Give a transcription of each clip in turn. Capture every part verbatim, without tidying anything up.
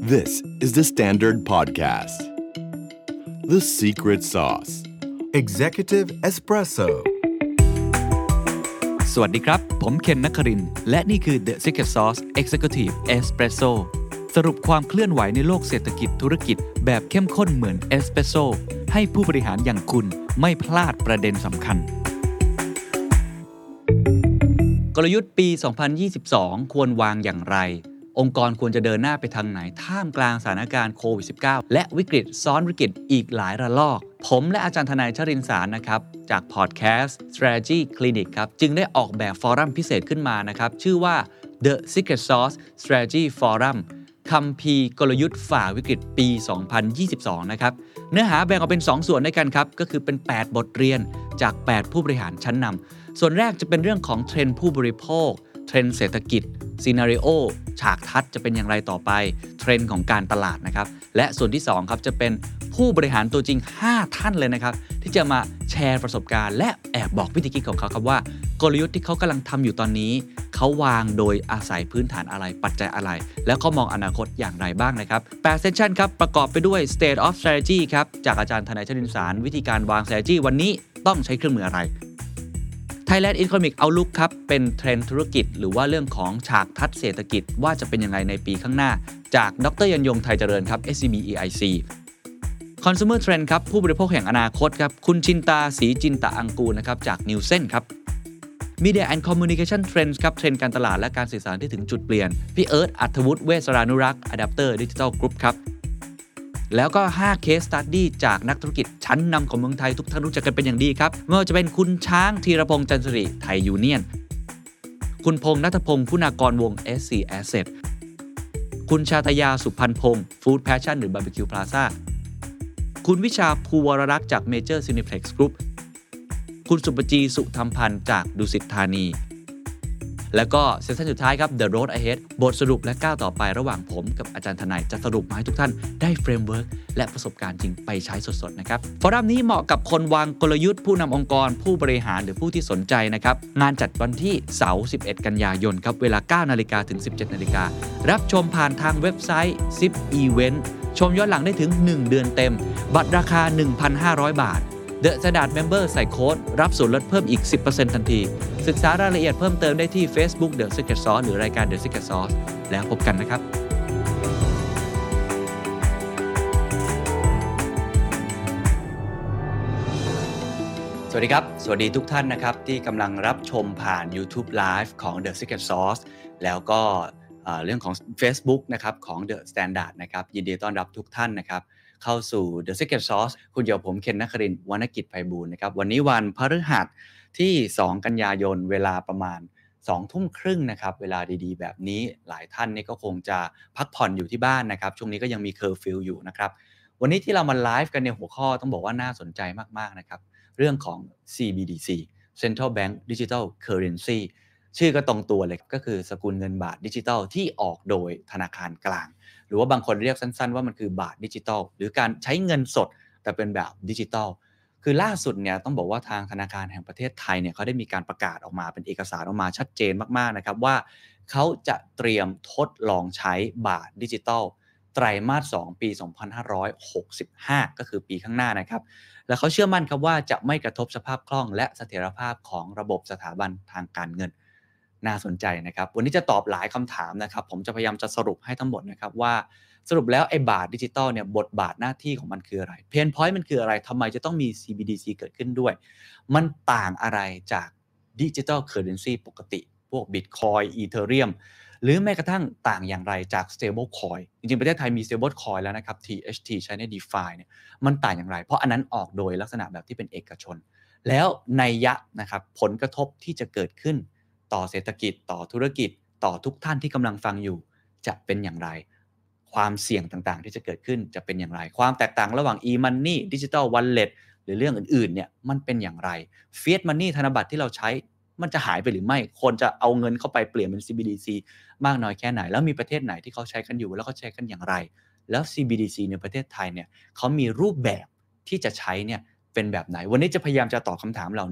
This is the Standard Podcast. The Secret Sauce. Executive Espresso สวัสดีครับผมเคนนครินทร์และนี่คือ The Secret Sauce Executive Espresso สรุปความเคลื่อนไหวในโลกเศรษฐกิจธุรกิจแบบเข้มข้นเหมือนเอสเปรสโซ่ให้ผู้บริหารอย่างคุณไม่พลาดประเด็นสำคัญกลยุทธ์ปี สองพันยี่สิบสอง ควรวางอย่างไรองค์กรควรจะเดินหน้าไปทางไหนท่ามกลางสถานการณ์โควิด สิบเก้า และวิกฤตซ้อนวิกฤตอีกหลายระลอกผมและอาจารย์ทนายชรินทร์สารนะครับจากพอดแคสต์ Strategy Clinic ครับจึงได้ออกแบบฟอรัมพิเศษขึ้นมานะครับชื่อว่า The Secret Sauce Strategy Forum คัมภีร์กลยุทธ์ฝ่าวิกฤตปี สองพันยี่สิบสอง นะครับเนื้อหาแบ่งออกเป็นสองส่วนด้วยกันครับก็คือเป็นแปดบทเรียนจากแปดผู้บริหารชั้นนำส่วนแรกจะเป็นเรื่องของเทรนด์ผู้บริโภคเทรนด์เศรษฐกิจซีนาริโอฉากทัศน์จะเป็นอย่างไรต่อไปเทรนด์ของการตลาดนะครับและส่วนที่สองครับจะเป็นผู้บริหารตัวจริงห้าท่านเลยนะครับที่จะมาแชร์ประสบการณ์และแอบบอกวิธีคิดของเขาครับว่ากลยุทธ์ที่เขากำลังทำอยู่ตอนนี้เขาวางโดยอาศัยพื้นฐานอะไรปัจจัยอะไรแล้วเขามองอนาคตอย่างไรบ้างนะครับแปดเซสชั่นครับประกอบไปด้วย State of Strategy ครับจากอาจารย์ทนายชรินทร์สารวิธีการวาง strategy วันนี้ต้องใช้เครื่องมืออะไรThailand Economic Outlook ครับเป็นเทรนด์ธุรกิจหรือว่าเรื่องของฉากทัศน์เศรษฐกิจว่าจะเป็นยังไงในปีข้างหน้าจากดร.ยันยงไทยเจริญครับ เอส ซี บี อี ไอ ซี Consumer Trend ครับผู้บริโภคแห่งอนาคตครับคุณชินตาศรีจินตะอังกูลนะครับจาก Nielsen ครับ Media and Communication Trends ครับเทรนด์การตลาดและการสื่อสารที่ถึงจุดเปลี่ยนพี่เอิร์ธอัธวุฒิเวสรานุรักษ์ Adapter Digital Group ครับแล้วก็ห้า case study จากนักธุรกิจชั้นนำของเมืองไทยทุกท่านรู้จักกันเป็นอย่างดีครับไม่ว่าจะเป็นคุณช้างธีรพงษ์จันทร์สิริไทยยูเนียนคุณพงษ์ณัฐพงษ์คุณากรวง เอส ซี Asset คุณชาตยาสุพันธ์พงษ์ Food Passion หรือ Barbecue Plaza คุณวิชาภูวรรักษ์จาก Major Cineplex Group คุณสุปจีสุธรรมพันธ์จากดุสิตธานีแล้วก็เซสชั่นสุดท้ายครับ The Road Ahead บทสรุปและก้าวต่อไประหว่างผมกับอาจารย์ทนายจะสรุปมาให้ทุกท่านได้เฟรมเวิร์กและประสบการณ์จริงไปใช้สดๆนะครับฟอรัมนี้เหมาะกับคนวางกลยุทธ์ผู้นำองค์กรผู้บริหารหรือผู้ที่สนใจนะครับงานจัดวันที่เสาร์สิบเอ็ดกันยายนครับเวลา เก้านาฬิกา ถึง สิบเจ็ดนาฬิการับชมผ่านทางเว็บไซต์ ซิป Event ชมย้อนหลังได้ถึงหนึ่งเดือนเต็มบัตรราคา หนึ่งพันห้าร้อย บาทThe Standard Member ใส่โค้ดรับส่วนลดเพิ่มอีก สิบเปอร์เซ็นต์ ทันทีศึกษารายละเอียดเพิ่มเติมได้ที่ Facebook The Secret Sauce หรือรายการ The Secret Sauce แล้วพบกันนะครับสวัสดีครับสวัสดีทุกท่านนะครับที่กำลังรับชมผ่าน YouTube Live ของ The Secret Sauce แล้วก็เรื่องของ Facebook นะครับของ The Standard นะครับยินดีต้อนรับทุกท่านนะครับเข้าสู่ The Secret Sauce คุณอยู่กับผมเคนนครินทร์วรรณกิจไพบูลย์นะครับวันนี้วันพฤหัสที่สองกันยายนเวลาประมาณ สองทุ่มครึ่งนะครับเวลาดีๆแบบนี้หลายท่านนี่ก็คงจะพักผ่อนอยู่ที่บ้านนะครับช่วงนี้ก็ยังมีเคอร์ฟิวอยู่นะครับวันนี้ที่เรามาไลฟ์กันในหัวข้อต้องบอกว่าน่าสนใจมากๆนะครับเรื่องของ ซี บี ดี ซี Central Bank Digital Currency ชื่อก็ตรงตัวเลยก็คือสกุลเงินบาทดิจิทัลที่ออกโดยธนาคารกลางหรือว่าบางคนเรียกสั้นๆว่ามันคือบาทดิจิทัลหรือการใช้เงินสดแต่เป็นแบบดิจิทัลคือล่าสุดเนี่ยต้องบอกว่าทางธนาคารแห่งประเทศไทยเนี่ยเขาได้มีการประกาศออกมาเป็นเอกสารออกมาชัดเจนมากๆนะครับว่าเขาจะเตรียมทดลองใช้บาทดิจิทัลไตรมาสสองปีสองพันห้าร้อยหกสิบห้าก็คือปีข้างหน้านะครับและเขาเชื่อมั่นครับว่าจะไม่กระทบสภาพคล่องและเสถียรภาพของระบบสถาบันทางการเงินน่าสนใจนะครับวันนี้จะตอบหลายคำถามนะครับผมจะพยายามจะสรุปให้ทั้งหมดนะครับว่าสรุปแล้วไอ้บาทดิจิตอลเนี่ยบทบาทหน้าที่ของมันคืออะไรเพนพอยต์มันคืออะไรทำไมจะต้องมี ซี บี ดี ซี เกิดขึ้นด้วยมันต่างอะไรจากดิจิตอลเคอร์เรนซีปกติพวก Bitcoin Ethereum หรือแม้กระทั่งต่างอย่างไรจาก Stable Coin จริงๆประเทศไทยมี Stable Coin แล้วนะครับ ที เอช ที ใช้ใน DeFi เนี่ยมันต่างอย่างไรเพราะอันนั้นออกโดยลักษณะแบบที่เป็นเอกชนแล้วนัยยะนะครับผลกระทบที่จะเกิดขึ้นต่อเศรษฐกิจต่อธุรกิจต่อทุกท่านที่กำลังฟังอยู่จะเป็นอย่างไรความเสี่ยงต่างๆที่จะเกิดขึ้นจะเป็นอย่างไรความแตกต่างระหว่าง e-money digital wallet หรือเรื่องอื่นๆเนี่ยมันเป็นอย่างไร fiat money ธนบัตรที่เราใช้มันจะหายไปหรือไม่คนจะเอาเงินเข้าไปเปลี่ยนเป็น ซี บี ดี ซี มากน้อยแค่ไหนแล้วมีประเทศไหนที่เขาใช้กันอยู่แล้วเขาใช้กันอย่างไรแล้ว ซี บี ดี ซี ในประเทศไทยเนี่ยเขามีรูปแบบที่จะใช้เนี่ยเป็นแบบไหนวันนี้จะพยายามจะตอบคำถามเหล่านี้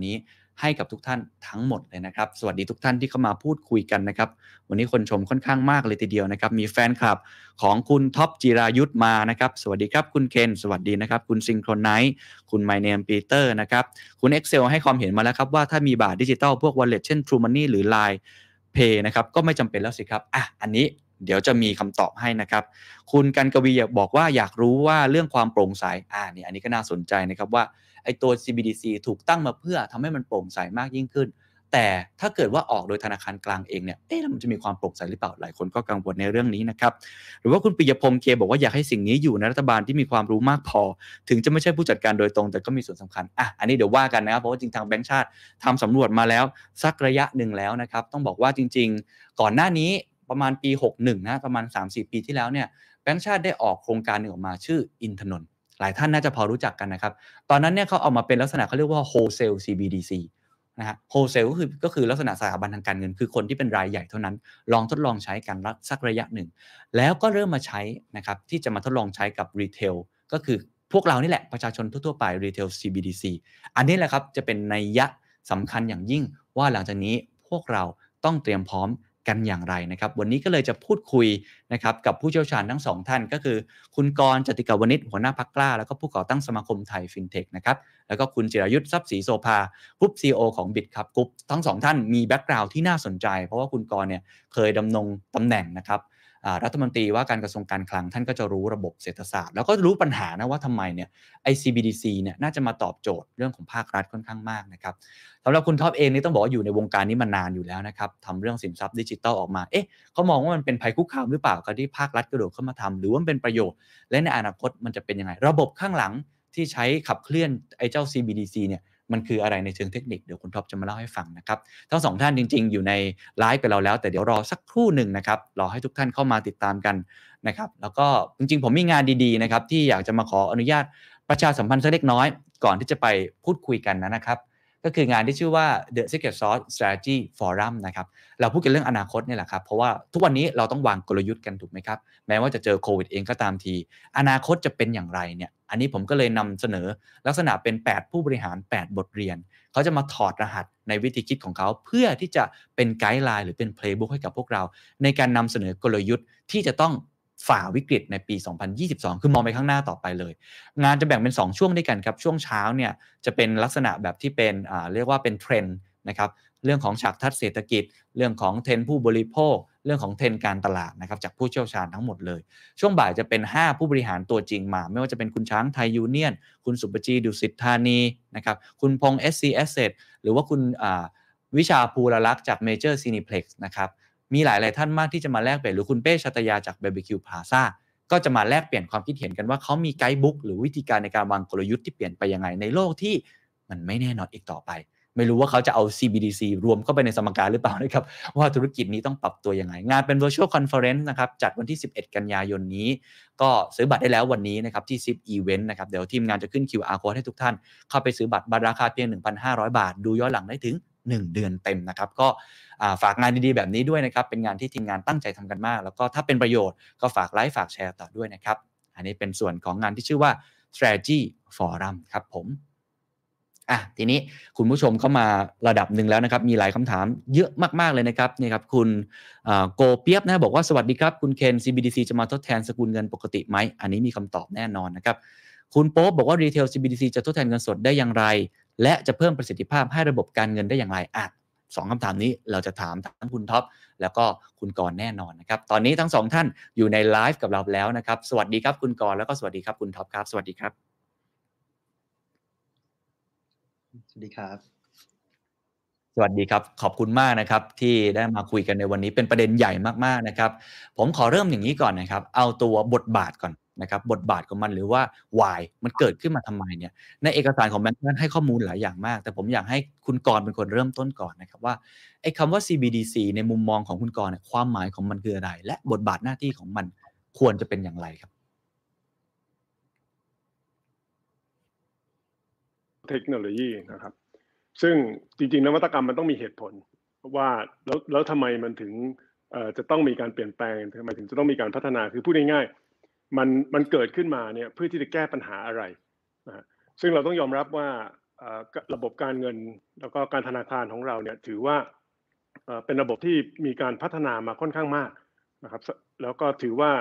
ให้กับทุกท่านทั้งหมดเลยนะครับสวัสดีทุกท่านที่เข้ามาพูดคุยกันนะครับวันนี้คนชมค่อนข้างมากเลยทีเดียวนะครับมีแฟนคลับของคุณท็อปจิรายุทธมานะครับสวัสดีครับคุณเคนสวัสดีนะครับคุณซิงโครไนซ์คุณ My Name Peter นะครับคุณ Excel ให้ความเห็นมาแล้วครับว่าถ้ามีบาทดิจิทัลพวก Wallet เช่น True Money หรือ ไลน์ Pay นะครับก็ไม่จำเป็นแล้วสิครับอ่ะอันนี้เดี๋ยวจะมีคำตอบให้นะครับคุณกันกวีบอกว่าอยากรู้ว่าเรื่องความโปร่งใสอ่านี่อันนี้ก็น่าสนใจนะครับว่าไอ้ตัว ซี บี ดี ซี ถูกตั้งมาเพื่อทำให้มันโปร่งใสมากยิ่งขึ้นแต่ถ้าเกิดว่าออกโดยธนาคารกลางเองเนี่ยเอ๊ะแล้วมันจะมีความโปร่งใสหรือเปล่าหลายคนก็กังวลในเรื่องนี้นะครับหรือว่าคุณปิยพงษ์เคบอกว่าอยากให้สิ่งนี้อยู่ในรัฐบาลที่มีความรู้มากพอถึงจะไม่ใช่ผู้จัดการโดยตรงแต่ก็มีส่วนสำคัญอ่ะอันนี้เดี๋ยวว่ากันนะครับเพราะว่าจริงทางแบงก์ชาติทำสำรวจมาแล้วสักระยะหนึ่งแล้วนะครับต้องบอกว่าจริงๆก่อนหน้านี้ประมาณปีหกสิบเอ็ดนะประมาณ สามถึงสี่ ปีที่แล้วเนี่ยแบงก์ชาติได้ออกโครงการหนึ่งออกมาชื่ออินทนนท์หลายท่านน่าจะพอรู้จักกันนะครับตอนนั้นเนี่ยเขาเอามาเป็นลักษณะเขาเรียกว่า wholesale ซี บี ดี ซี นะฮะ wholesale ก็คือก็คือลักษณะสถาบันทางการเงินคือคนที่เป็นรายใหญ่เท่านั้นลองทดลองใช้กันสักระยะหนึ่งแล้วก็เริ่มมาใช้นะครับที่จะมาทดลองใช้กับ retail ก็คือพวกเรานี่แหละประชาชนทั่วๆไป retail ซี บี ดี ซี อันนี้แหละครับจะเป็นนัยยะสำคัญอย่างยิ่งว่าหลังจากนี้พวกเราต้องเตรียมพร้อมกันอย่างไรนะครับวันนี้ก็เลยจะพูดคุยนะครับกับผู้เชี่ยวชาญทั้งสองท่านก็คือคุณกรณ์ จติกาวนิชหัวหน้าพรรคกล้าแล้วก็ผู้ก่อตั้งสมาคมไทยฟินเทคนะครับแล้วก็คุณจิรายุทธทรัพย์ศรีโสภากรุ๊ป ซี อี โอ ของ BitCup Group ทั้งสองท่านมีแบ็กกราวด์ที่น่าสนใจเพราะว่าคุณกรณ์เนี่ยเคยดำรงตำแหน่งนะครับรัฐมนตรีว่าการกระทรวงการคลังท่านก็จะรู้ระบบเศรษฐศาสตร์แล้วก็รู้ปัญหานะว่าทำไมเนี่ยไอ ซี บี ดี ซี เนี่ยน่าจะมาตอบโจทย์เรื่องของภาครัฐค่อนข้างมากนะครับสำหรับคุณท็อปเองนี่ต้องบอกว่าอยู่ในวงการนี้มานานอยู่แล้วนะครับทำเรื่องสินทรัพย์ดิจิทัลออกมาเอ๊ะเขามองว่ามันเป็นภัยคุกคามหรือเปล่าการที่ภาครัฐกระโดดเข้ามาทำหรือว่ามันเป็นประโยชน์และในอนาคตมันจะเป็นยังไงระบบข้างหลังที่ใช้ขับเคลื่อนไอ้เจ้า ซี บี ดี ซี เนี่ยมันคืออะไรในเชิงเทคนิคเดี๋ยวคุณท็อปจะมาเล่าให้ฟังนะครับทั้งสองท่านจริงๆอยู่ในไลฟ์กับเราแล้วแต่เดี๋ยวรอสักครู่หนึ่งนะครับรอให้ทุกท่านเข้ามาติดตามกันนะครับแล้วก็จริงๆผมมีงานดีๆนะครับที่อยากจะมาขออนุญาตประชาสัมพันธ์สักเล็กน้อยก่อนที่จะไปพูดคุยกันนะครับก็คืองานที่ชื่อว่า The Secret Sauce Strategy Forum นะครับเราพูดกันเรื่องอนาคตนี่แหละครับเพราะว่าทุกวันนี้เราต้องวางกลยุทธ์กันถูกไหมครับแม้ว่าจะเจอโควิดเองก็ตามทีอนาคตจะเป็นอย่างไรเนี่ยอันนี้ผมก็เลยนำเสนอลักษณะเป็นแปดผู้บริหารแปดบทเรียนเขาจะมาถอดรหัสในวิธีคิดของเขาเพื่อที่จะเป็นไกด์ไลน์หรือเป็นเพลย์บุ๊กให้กับพวกเราในการนำเสนอกลยุทธ์ที่จะต้องฝ่าวิกฤตในปีสองพันยี่สิบสองคือมองไปข้างหน้าต่อไปเลยงานจะแบ่งเป็นสองช่วงด้วยกันครับช่วงเช้าเนี่ยจะเป็นลักษณะแบบที่เป็นอ่าเรียกว่าเป็นเทรนด์นะครับเรื่องของฉากทัศน์เศรษฐกิจเรื่องของเทรนด์ผู้บริโภคเรื่องของเทรนด์การตลาดนะครับจากผู้เชี่ยวชาญทั้งหมดเลยช่วงบ่ายจะเป็นห้าผู้บริหารตัวจริงมาไม่ว่าจะเป็นคุณช้างไทยยูเนียนคุณสุปจีดุสิตธานีนะครับคุณพงษ์ เอส ซี Asset หรือว่าคุณอ่าวิชาภูรลักษณ์จาก Major Cineplex นะครับมีหลายๆท่านมากที่จะมาแลกเปลี่ยนหรือคุณเป้ชัตยาจาก บี บี คิว Plaza ก็จะมาแลกเปลี่ยนความคิดเห็นกันว่าเขามีไกด์บุ๊กหรือวิธีการในการวางกลยุทธ์ที่เปลี่ยนไปยังไงในโลกที่มันไม่แน่นอนอีกต่อไปไม่รู้ว่าเขาจะเอา ซี บี ดี ซี รวมเข้าไปในสมการหรือเปล่านะครับว่าธุรกิจนี้ต้องปรับตัวยังไงงานเป็น Virtual Conference นะครับจัดวันที่สิบเอ็ดกันยายนนี้ก็ซื้อบัตรได้แล้ววันนี้นะครับที่ ซิป Event นะครับเดี๋ยวทีมงานจะขึ้น คิว อาร์ Code ให้ทุกท่านเข้าไปซื้อบัตรบัตรราคาเพียง หนึ่งพันห้าร้อย บาทดูย้อนหลังได้ถึงหนึ่งเดือนเต็มนะครับก็ฝากงานดีๆแบบนี้ด้วยนะครับเป็นงานที่ทีมงานตั้งใจทำกันมากแล้วก็ถ้าเป็นประโยชน์ก็ฝากไลค์ฝากแชร์ต่อด้วยนะครับอันนี้เป็นส่วนของงานที่ชื่อว่า Strategy Forum ครับผมอ่ะทีนี้คุณผู้ชมเข้ามาระดับหนึ่งแล้วนะครับมีหลายคำถามเยอะมากๆเลยนะครับนี่ครับคุณโกเปียบนะบอกว่าสวัสดีครับคุณเคน ซี บี ดี ซี จะมาทดแทนสกุลเงินปกติไหมอันนี้มีคำตอบแน่นอนนะครับคุณโป๊ปบอกว่า Retail ซี บี ดี ซี จะทดแทนเงินสดได้อย่างไรและจะเพิ่มประสิทธิภาพให้ระบบการเงินได้อย่างไรอ่ะสองคำถามนี้เราจะถามทั้งคุณท็อปแล้วก็คุณกรณ์แน่นอนนะครับตอนนี้ทั้งสองท่านอยู่ในไลฟ์กับเราแล้วนะครับสวัสดีครับคุณกรณ์แล้วก็สวัสดีครับคุณท็อปครับสวัสดีครับสวัสดีครับสวัสดีครับขอบคุณมากนะครับที่ได้มาคุยกันในวันนี้เป็นประเด็นใหญ่มากๆนะครับผมขอเริ่มอย่างนี้ก่อนนะครับเอาตัวบทบาทก่อนนะครับบทบาทของมันหรือว่า why มันเกิดขึ้นมาทำไมเนี่ยในเอกสารของแบงก์ชาติให้ข้อมูลหลายอย่างมากแต่ผมอยากให้คุณกรณ์เป็นคนเริ่มต้นก่อนนะครับว่าไอ้คำว่า ซี บี ดี ซี ในมุมมองของคุณกรณ์เนี่ยความหมายของมันคืออะไรและบทบาทหน้าที่ของมันควรจะเป็นอย่างไรครับเทคโนโลยีนะครับซึ่งจริงๆนวัตกรรมมันต้องมีเหตุผลว่าแล้วแล้วทำไมมันถึงเอ่อจะต้องมีการเปลี่ยนแปลงทำไมถึงจะต้องมีการพัฒนาคือพูดง่ายๆมันมันเกิดขึ้นมาเนี่ยเพื่อที่จะแก้ปัญหาอะไรนะซึ่งเราต้องยอมรับว่าระบบการเงินแล้วก็การธนาคารของเราเนี่ยถือว่าเป็นระบบที่มีการพัฒนามาค่อนข้างมากนะครับแล้วก็ถือว่า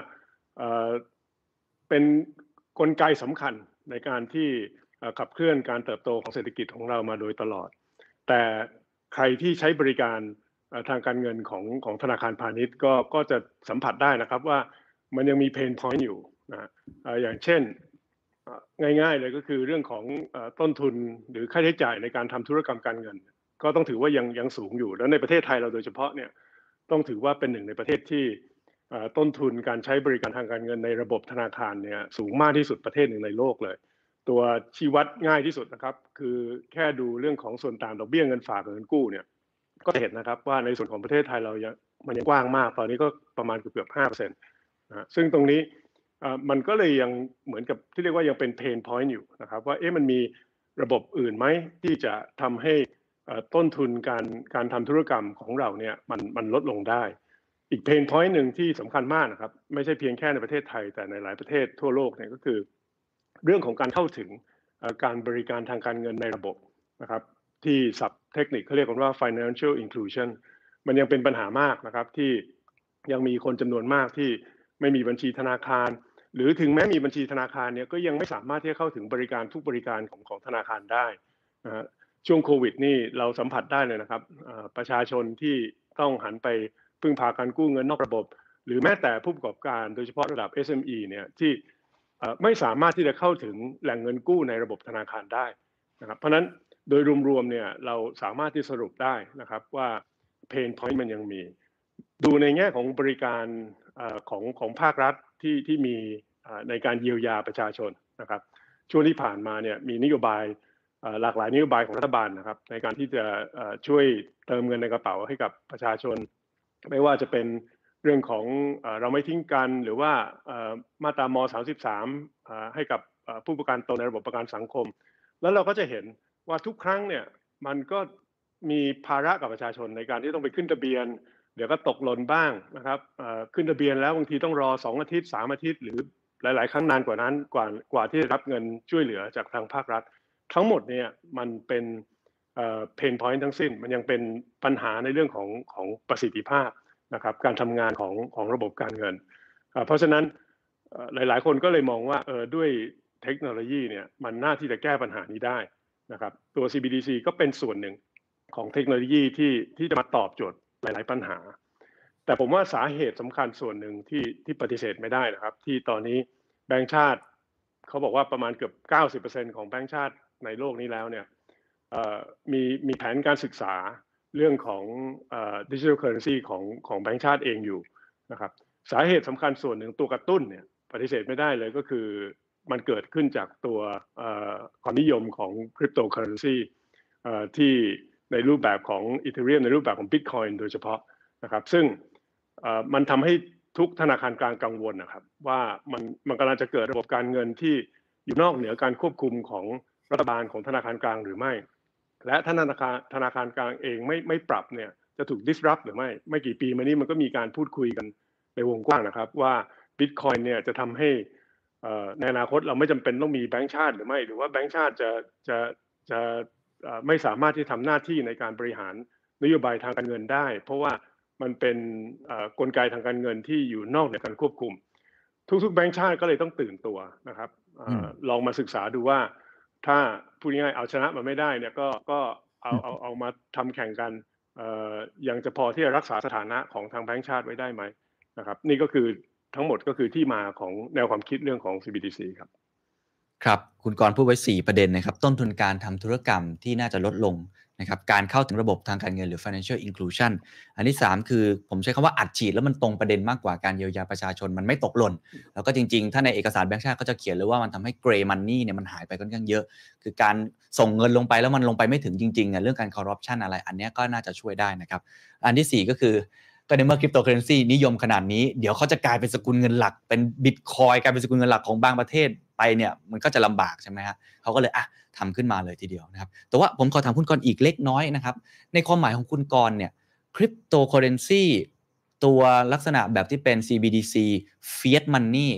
เป็นกลไกสำคัญในการที่ขับเคลื่อนการเติบโตของเศรษฐกิจของเรามาโดยตลอดแต่ใครที่ใช้บริการทางการเงินของของธนาคารพาณิชย์ก็ก็จะสัมผัสได้นะครับว่ามันยังมีเพนพอยต์อยู่นะอย่างเช่นง่ายๆเลยก็คือเรื่องของต้นทุนหรือค่าใช้จ่ายในการทำธุรกรรมการเงินก็ต้องถือว่ายังยังสูงอยู่แล้วในประเทศไทยเราโดยเฉพาะเนี่ยต้องถือว่าเป็นหนึ่งในประเทศที่ต้นทุนการใช้บริการทางการเงินในระบบธนาคารเนี่ยสูงมากที่สุดประเทศหนึ่งในโลกเลยตัวชี้วัดง่ายที่สุดนะครับคือแค่ดูเรื่องของส่วนต่างดอกเบี้ยเงินฝากกับเงินกู้เนี่ยก็เห็นนะครับว่าในส่วนของประเทศไทยเรายังมันยังกว้างมากตอนนี้ก็ประมาณเกือบๆ ห้าเปอร์เซ็นต์ นะซึ่งตรงนี้มันก็เลยยังเหมือนกับที่เรียกว่ายังเป็นเพนพอยต์อยู่นะครับว่าเอ๊ะมันมีระบบอื่นไหมที่จะทำให้ต้นทุนการการทำธุรกรรมของเราเนี่ยมันมันลดลงได้อีกเพนพอยต์หนึ่งที่สำคัญมากนะครับไม่ใช่เพียงแค่ในประเทศไทยแต่ในหลายประเทศทั่วโลกเนี่ยก็คือเรื่องของการเข้าถึงการบริการทางการเงินในระบบนะครับที่ศัพท์เทคนิคเขาเรียกกันว่า financial inclusion มันยังเป็นปัญหามากนะครับที่ยังมีคนจำนวนมากที่ไม่มีบัญชีธนาคารหรือถึงแม้มีบัญชีธนาคารเนี่ยก็ยังไม่สามารถที่จะเข้าถึงบริการทุกบริการของของธนาคารได้นะฮะช่วงโควิดนี่เราสัมผัสได้เลยนะครับประชาชนที่ต้องหันไปพึ่งพาการกู้เงินนอกระบบหรือแม้แต่ผู้ประกอบการโดยเฉพาะระดับ เอส เอ็ม อี เนี่ยที่ไม่สามารถที่จะเข้าถึงแหล่งเงินกู้ในระบบธนาคารได้นะครับเพราะนั้นโดยรวมๆเนี่ยเราสามารถที่สรุปได้นะครับว่าเพนพอยต์มันยังมีดูในแง่ของบริการของของภาครัฐที่ที่มีในการเยียวยาประชาชนนะครับช่วงที่ผ่านมาเนี่ยมีนโยบายหลากหลายนโยบายของรัฐบาลนะครับในการที่จะช่วยเติมเงินในกระเป๋าให้กับประชาชนไม่ว่าจะเป็นเรื่องของเราไม่ทิ้งกันหรือว่ามาตรามสามสิบสามให้กับผู้ประกันตนในระบบประกันสังคมแล้วเราก็จะเห็นว่าทุกครั้งเนี่ยมันก็มีภาระกับประชาชนในการที่ต้องไปขึ้นทะเบียนเดี๋ยวก็ตกหล่นบ้างนะครับขึ้นทะเบียนแล้วบางทีต้องรอสองอาทิตย์สามอาทิตย์หรือหลายๆครั้งนานกว่านั้นกว่ากว่าที่จะรับเงินช่วยเหลือจากทางภาครัฐทั้งหมดเนี่ยมันเป็นเพนพอยต์ทั้งสิ้นมันยังเป็นปัญหาในเรื่องของของประสิทธิภาพนะครับการทำงานของของระบบการเงินเพราะฉะนั้นหลายๆคนก็เลยมองว่าเออด้วยเทคโนโลยีเนี่ยมันน่าที่จะแก้ปัญหานี้ได้นะครับตัว ซี บี ดี ซี ก็เป็นส่วนหนึ่งของเทคโนโลยีที่ที่จะมาตอบโจทย์หลายๆปัญหาแต่ผมว่าสาเหตุสำคัญส่วนหนึ่งที่ที่ปฏิเสธไม่ได้นะครับที่ตอนนี้แบงก์ชาติเขาบอกว่าประมาณเกือบ เก้าสิบเปอร์เซ็นต์ ของแบงก์ชาติในโลกนี้แล้วเนี่ยมีมีแผนการศึกษาเรื่องของดิจิทัลเคอเรนซีของของแบงก์ชาติเองอยู่นะครับสาเหตุสำคัญส่วนหนึ่งตัวกระตุ้นเนี่ยปฏิเสธไม่ได้เลยก็คือมันเกิดขึ้นจากตัวความนิยมของคริปโตเคอเรนซีที่ในรูปแบบของอีเธเรียมในรูปแบบของ Bitcoin โดยเฉพาะนะครับซึ่งมันทำให้ทุกธนาคารกลางกังวลนะครับว่ามันมันกำลังจะเกิดระบบการเงินที่อยู่นอกเหนือการควบคุมของรัฐบาลของธนาคารกลางหรือไม่และธนาคารธนาคารกลางเองไม่ไม่ปรับเนี่ยจะถูก disrupt หรือไม่ไม่กี่ปีมานี้มันก็มีการพูดคุยกันในวงกว้างนะครับว่า Bitcoin เนี่ยจะทำให้ในอนาคตเราไม่จำเป็นต้องมีแบงก์ชาติหรือไม่หรือว่าแบงก์ชาติจะจะจะไม่สามารถที่ทำหน้าที่ในการบริหารนโยบายทางการเงินได้เพราะว่ามันเป็นกลไกทางการเงินที่อยู่นอกเหนือการควบคุมทุกๆแบงก์ชาติก็เลยต้องตื่นตัวนะครับลองมาศึกษาดูว่าถ้าพูดง่ายๆเอาชนะมันไม่ได้เนี่ยก็ก็เอาเอาเอามาทำแข่งกันยังจะพอที่จะรักษาสถานะของทางแบงก์ชาติไว้ได้ไหมนะครับนี่ก็คือทั้งหมดก็คือที่มาของแนวความคิดเรื่องของ ซี บี ดี ซี ครับครับคุณกรณ์พูดไว้สี่ประเด็นนะครับต้นทุนการทำธุรกรรมที่น่าจะลดลงนะครับการเข้าถึงระบบทางการเงินหรือ financial inclusion อันที่สามคือผมใช้คำว่าอัดฉีดแล้วมันตรงประเด็นมากกว่าการเยียวยาประชาชนมันไม่ตกหล่นแล้วก็จริงๆถ้าในเอกสารแบงก์ชาติก็จะเขียนเลยว่ามันทำให้ gray money เนี่ยมันหายไปค่อนข้างเยอะคือการส่งเงินลงไปแล้วมันลงไปไม่ถึงจริงๆอ่ะเรื่องการ corruption อะไรอันนี้ก็น่าจะช่วยได้นะครับอันที่สี่ก็คือก็ในเมื่อคริปโตเคอเรนซีนิยมขนาดนี้เดี๋ยวเขาจะกลายเป็นสกุลเงินหลักเป็นบิตคอยน์กลายเป็นสกุลเงินหลักของบางประเทศไปเนี่ยมันก็จะลำบากใช่ไหมฮะเขาก็เลยอ่ะทำขึ้นมาเลยทีเดียวนะครับแต่ว่าผมขอถามคุณกรณ์อีกเล็กน้อยนะครับในความหมายของคุณกรณ์เนี่ยคริปโตเคอเรนซีตัวลักษณะแบบที่เป็น ซี บี ดี ซี Fiat Money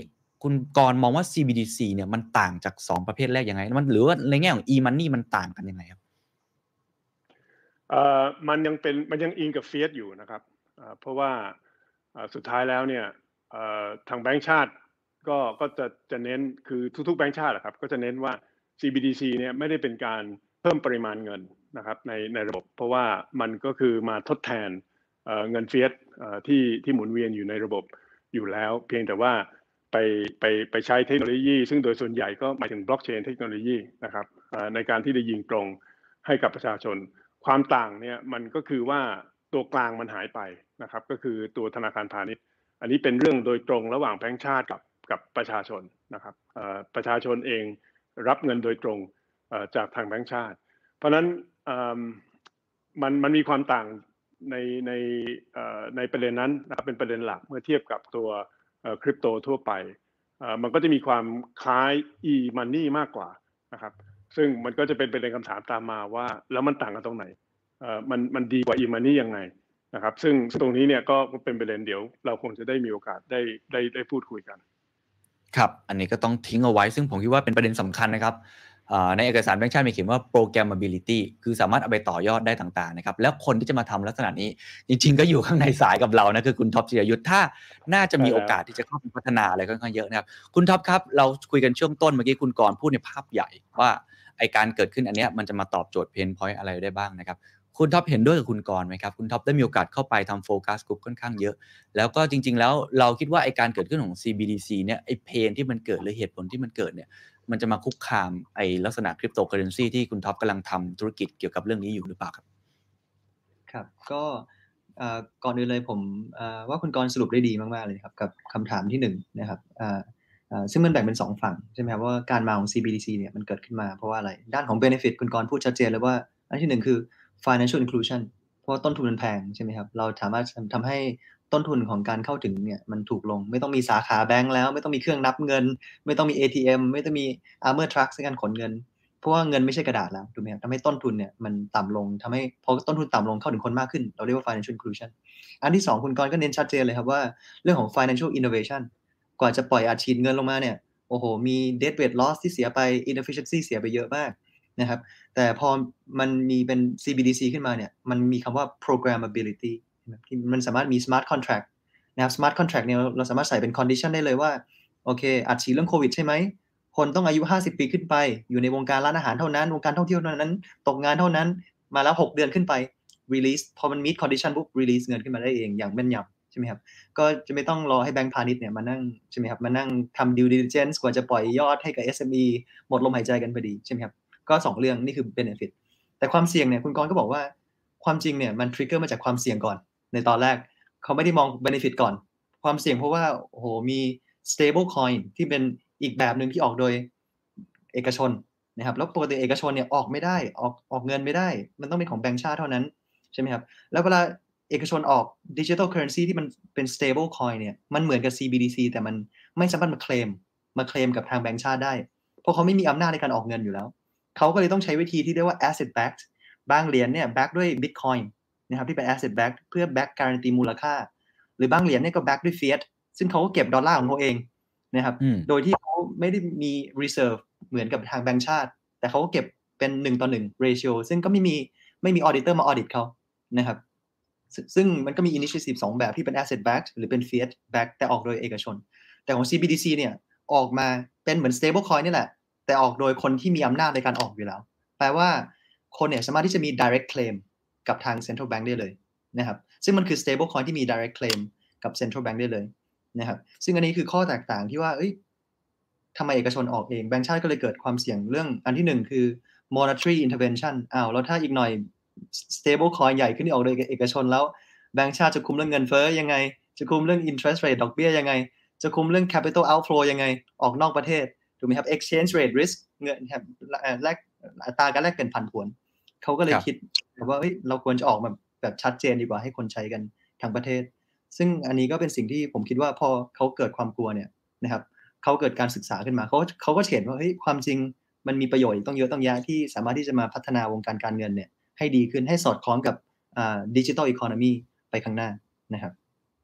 คุณกรณ์มองว่า ซี บี ดี ซี เนี่ยมันต่างจากสองประเภทแรกยังไงมันหรือว่าในแง่ของ e-money มันต่างกันยังไงครับเอ่อมันยังเป็นมันยังอิงกับเฟียสอยู่นะครับเอ่อเพราะว่าเอ่อสุดท้ายแล้วเนี่ยเอ่อทางแบงก์ชาติก็ก็จะจะเน้นคือทุกๆแบงก์ชาติอะครับก็จะเน้นว่า ซี บี ดี ซี เนี่ยไม่ได้เป็นการเพิ่มปริมาณเงินนะครับในในระบบเพราะว่ามันก็คือมาทดแทนเอ่อเงินเฟียสเอ่อที่ที่หมุนเวียนอยู่ในระบบอยู่แล้วเพียงแต่ว่าไปไปไปใช้เทคโนโลยีซึ่งโดยส่วนใหญ่ก็หมายถึงบล็อกเชนเทคโนโลยีนะครับเอ่อในการที่จะยิงตรงให้กับประชาชนความต่างเนี่ยมันก็คือว่าตัวกลางมันหายไปนะครับก็คือตัวธนาคารพาณิชย์อันนี้เป็นเรื่องโดยตรงระหว่างแบงก์ชาติกับกับประชาชนนะครับเอ่อประชาชนเองรับเงินโดยตรงเอ่อจากทางแบงก์ชาติเพราะฉะนั้นเอ่อมันมันมีความต่างในในเอ่อในประเด็นนั้นนะครับเป็นประเด็นหลักเมื่อเทียบกับตัวเอ่อคริปโตทั่วไปเอ่อมันก็จะมีความคล้าย e-money มากกว่านะครับซึ่งมันก็จะเป็นประเด็นคำถามตามมาว่าแล้วมันต่างกันตรงไหนเอ่อมันมันดีกว่า e-money ยังไงนะครับซึ่งตรงนี้เนี่ยก็เป็นประเด็นเดี๋ยวเราคงจะได้มีโอกาสได้ได้ได้พูดคุยกันครับอันนี้ก็ต้องทิ้งเอาไว้ซึ่งผมคิดว่าเป็นประเด็นสำคัญนะครับในเอกสารแบงก์ชาติมีเขียนว่า programmability คือสามารถเอาไปต่อยอดได้ต่างๆนะครับแล้วคนที่จะมาทำลักษณะนี้จริงๆก็อยู่ข้างในสายกับเรานะคือคุณท็อปจิรยุทธ์ถ้าน่าจะมีโอกาสที่จะเข้าไปพัฒนาอะไรค่อนข้างเยอะนะครับคุณท็อปครับเราคุยกันช่วงต้นเมื่อกี้คุณกรณ์พูดในภาพใหญ่ว่าไอการเกิดขึ้นอันนี้มันจะมาตอบโจทย์เพนพอยต์อะไรได้บ้างนะครับคุณท็อปเห็นด้วยกับคุณกรณ์ไหมครับคุณท็อปได้มีโอกาสเข้าไปทำโฟกัสกลุ่มค่อนข้างเยอะแล้วก็จริงๆแล้วเราคิดว่าไอการเกิดขึ้นของ ซี บี ดี ซี เนี่ยไอเพนที่มันเกิดหรือเหตุผลที่มันเกิดเนี่ยมันจะมาคุกคามไอลักษณะคริปโตเคอเรนซีที่คุณท็อปกำลังทำธุรกิจเกี่ยวกับเรื่องนี้อยู่หรือเปล่าครับครับก็ก่อนอื่นเลยผมว่าคุณกรณ์สรุปได้ดีมากๆเลยครับกับคำถามที่หนึ่งนะครับซึ่งมันแบ่งเป็นสองฝั่งใช่ไหมครับว่าการมาของ ซี บี ดี ซี เนี่ยมันเกิดขึ้นมาเพราะว่าอะไรด้านของ benefit คุณกรณ์พูดชัดเจนเลยว่าอันที่หนึ่งคือ financial inclusion เพราะต้นทุนมันแพงใช่ไหมครับเราสามารถทำให้ต้นทุนของการเข้าถึงเนี่ยมันถูกลงไม่ต้องมีสาขาแบงก์แล้วไม่ต้องมีเครื่องนับเงินไม่ต้องมี เอ ที เอ็ม ไม่ต้องมี armor truck ในการขนเงินเพราะว่าเงินไม่ใช่กระดาษแล้วถูกไหมครับทำให้ต้นทุนเนี่ยมันต่ำลงทำให้พอต้นทุนต่ำลงเข้าถึงคนมากขึ้นเราเรียกว่า financial inclusion อันที่สองคุณกรณ์ก็เน้นชัดเจนเลยครับว่าเรื่องของ financial innovation กว่าจะปล่อยอัดฉีดเงินลงมาเนี่ยโอ้โหมี dead weight loss ที่เสียไป inefficiency เสียไปเยอะมากนะครับแต่พอมันมีเป็น ซี บี ดี ซี ขึ้นมาเนี่ยมันมีคำว่า programmability มันสามารถมี smart contract นะครับ smart contract เนี่ยเราสามารถใส่เป็น condition ได้เลยว่าโอเคอัดฉีดเรื่องโควิดใช่ไหมคนต้องอายุห้าสิบปีขึ้นไปอยู่ในวงการร้านอาหารเท่านั้นวงการท่องเที่ยวเท่านั้นตกงานเท่านั้นมาแล้วหกเดือนขึ้นไป release พอมัน meet condition ปุ๊บ release เงินขึ้นมาได้เองอย่างแม่นยำใช่ไหมครับก็จะไม่ต้องรอให้แบงก์พาณิชย์เนี่ยมานั่งใช่ไหมครับมานั่งทำ due diligence กว่าจะปล่อยยอดให้กับ เอส เอ็ม อี หมดลมหายใจกันพอดีใช่ไหมครับก็สองเรื่องนี่คือ benefit แต่ความเสี่ยงเนี่ยคุณกรณ์ก็บอกว่าความจริงเนี่ยมัน trigger มาจากความเสี่ยงก่อนในตอนแรกเขาไม่ได้มอง benefit ก่อนความเสี่ยงเพราะว่าโอ้โหมี stable coin ที่เป็นอีกแบบนึงที่ออกโดยเอกชนนะครับแล้วปกติเอกชนเนี่ยออกไม่ได้ออกออกเงินไม่ได้มันต้องเป็นของแบงก์ชาติเท่านั้นใช่ไหมครับแล้วเวลาเอกชนออก digital currency ที่มันเป็น stable coin เนี่ยมันเหมือนกับ ซี บี ดี ซี แต่มันไม่สามารถมาเคลมมาเคลมกับทางแบงก์ชาติได้เพราะเขาไม่มีอำนาจในการออกเงินอยู่แล้วเขาก็เลยต้องใช้วิธีที่เรียกว่า asset backed บางเหรียญเนี่ย back ด้วย bitcoin นะครับที่เป็น asset backed เพื่อ back การันตีมูลค่าหรือบางเหรียญเนี่ยก็ back ด้วย fiat ซึ่งเขาก็เก็บดอลลาร์ของเขาเองนะครับโดยที่เขาไม่ได้มี reserve เหมือนกับทางแบงก์ชาติแต่เขาก็เก็บเป็นหนึ่งต่อหนึ่ง ratio ซึ่งก็ไม่มีไม่มี auditor มา audit เขานะครับซึ่งมันก็มี initiative สองแบบที่เป็น asset backed หรือเป็น fiat backed แต่ออกโดยเอกชนแต่ของ ซี บี ดี ซี เนี่ยออกมาเป็นเหมือน stable coin นี่แหละแต่ออกโดยคนที่มีอำนาจในการออกอยู่แล้วแปลว่าคนเนี่ยสามารถที่จะมี direct claim กับทาง central bank ได้เลยนะครับซึ่งมันคือ stable coin ที่มี direct claim กับ central bank ได้เลยนะครับซึ่งอันนี้คือข้อแตกต่างที่ว่าเอ้ยทำไมเอกชนออกเองแบงก์ชาติก็เลยเกิดความเสี่ยงเรื่องอันที่หนึ่งคือ monetary intervention อ้าวแล้วถ้าอีกหน่อย stable coin ใหญ่ขึ้นที่ออกโดยเอกชนแล้วแบงก์ชาติจะคุมเรื่องเงินเฟ้อยังไงจะคุมเรื่อง interest rate ดอกเบี้ยยังไงจะคุมเรื่อง capital outflow ยังไงออกนอกประเทศถูกไหมครับ exchange rate risk เงินครับแลกอัตราการแลกเปลี่ยนผันผวนเขาก็เลยคิดว่าเฮ้ยเราควรจะออกมาแบบชัดเจนดีกว่าให้คนใช้กันทั้งประเทศซึ่งอันนี้ก็เป็นสิ่งที่ผมคิดว่าพอเขาเกิดความกลัวเนี่ยนะครับเขาเกิดการศึกษาขึ้นมาเขาเขาก็เห็นว่าเฮ้ยความจริงมันมีประโยชน์ต้องเยอะต้องแยะที่สามารถที่จะมาพัฒนาวงการการเงินเนี่ยให้ดีขึ้นให้สอดคล้องกับอ่าดิจิทัลอีโคโนมีไปข้างหน้านะครับ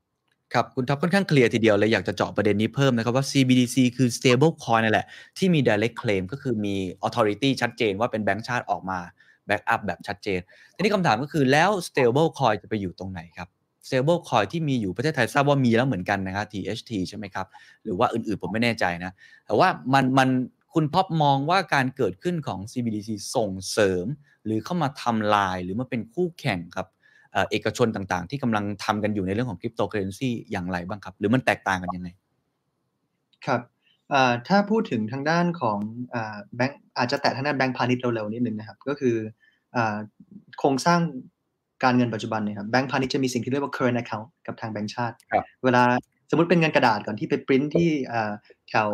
ครับคุณท็อปค่อนข้างเคลียร์ทีเดียวเลยอยากจะเจาะประเด็นนี้เพิ่มนะครับว่า ซี บี ดี ซี คือ stable coin นั่นแหละที่มี direct claim ก็คือมี authority ชัดเจนว่าเป็นแบงก์ชาติออกมา back up แบบชัดเจนทีนี้คำถามก็คือแล้ว stable coin จะไปอยู่ตรงไหนครับ stable coin ที่มีอยู่ประเทศไทยทราบว่ามีแล้วเหมือนกันนะครับ ที เอช ที ใช่ไหมครับหรือว่าอื่นๆผมไม่แน่ใจนะแต่ว่ามันมันคุณท็อปมองว่าการเกิดขึ้นของ ซี บี ดี ซี ส่งเสริมหรือเข้ามาทำลายหรือมาเป็นคู่แข่งครับเอกชนต่างๆที่กำลังทำกันอยู่ในเรื่องของคริปโตเคอเรนซีอย่างไรบ้างครับหรือมันแตกต่างกันยังไงครับถ้าพูดถึงทางด้านของแบงก์อาจจะแตะทางด้านแบงก์พาณิชย์เร็วๆนิดนึงนะครับก็คือโครงสร้างการเงินปัจจุบันเนี่ยครับแบงก์พาณิชย์จะมีสิ่งที่เรียกว่า current account กับทางแบงก์ชาติเวลาสมมติเป็นเงินกระดาษก่อนที่ไปปริ้นที่แถว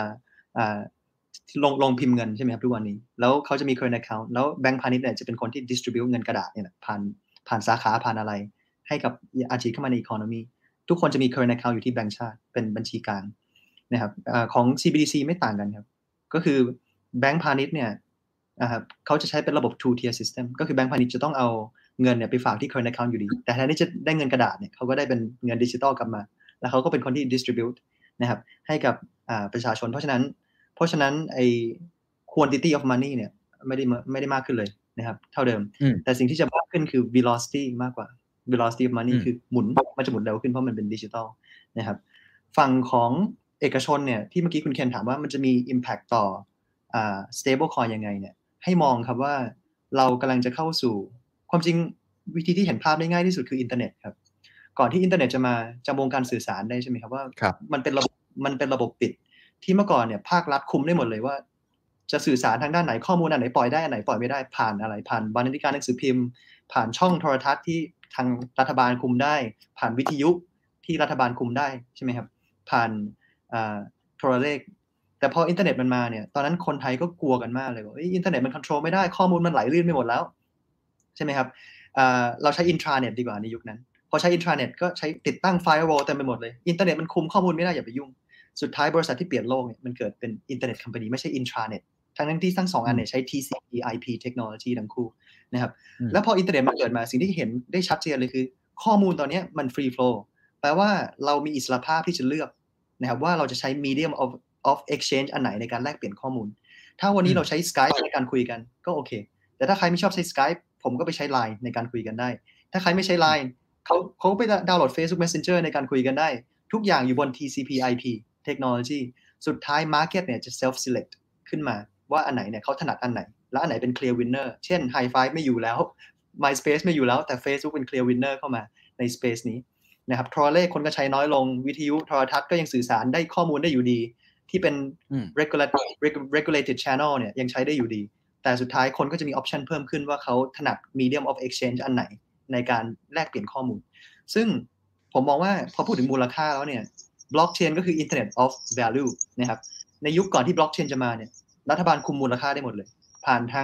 ลงลงพิมพ์เงินใช่ไหมครับทุกวันนี้แล้วเขาจะมี current account แล้วแบงก์พาณิชย์เนี่ยจะเป็นคนที่ distribute เงินกระดาษเนี่ยผ่านผ่านสาขาผ่านอะไรให้กับอาชีพเข้ามาใน economy ทุกคนจะมี current account อยู่ที่แบงก์ชาติเป็นบัญชีกลางนะครับของ ซี บี ดี ซี ไม่ต่างกันครับก็คือแบงก์พาณิชย์เนี่ยนะครับเขาจะใช้เป็นระบบ two tier system ก็คือแบงก์พาณิชย์จะต้องเอาเงินเนี่ยไปฝากที่ current account อยู่ดีแต่แทนที่จะได้เงินกระดาษเนี่ยเขาก็ได้เป็นเงินดิจิตอลกลับมาแล้วเขาก็เป็นคนที่ distribute นะครับให้กับประชาชนเพราะฉะนั้นเพราะฉะนั้นไอ้ quantity of money เนี่ยไม่ได้ไม่ได้มากขึ้นเลยนะครับเท่าเดิมแต่สิ่งที่จะมากขึ้นคือ velocity มากกว่า velocity of money คือหมุนมันจะหมุนเร็วขึ้นเพราะมันเป็นดิจิตอลนะครับฝั่งของเอกชนเนี่ยที่เมื่อกี้คุณเคนถามว่ามันจะมี impact ต่ออ่า stable coin ยังไงเนี่ยให้มองครับว่าเรากำลังจะเข้าสู่ความจริงวิธีที่เห็นภาพได้ง่ายที่สุดคืออินเทอร์เน็ตครับก่อนที่อินเทอร์เน็ตจะมาจำวงการสื่อสารได้ใช่ไหมครับว่ามันเป็นระบบมันเป็นระบบปิดที่เมื่อก่อนเนี่ยภาครัฐคุมได้หมดเลยว่าจะสื่อสารทางด้านไหนข้อมูลอันไหนปล่อยได้อันไหนปล่อยไม่ได้ผ่านอะไรผ่านบรรณาธิการหนังสือพิมพ์ผ่านช่องโทรทัศน์ที่ทางรัฐบาลคุมได้ผ่านวิทยุที่รัฐบาลคุมได้ใช่ไหมครับผ่านโทรเลขแต่พออินเทอร์เน็ตมันมาเนี่ยตอนนั้นคนไทยก็กลัวกันมากเลยว่าอินเทอร์เน็ตมันควบคุมไม่ได้ข้อมูลมันไหลลื่นไปหมดแล้วใช่ไหมครับเราใช้อินทราเน็ตดีกว่าในยุคนั้นพอใช้อินทราเน็ตก็ใช้ติดตั้งไฟร์วอลเต็มไปหมดเลยอินเทอร์เน็ตมันคุมข้อมูลไม่ได้อย่าไปยุ่งสุดท้ายบริษัทที่เปลี่ยนโลกเนี่ยมันเกิดเป็นอินเทอร์เน็ตคอมพานีไม่ใช่อินทราเน็ตทั้งนั้นที่ทั้งสองอันเนี่ยใช้ ที ซี พี ไอ พี technology ทั้งคู่นะครับแล้วพออินเทอร์เน็ตมันเกิดมาสิ่งที่เห็นได้ชัดเจนเลยคือข้อมูลตอนนี้มัน free flow แปลว่าเรามีอิสรภาพที่จะเลือกนะครับว่าเราจะใช้ medium of of exchange อันไหนในการแลกเปลี่ยนข้อมูลถ้าวันนี้เราใช้ Skype ในการคุยกันก็โอเคแต่ถ้าใครไม่ชอบใช้ Skype ผมก็ไปใช้ ไลน์ ในการคุยกันได้ถ้าใครไม่ใช้ ไลน์ เขาเขาไปดาวน์โหลด Facebook Messenger ในการคุยกันได้ทุกอย่างอยู่บน ที ซี พี ไอ พี technology สุดท้าย market เนี่ยจะ self select ขึ้นมาว่าอันไหนเนี่ยเขาถนัดอันไหนแล้วอันไหนเป็น clear winner เช่น High Five ไม่อยู่แล้ว MySpace ไม่อยู่แล้วแต่ Facebook เป็น clear winner เข้ามาใน space นี้นะครับโทรเลขคนก็ใช้น้อยลงวิทยุโทรทัศน์ก็ยังสื่อสารได้ข้อมูลได้อยู่ดีที่เป็น regulated regulated channel เนี่ยยังใช้ได้อยู่ดีแต่สุดท้ายคนก็จะมี option เพิ่มขึ้นว่าเขาถนัด medium of exchange อันไหนในการแลกเปลี่ยนข้อมูลซึ่งผมมองว่าพอพูดถึงมูลค่าแล้วเนี่ย blockchain ก็คือ internet of value นะครับในยุคก่อนที่ blockchain จะมาเนี่ยรัฐบาลคุมมูลค่าได้หมดเลยผ่านทาง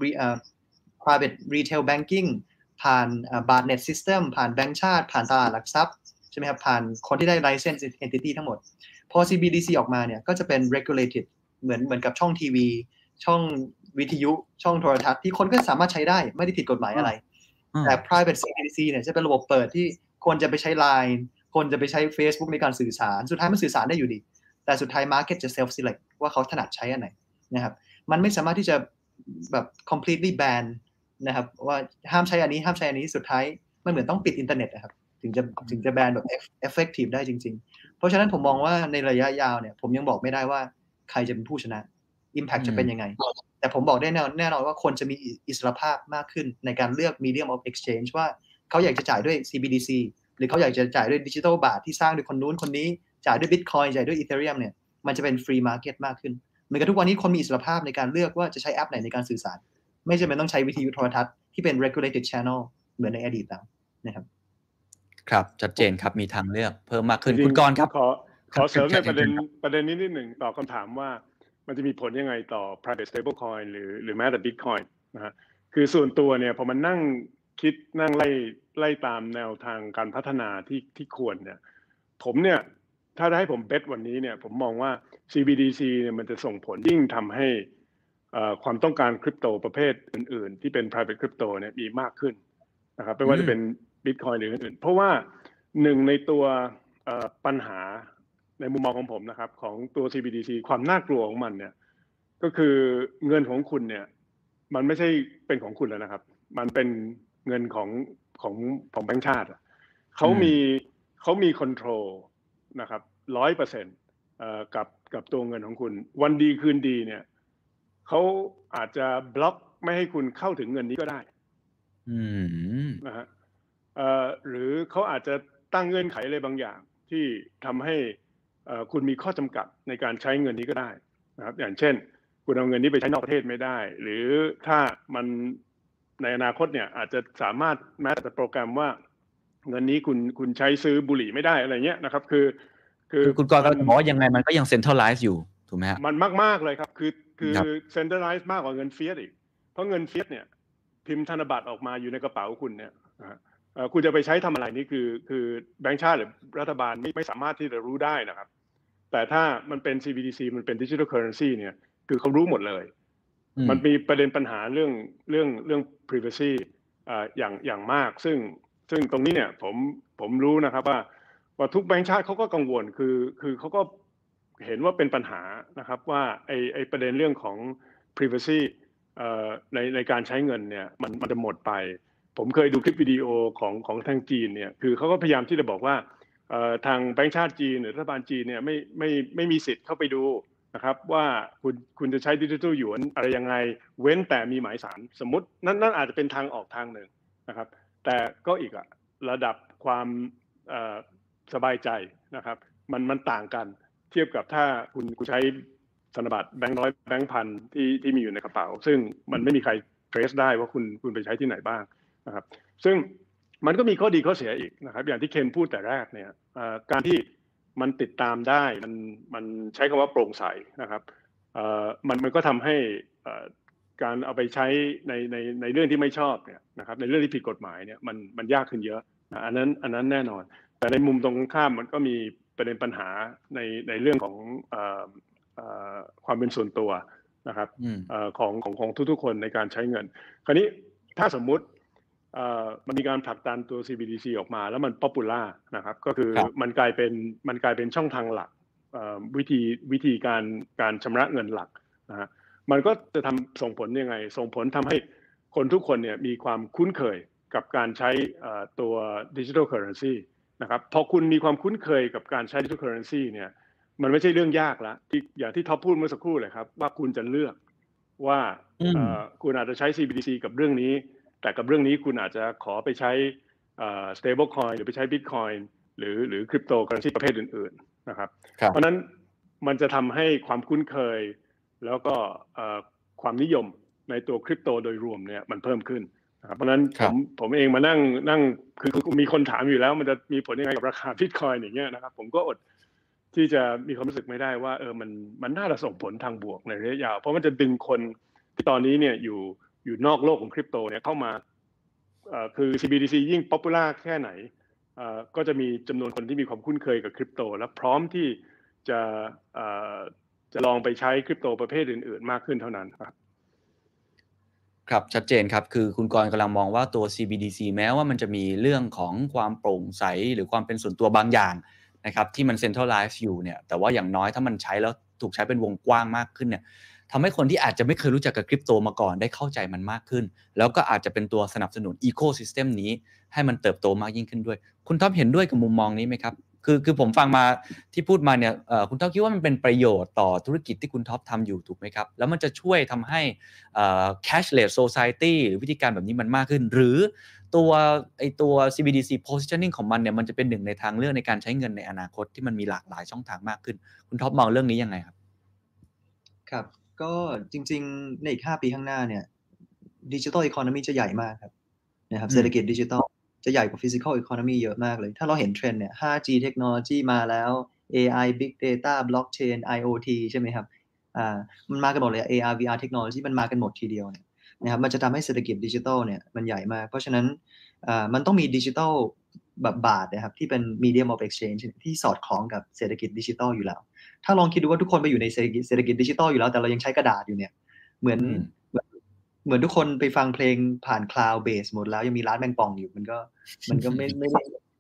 private retail banking ผ่าน Barnet system ผ่านแบงก์ชาติผ่านตลาดหลักทรัพย์ใช่ไหมครับผ่านคนที่ได้ license entity ทั้งหมดพอ ซี บี ดี ซี ออกมาเนี่ยก็จะเป็น regulated เหมือนเหมือนกับช่องทีวีช่องวิทยุช่องโทรทัศน์ที่คนก็สามารถใช้ได้ไม่ได้ผิดกฎหมายอะไรแต่ private ซี บี ดี ซี เนี่ยจะเป็นระบบเปิดที่คนจะไปใช้ ไลน์ คนจะไปใช้ Facebook ในการสื่อสารสุดท้ายมันสื่อสารได้อยู่ดีแต่สุดท้าย market จะ self select ว่าเขาถนัดใช้อันไหนนะครับมันไม่สามารถที่จะแบบ completely ban นะครับว่าห้ามใช้อันนี้ห้ามใช้อันนี้สุดท้ายมันเหมือนต้องปิดอินเทอร์เน็ตนะครับถึงจะถึงจะ ban แบบ effective ได้จริงๆเพราะฉะนั้นผมมองว่าในระยะยาวเนี่ยผมยังบอกไม่ได้ว่าใครจะเป็นผู้ชนะ impact จะเป็นยังไงแต่ผมบอกได้แน่แน่นอนว่าคนจะมีอิสรภาพมากขึ้นในการเลือก medium of exchange ว่าเขาอยากจะจ่ายด้วย ซี บี ดี ซี หรือเขาอยากจะจ่ายด้วยดิจิทัลบาทที่สร้างโดยคนนู้นคนนี้จ่ายด้วย Bitcoin จ่ายด้วย Ethereum เนี่ยมันจะเป็น free market มากขึ้นเหมือนกับทุกวันนี้คนมีอิสรภาพในการเลือกว่าจะใช้แอปไหนในการสื่อสารไม่จำเป็นต้องใช้วิทยุโทรทัศน์ที่เป็น regulated channel เหมือนในอดีตแล้วนะครับครับชัดเจนครับมีทางเลือกเพิ่มมากขึ้นคุณกรณ์ครับขอขอเสริมในประเด็นประเด็นนี้นิดหนึ่งตอบคำถามว่ามันจะมีผลยังไงต่อ private stablecoin หรือหรือแม้แต่ Bitcoin นะฮะคือส่วนตัวเนี่ยพอมันนั่งคิดนั่งไล่ไล่ตามแนวทางการพัฒนาที่ที่ควรเนี่ยผมเนี่ยถ้าได้ให้ผมเบทวันนี้เนี่ยผมมองว่า ซี บี ดี ซี เนี่ยมันจะส่งผลยิ่งทำให้ความต้องการคริปโตประเภทอื่นๆที่เป็น private crypto เนี่ยมีมากขึ้นนะครับไม่ว่าจะเป็น Bitcoin หรืออื่นๆเพราะว่าหนึ่งในตัวเอ่อปัญหาในมุมมองของผมนะครับของตัว ซี บี ดี ซี ความน่ากลัวของมันเนี่ยก็คือเงินของคุณเนี่ยมันไม่ใช่เป็นของคุณแล้วนะครับมันเป็นเงินของของของแบงก์ชาติเขามีเขามีคอนโทรลนะครับร้อยเปอร์เซ็นต์กับกับตัวเงินของคุณวันดีคืนดีเนี่ยเขาอาจจะบล็อกไม่ให้คุณเข้าถึงเงินนี้ก็ได้นะฮะหรือเขาอาจจะตั้งเงื่อนไขอะไรบางอย่างที่ทำให้คุณมีข้อจำกัดในการใช้เงินนี้ก็ได้นะครับอย่างเช่นคุณเอาเงินนี้ไปใช้นอกประเทศไม่ได้หรือถ้ามันในอนาคตเนี่ยอาจจะสามารถแม้แต่โปรแกรมว่าเงินนี้คุณคุณใช้ซื้อบุหรี่ไม่ได้อะไรเงี้ยนะครับคือคือคุณกรณ์กำลังบอกว่ายังไงมันก็ยังเซ็นทรัลไลซ์อยู่ถูกไหมฮะมันมากๆเลยครับคือคือเซ็นทรัลไลซ์มากกว่าเงินเฟียสอีกเพราะเงินเฟียสเนี่ยพิมพ์ธนบัตรออกมาอยู่ในกระเป๋าคุณเนี่ยคุณจะไปใช้ทำอะไรนี่คือคือแบงก์ชาติหรือรัฐบาลไม่ไม่สามารถที่จะรู้ได้นะครับแต่ถ้ามันเป็น ซี บี ดี ซี มันเป็น Digital Currency เนี่ยคือเขารู้หมดเลยมันมีประเด็นปัญหาเรื่องเรื่องเรื่อง privacy อ่าอย่างอย่างมากซึ่งซึ่งตรงนี้เนี่ยผมผมรู้นะครับว่าว่าทุกแบงก์ชาติเขาก็กังวลคือคือเขาก็เห็นว่าเป็นปัญหานะครับว่าไอไอประเด็นเรื่องของ privacy เอ่อในในการใช้เงินเนี่ยมันมันจะหมดไปผมเคยดูคลิปวิดีโอของของทางจีนเนี่ยคือเขาก็พยายามที่จะบอกว่าเอ่อทางแบงก์ชาติจีนหรือรัฐบาลจีนเนี่ยไม่ไม่ไม่มีสิทธิ์เข้าไปดูนะครับว่าคุณคุณจะใช้ดิจิทัลหยวนอะไรยังไงเว้นแต่มีหมายสารสมมตินั่นนั่นอาจจะเป็นทางออกทางหนึ่งนะครับแต่ก็อีกอะระดับความเอ่อสบายใจนะครับมันมันต่างกันเทียบกับถ้าคุณคุณใช้ธนบัตรแบงค์ร้อยแบงค์พันที่ที่มีอยู่ในกระเป๋าซึ่งมันไม่มีใคร trace ได้ว่าคุณคุณไปใช้ที่ไหนบ้างนะครับซึ่งมันก็มีข้อดีข้อเสียอีกนะครับอย่างที่เคนพูดแต่แรกเนี่ยการที่มันติดตามได้มันมันใช้คำว่าโปร่งใสนะครับมันมันก็ทำให้การเอาไปใช้ในในในเรื่องที่ไม่ชอบเนี่ยนะครับในเรื่องที่ผิดกฎหมายเนี่ยมันมันยากขึ้นเยอะอันนั้นอันนั้นแน่นอนแต่ในมุมตรงข้ามมันก็มีประเด็นปัญหาในในเรื่องของความเป็นส่วนตัวนะครับของของของทุกๆคนในการใช้เงินคราวนี้ถ้าสมมุติมันมีการผลักดันตัว ซี บี ดี ซี ออกมาแล้วมันป๊อปปูล่านะครับก็คือมันกลายเป็นมันกลายเป็นช่องทางหลักวิธีวิธีการการชำระเงินหลักนะฮะมันก็จะทำส่งผลยังไงส่งผลทำให้คนทุกคนเนี่ยมีความคุ้นเคยกับการใช้ตัว Digital Currency นะครับพอคุณมีความคุ้นเคยกับการใช้ Digital Currency เนี่ยมันไม่ใช่เรื่องยากแล้วที่อย่างที่ท็อปพูดเมื่อสักครู่เลยครับว่าคุณจะเลือกว่าคุณอาจจะใช้ ซี บี ดี ซี กับเรื่องนี้แต่กับเรื่องนี้คุณอาจจะขอไปใช้ stable coin หรือไปใช้ Bitcoin หรือหรือคริปโตเคอเรนซีประเภทอื่นๆนะครับเพราะนั้นมันจะทำให้ความคุ้นเคยแล้วก็ความนิยมในตัวคริปโตโดยรวมเนี่ยมันเพิ่มขึ้นนะครับเพราะนั้นผมผมเองมานั่งนั่งคือมีคนถามอยู่แล้วมันจะมีผลยังไงกับราคา Bitcoin อย่างเงี้ยนะครับผมก็อดที่จะมีความรู้สึกไม่ได้ว่าเออมันมันน่าจะส่งผลทางบวกในระยะยาวเพราะมันจะดึงคนที่ตอนนี้เนี่ยอยู่อยู่นอกโลกของคริปโตเนี่ยเข้ามาเอ่อคือ ซี บี ดี ซี ยิ่งป๊อปปูล่าแค่ไหนเอ่อก็จะมีจำนวนคนที่มีความคุ้นเคยกับคริปโตและพร้อมที่จะเอ่อจะลองไปใช้คริปโตประเภทอื่นๆมากขึ้นเท่านั้นครับครับชัดเจนครับคือคุณกรณ์กำลังมองว่าตัว ซี บี ดี ซี แม้ว่ามันจะมีเรื่องของความโปร่งใสหรือความเป็นส่วนตัวบางอย่างนะครับที่มัน centralize อยู่เนี่ยแต่ว่าอย่างน้อยถ้ามันใช้แล้วถูกใช้เป็นวงกว้างมากขึ้นเนี่ยทำให้คนที่อาจจะไม่เคยรู้จักกับคริปโตมาก่อนได้เข้าใจมันมากขึ้นแล้วก็อาจจะเป็นตัวสนับสนุน ecosystem นี้ให้มันเติบโตมากยิ่งขึ้นด้วยคุณท็อปเห็นด้วยกับมุมมองนี้ไหมครับคือคือผมฟังมาที่พูดมาเนี่ยเอ่อคุณท็อปคิดว่ามันเป็นประโยชน์ต่อธุรกิจที่คุณท็อปทำอยู่ถูกไหมครับแล้วมันจะช่วยทำให้เอ่อ cashless society หรือวิธีการแบบนี้มันมากขึ้นหรือตัวไอตัว ซี บี ดี ซี positioning ของมันเนี่ยมันจะเป็นหนึ่งในทางเลือกในการใช้เงินในอนาคตที่มันมีหลากหลายช่องทางมากขึ้นคุณท็อปมองเรื่องนี้ยังไงครับครับก็จริงๆในอีกห้าปีข้างหน้าเนี่ย Digital Economy จะใหญ่มากครับนะครับเศรษฐกิจดิจิทัลจะใหญ่กว่า Physical Economy เยอะมากเลยถ้าเราเห็นเทรนด์เนี่ย ไฟว์จี เทคโนโลยีมาแล้ว เอ ไอ Big Data Blockchain ไอ โอ ที ใช่ไหมครับอ่ามันมากันหมดเลย เอ อาร์ วี อาร์ เทคโนโลยีมันมากันหมดทีเดียวเนี่ยนะครับมันจะทำให้เศรษฐกิจดิจิทัลเนี่ยมันใหญ่มากเพราะฉะนั้นอ่ามันต้องมีดิจิทัลแบบบาทนะครับที่เป็น Medium of Exchange ที่สอดคล้องกับเศรษฐกิจดิจิทัลอยู่แล้วถ้าลองคิดดูว่าทุกคนไปอยู่ในเศรษฐกิจเศรษฐกิจดิจิทัลอยู่แล้วแต่เรายังใช้กระดาษอยู่เนี่ยเหมือนเหมือนทุกคนไปฟังเพลงผ่านคลาวด์เบสหมดแล้วยังมีร้านแมงป่องอยู่มันก็มันก็ไม่ไม่ได้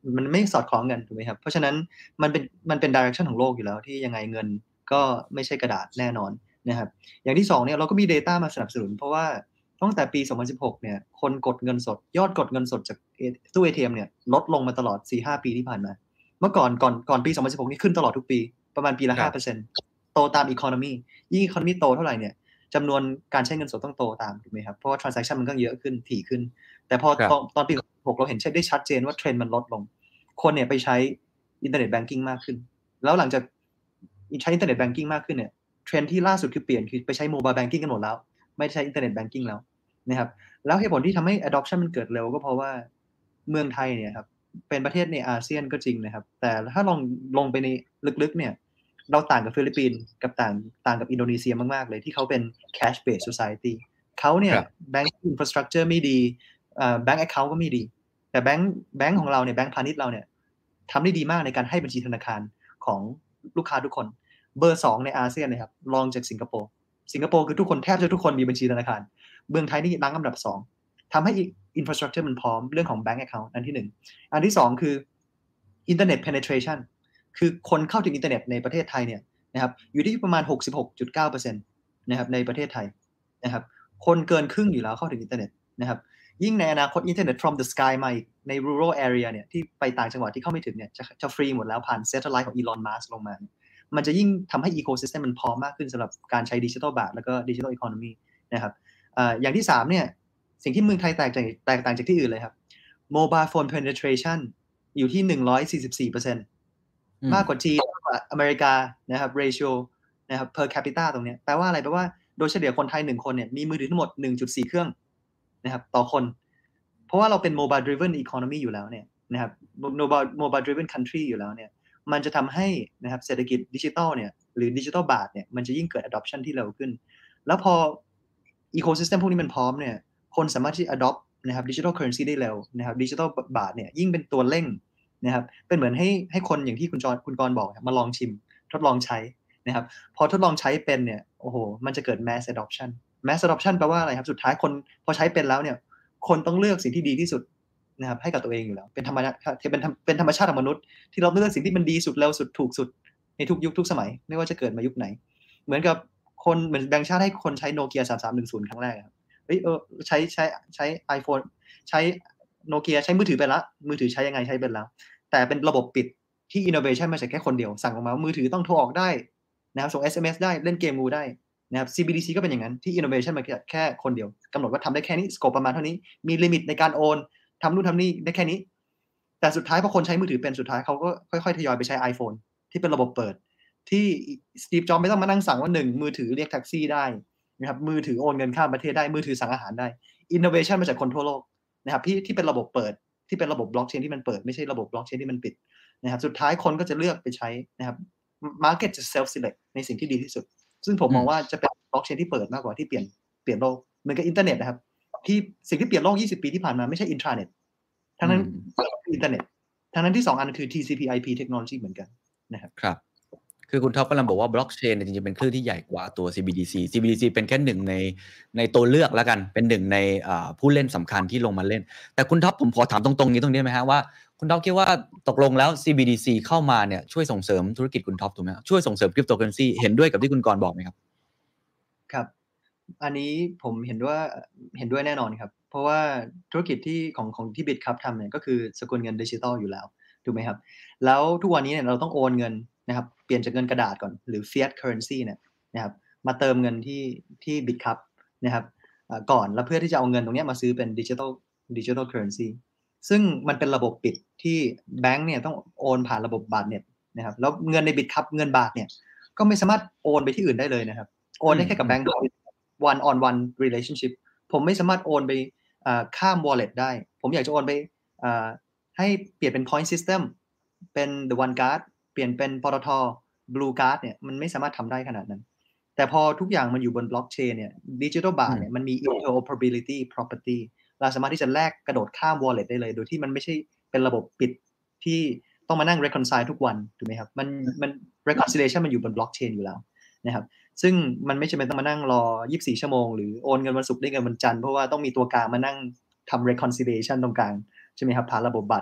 มันไม่สอดคล้องกันถูกไหมครับเพราะฉะนั้นมันเป็นมันเป็น direction ของโลกอยู่แล้วที่ยังไงเงินก็ไม่ใช่กระดาษแน่นอนนะครับอย่างที่สองเนี่ยเราก็มี data มาสนับสนุนเพราะว่าตั้งแต่ปีสองพันสิบหกเนี่ยคนกดเงินสดยอดกดเงินสดจากตู้ เอ ที เอ็ม เนี่ยลดลงมาตลอด สี่ห้า ปีที่ผ่านมาเมื่อก่อนก่อนก่อนปีสองพันสิบหกนี่ขึ้นตลอดทุกปีประมาณปีละ ห้าเปอร์เซ็นต์ โตตาม economy ยิ่ง economy โตเท่าไหร่เนี่ยจำนวนการใช้เงินสดต้องโตตามถูกไหมครับเพราะว่า transaction มันก็เยอะขึ้นถี่ขึ้นแต่พอตอนตอนปีสองพันสิบหกเราเห็นได้ชัดเจนว่าเทรนด์มันลดลงคนเนี่ยไปใช้อินเทอร์เน็ตแบงกิ้งมากขึ้นแล้วหลังจากใช้อินเทอร์เน็ตแบงกิ้งมากขึ้นเนี่ยเทรนด์ที่ล่าสุดคือเปลี่ยนคือไปใช้โมบายแบงกิ้งกันหมดแล้วไม่ใช้อินเทอร์เน็ตแบงกิ้งแล้วนะครับแล้วเหตุผลที่ทำให้ adoption มันเกิดเร็วก็เพราะว่าเมืองไทยเนี่ยครับเป็นประเทศในอาเซียนก็จริงนะครับแต่ถ้าลองลงไปในลึกๆเนี่ยเราต่างกับฟิลิปปินส์กับต่างต่างกับอินโดนีเซียมากๆเลยที่เขาเป็น cash based society เขาเนี่ย banking infrastructure ไม่ดีเอ่อ bank account ก็ไม่ดีแต่แบงค์แบงค์ของเราเนี่ยแบงค์พาณิชย์เราเนี่ยทำได้ดีมากในการให้บัญชีธนาคารของลูกค้าทุกคนเบอร์สองในอาเซียนเลยครับรองจากสิงคโปร์สิงคโปร์คือทุกคนแทบจะทุกคนมีบัญชีธนาคารเมืองไทยนี่รั้งอันดับสองทำให้ infrastructure มันพร้อมเรื่องของ bank account อันที่หนึ่งอันที่สองคือ internet penetration คือคนเข้าถึงอินเทอร์เน็ตในประเทศไทยเนี่ยนะครับอยู่ที่ประมาณ หกสิบหกจุดเก้าเปอร์เซ็นต์ นะครับในประเทศไทยนะครับคนเกินครึ่งอยู่แล้วเข้าถึงอินเทอร์เน็ตนะครับยิ่งในอนาคตอินเทอร์เน็ต from the sky มาอีกใน rural area เนี่ยที่ไปต่างจังหวัดที่เข้าไม่ถึงเนี่ยจะจะฟรีหมดแล้วผ่าน satellite ของ Elon Musk ลงมามันจะยิ่งทำให้ ecosystem มันพร้อมมากขึ้นสำหรับการใช้ดิจิทัลบาทแล้วก็ digital economy นะครับอ่าอย่างที่สามเนี่ยสิ่งที่เมืองไทยแตกต่างแตกต่างจากที่อื่นเลยครับ mobile phone penetration อยู่ที่ หนึ่งร้อยสี่สิบสี่เปอร์เซ็นต์ มากกว่าจีนมากกว่าอเมริกานะครับ ratio นะครับ per capita ตรงนี้แปลว่าอะไรแปลว่าโดยเฉลี่ยคนไทยหนึ่งคนเนี่ยมีมือถือทั้งหมด หนึ่งจุดสี่ เครื่องนะครับต่อคนเพราะว่าเราเป็น mobile driven economy อยู่แล้วเนี่ยนะครับ mobile mobile driven country อยู่แล้วเนี่ยมันจะทำให้นะครับเศรษฐกิจดิจิทัลเนี่ยหรือดิจิทัลบาทเนี่ยมันจะยิ่งเกิด adoption ที่เร็วขึ้นแล้วพอ ecosystem พวกนี้มันพร้อมเนี่ยคนสามารถที่ adopt นะครับ digital currency ได้เร็วนะครับ digital บาทเนี่ยยิ่งเป็นตัวเร่งนะครับเป็นเหมือนให้ให้คนอย่างที่คุณจรคุณกรบอกมาลองชิมทดลองใช้นะครับพอทดลองใช้เป็นเนี่ยโอ้โหมันจะเกิด mass adoption mass adoption แปลว่าอะไรครับสุดท้ายคนพอใช้เป็นแล้วเนี่ยคนต้องเลือกสิ่งที่ดีที่สุดนะครับให้กับตัวเองอยู่แล้วเป็นธรรมชาติเป็นเป็นธรรมชาติของมนุษย์ที่เราเลือกสิ่งที่มันดีสุดเร็วสุดถูกสุดในทุกยุคทุกสมัยไม่ว่าจะเกิดมายุคไหนเหมือนกับคนเหมือนแบงค์ชาติให้คนใช้โนเกียสามสามหนึ่งศูนย์ครั้งแรกครับเฮ้ยเออใช้ใช้ใช้ iPhone ใช้โนเกียใช้มือถือไปละมือถือใช้ยังไงใช้เป็นแล้วแต่เป็นระบบปิดที่ innovation มาจากแค่คนเดียวสั่งออกมาว่ามือถือต้องโทรออกได้นะครับส่ง เอส เอ็ม เอส ได้เล่นเกมงูได้นะครับ ซี บี ดี ซี ก็เป็นอย่างนั้นที่ innovation มาแค่คนเดียวกำหนดว่าทำได้แค่นี้ scope ประมาณเท่านี้มีลิมิตในการโอนทำนู่นทำนี่ได้แค่นี้แต่สุดท้ายพอคนใช้มือถือเป็นสุดท้ายเขาก็ค่อยๆทยอยไปใช้ iPhone ที่เป็นระบบเปิดที่ Steve Jobs ไม่ต้องมานั่งสั่งว่าหนึ่งมือถือเรียกแท็กซี่ได้นะครับมือถือโอนเงินข้ามประเทศได้มือถือสั่งอาหารได้ innovation มาจากคนทั่วโลกนะครับที่ที่เป็นระบบเปิดที่เป็นระบบบล็อกเชนที่มันเปิดไม่ใช่ระบบบล็อกเชนที่มันปิดนะครับสุดท้ายคนก็จะเลือกไปใช้นะครับ market จะ self select ในสิ่งที่ดีที่สุดซึ่งผมมองว่าจะเป็นบล็อกเชนที่เปิดมากกว่าที่เปลี่ยนเปลี่ยนโลกเหมือนกับอินเทอร์เน็ตนะครับที่สิ่งที่เปลี่ยนโลกยี่สิบปีที่ผ่านมาไม่ใช่อินทราเน็ตทั้งนั้นอินเทอร์เน็ตทั้งนั้นที่สองอันคือ ที ซี พี ไอ พี technology เหมือนกันนะครับครับคือคุณท็อปกำลังบอกว่าบล็อกเชนเนี่ยจริงๆเป็นคลื่นที่ใหญ่กว่าตัว ซี บี ดี ซี ซี บี ดี ซี เป็นแค่หนึ่งในในตัวเลือกแล้วกันเป็นหนึ่งในผู้เล่นสำคัญที่ลงมาเล่นแต่คุณท็อปผมขอถามตรงๆนี้ตรงนี้ไหมฮะว่าคุณท็อปคิดว่าตกลงแล้ว ซี บี ดี ซี เข้ามาเนี่ยช่วยส่งเสริมธุรกิจคุณท็อปถูกไหมช่วยส่งเสริมคริปโตเคอเรนซีเห็นด้วยกับที่คุณกรณ์บอกไหมครับครับอันนี้ผมเห็นว่าเห็นด้วยแน่นอนครับเพราะว่าธุรกิจที่ของของที่ BitCup ทำเนี่ยก็คือสกุลเงินดิจิทัลอยู่แล้วถูกไหมครับแล้วทุกวันนี้เนี่ยเราต้องโอนเงินนะครับเปลี่ยนจากเงินกระดาษก่อนหรือ fiat currency เนี่ยนะครับมาเติมเงินที่ที่ BitCup นะครับก่อนแล้วเพื่อที่จะเอาเงินตรงนี้มาซื้อเป็นดิจิทัลดิจิทัลเคอเรนซีซึ่งมันเป็นระบบปิดที่แบงก์เนี่ยต้องโอนผ่านระบบบาทเน็ตนะครับแล้วเงินใน BitCup เงินบาทเนี่ยก็ไม่สามารถโอนไปที่อื่นได้เลยนะครับโอนได้แค่กับแบงก์one on one relationship ผมไม่สามารถโอนไปข้าม wallet ได้ผมอยากจะโอนไปให้เปลี่ยนเป็น point system เป็น the one card เปลี่ยนเป็นปตท blue card เนี่ยมันไม่สามารถทำได้ขนาดนั้นแต่พอทุกอย่างมันอยู่บน blockchain เนี่ย digital bart เนี่ยมันมี interoperability property เราสามารถที่จะแลกกระโดดข้าม wallet ได้เลยโดยที่มันไม่ใช่เป็นระบบปิดที่ต้องมานั่ง reconcile ทุกวันถูกไหมครับมันมัน reconciliation มันอยู่บน blockchain อยู่แล้วนะครับซึ่งมันไม่จำเป็นต้องมานั่งรอยี่สิบสี่ชั่วโมงหรือโอนเงินวันศุกร์ได้เงินวันจันทร์เพราะว่าต้องมีตัวกลางมานั่งทำ reconciliation ตรงกลางใช่ไหมครับผ่านระบบบาทเน็ต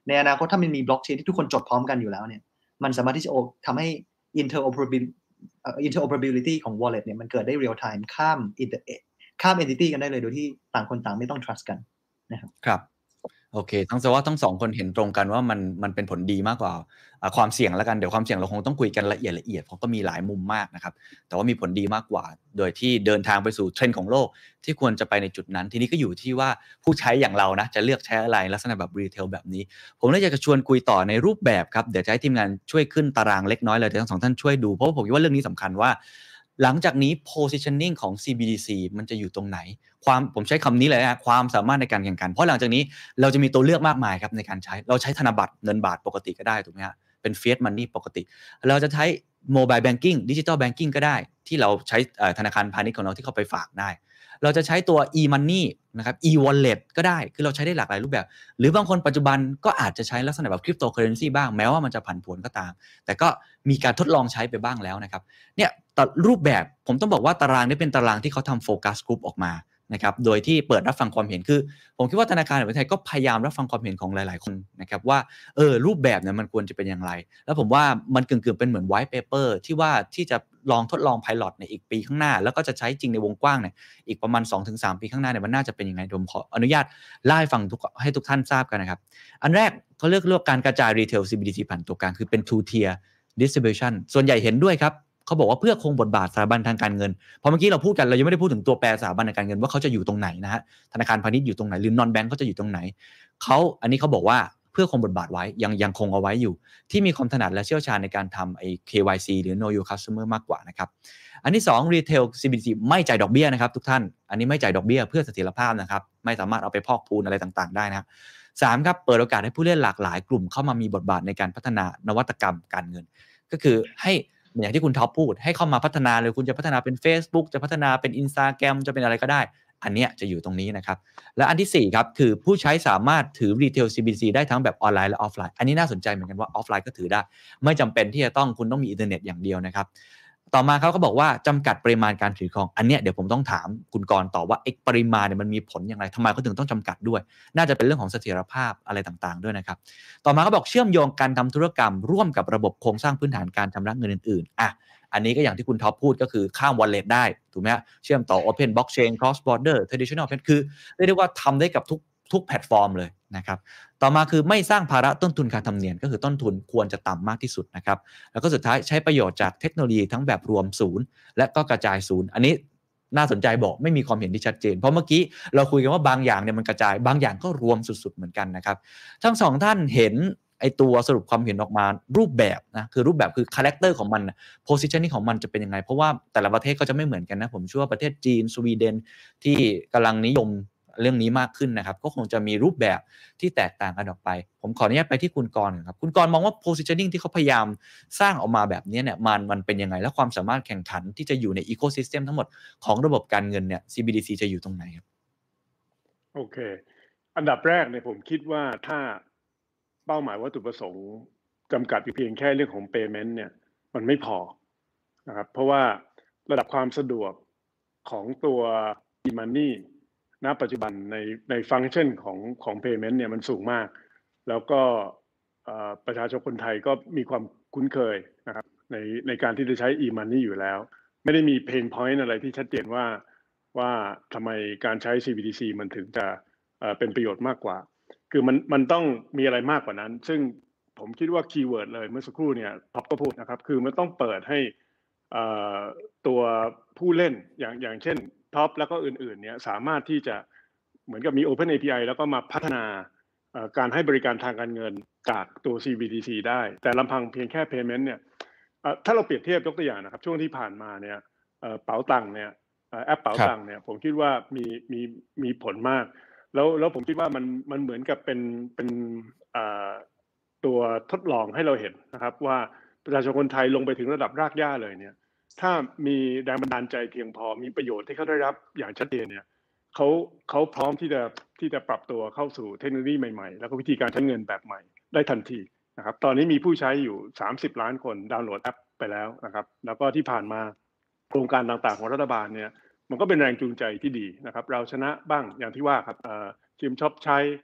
ในอนาคตถ้ามันมีบล็อกเชนที่ทุกคนจดพร้อมกันอยู่แล้วเนี่ยมันสามารถที่จะทำให้ interoperability เอ่อ interoperability ของ wallet เนี่ยมันเกิดได้ real time ข้าม inter ข้าม entity กันได้เลยโดยที่ต่างคนต่างไม่ต้อง trust กันนะครับครับโอเคทั้งแต่ว่าทั้งสองคนเห็นตรงกันว่ามันมันเป็นผลดีมากกว่าความเสี่ยงแล้วกันเดี๋ยวความเสี่ยงเราคงต้องคุยกันละเอียดละเอียดเพราะก็มีหลายมุมมากนะครับแต่ว่ามีผลดีมากกว่าโดยที่เดินทางไปสู่เทรนด์ของโลกที่ควรจะไปในจุดนั้นทีนี้ก็อยู่ที่ว่าผู้ใช้อย่างเรานะจะเลือกใช้อะไรลักษณะแบบรีเทลแบบนี้ผมเลยอยากจะชวนคุยต่อในรูปแบบครับเดี๋ยวจะให้ทีมงานช่วยขึ้นตารางเล็กน้อยเลยทั้งสองท่านช่วยดูเพราะว่าผมคิดว่าเรื่องนี้สำคัญว่าหลังจากนี้ positioning ของ ซี บี ดี ซี มันจะอยู่ตรงไหนความผมใช้คำนี้เลยนะความสามารถในการแข่งขันเพราะหลังจากนี้เราจะมีตัวเลือกมากมายครับในการใช้เราใช้ธนบัตรเงินบาทปกติก็ได้ถูกไหมฮะเป็น fiat money ปกติเราจะใช้ mobile banking digital banking ก็ได้ที่เราใช้ธนาคารพาณิชย์ของเราที่เข้าไปฝากได้เราจะใช้ตัว e-money นะครับ e-wallet ก็ได้คือเราใช้ได้หลากหลายรูปแบบหรือบางคนปัจจุบันก็อาจจะใช้ลักษณะแบบ cryptocurrency บ้างแม้ว่ามันจะผันผวนก็ตามแต่ก็มีการทดลองใช้ไปบ้างแล้วนะครับเนี่ยรูปแบบผมต้องบอกว่าตารางนี้เป็นตารางที่เขาทำโฟกัสกลุ่มออกมานะครับโดยที่เปิดรับฟังความเห็นคือผมคิดว่าธนาคารแห่งประเทศไทยก็พยายามรับฟังความเห็นของหลายๆคนนะครับว่าเออรูปแบบเนี่ยมันควรจะเป็นอย่างไรแล้วผมว่ามันกึ่งๆเป็นเหมือน white paper ที่ว่าที่จะลองทดลอง pilot ในอีกปีข้างหน้าแล้วก็จะใช้จริงในวงกว้างเนี่ยอีกประมาณ สองถึงสาม ปีข้างหน้าเนี่ยมันน่าจะเป็นยังไงผมขออนุญาตเล่าให้ฟังทุกให้ทุกท่านทราบกันนะครับอันแรกเขาเลือกเลือกการกระจาย retail ซี บี ดี ซี ผ่านตัวกลางคือเป็น two tier distribution ส่วนใหญ่เห็นด้วยครับเขาบอกว่าเพื่อคงบทบาทสถาบันทางการเงินเพราะเมื่อกี้เราพูดกันเรายังไม่ได้พูดถึงตัวแปรสถาบันทางการเงินว่าเขาจะอยู่ตรงไหนนะฮะธนาคารพาณิชย์อยู่ตรงไหนหรือ non bank เขาจะอยู่ตรงไหนเขาอันนี้เขาบอกว่าเพื่อคงบทบาทไว้ยังยังคงเอาไว้อยู่ที่มีความถนัดและเชี่ยวชาญในการทำไอ้ เค วาย ซี หรือ know your customer มากกว่านะครับอันที่สอง retail ซี บี ดี ซี ไม่จ่ายดอกเบี้ยนะครับทุกท่านอันนี้ไม่จ่ายดอกเบี้ยเพื่อเสถียรภาพนะครับไม่สามารถเอาไปพอกพูนอะไรต่างๆได้นะครับสามครับเปิดโอกาสให้ผู้เล่นหลากหลายกลุ่มเข้ามามีบทบาทในการพัฒนานวัตกรรมการเงินก็คือให้อย่างที่คุณท็อปพูดให้เข้ามาพัฒนาเลยคุณจะพัฒนาเป็น Facebook จะพัฒนาเป็น Instagram จะเป็นอะไรก็ได้อันเนี้ยจะอยู่ตรงนี้นะครับและอันที่สี่ครับคือผู้ใช้สามารถถือ Retail ซี บี ดี ซี ได้ทั้งแบบออนไลน์และออฟไลน์อันนี้น่าสนใจเหมือนกันว่าออฟไลน์ก็ถือได้ไม่จำเป็นที่จะต้องคุณต้องมีอินเทอร์เน็ตอย่างเดียวนะครับต่อมาเขาก็บอกว่าจำกัดปริมาณการถือครองอันเนี้ยเดี๋ยวผมต้องถามคุณกรณ์ต่อว่าไอ้ปริมาณเนี่ยมันมีผลอย่างไรทำไมเขาถึงต้องจำกัดด้วยน่าจะเป็นเรื่องของเสถียรภาพอะไรต่างๆด้วยนะครับต่อมาเขาบอกเชื่อมโยงการทำธุรกรรมร่วมกับระบบโครงสร้างพื้นฐานการชำระเงินอื่นๆอ่ะอันนี้ก็อย่างที่คุณท็อปพูดก็คือข้าม wallet ได้ถูกไหมฮะเชื่อมต่อ open blockchain cross border traditional payment คือเรียกได้ว่าทำได้กับทุกทุกแพลตฟอร์มเลยนะครับต่อมาคือไม่สร้างภาระต้นทุนการทำเนียมก็คือต้นทุนควรจะต่ำมากที่สุดนะครับแล้วก็สุดท้ายใช้ประโยชน์จากเทคโนโลยีทั้งแบบรวมศูนย์และก็กระจายศูนย์อันนี้น่าสนใจบอกไม่มีความเห็นที่ชัดเจนเพราะเมื่อกี้เราคุยกันว่าบางอย่างเนี่ยมันกระจายบางอย่างก็รวมสุดๆเหมือนกันนะครับทั้งสองท่านเห็นไอตัวสรุปความเห็นออกมารูปแบบนะคือรูปแบบคือคาแรคเตอร์ของมัน positioning ของมันจะเป็นยังไงเพราะว่าแต่ละประเทศก็จะไม่เหมือนกันนะผมเชื่อว่าประเทศจีนสวีเดนที่กำลังนิยมเรื่องนี้มากขึ้นนะครับก็คงจะมีรูปแบบที่แตกต่างกันออกไปผมขออนุญาตไปที่คุณกรณ์ครับคุณกรณ์มองว่า positioning ที่เขาพยายามสร้างออกมาแบบนี้เนี่ยมันมันเป็นยังไงและความสามารถแข่งขันที่จะอยู่ใน ecosystem ทั้งหมดของระบบการเงินเนี่ย ซี บี ดี ซี จะอยู่ตรงไหนครับโอเคอันดับแรกเนี่ยผมคิดว่าถ้าเป้าหมายวัตถุประสงค์จำกัดอยู่เพียงแค่เรื่องของ payment เนี่ยมันไม่พอนะครับเพราะว่าระดับความสะดวกของตัว e-money ณปัจจุบันในในฟังก์ชันของของ payment เนี่ยมันสูงมากแล้วก็ประชาชนคนไทยก็มีความคุ้นเคยนะครับในในการที่จะใช้ e-money อยู่แล้วไม่ได้มี pain point อะไรที่ชัดเจนว่าว่าทำไมการใช้ ซี บี ดี ซี มันถึงจะเป็นประโยชน์มากกว่าคือมันมันต้องมีอะไรมากกว่านั้นซึ่งผมคิดว่าคีย์เวิร์ดเลยเมื่อสักครู่เนี่ยท็อปก็พูดนะครับคือมันต้องเปิดให้ตัวผู้เล่นอย่างอย่างเช่นท็อปแล้วก็อื่นๆเนี่ยสามารถที่จะเหมือนกับมี Open เอ พี ไอ แล้วก็มาพัฒนาการให้บริการทางการเงินจากตัว ซี บี ดี ซี ได้แต่ลำพังเพียงแค่ payment เนี่ยถ้าเราเปรียบเทียบยกตัวอย่างนะครับช่วงที่ผ่านมาเนี่ยเป๋าตังค์เนี่ยแอปเป๋าตังค์เนี่ยผมคิดว่ามีมีมีผลมากแล้วแล้วผมคิดว่ามันมันเหมือนกับเป็นเป็นตัวทดลองให้เราเห็นนะครับว่าประชาชนคนไทยลงไปถึงระดับรากหญ้าเลยเนี่ยถ้ามีแรงบันดาลใจเพียงพอมีประโยชน์ที่เขาได้รับอย่างชัดเจนเนี่ยเขาเขาพร้อมที่จะที่จะปรับตัวเข้าสู่เทคโนโลยีใหม่ๆแล้วก็วิธีการใช้เงินแบบใหม่ได้ทันทีนะครับตอนนี้มีผู้ใช้อยู่สามสิบล้านคนดาวน์โหลดแอปไปแล้วนะครับแล้วก็ที่ผ่านมาโครงการต่างๆของรัฐบาลเนี่ยมันก็เป็นแรงจูงใจที่ดีนะครับเราชนะบ้างอย่างที่ว่าครับชิมช็อปใช้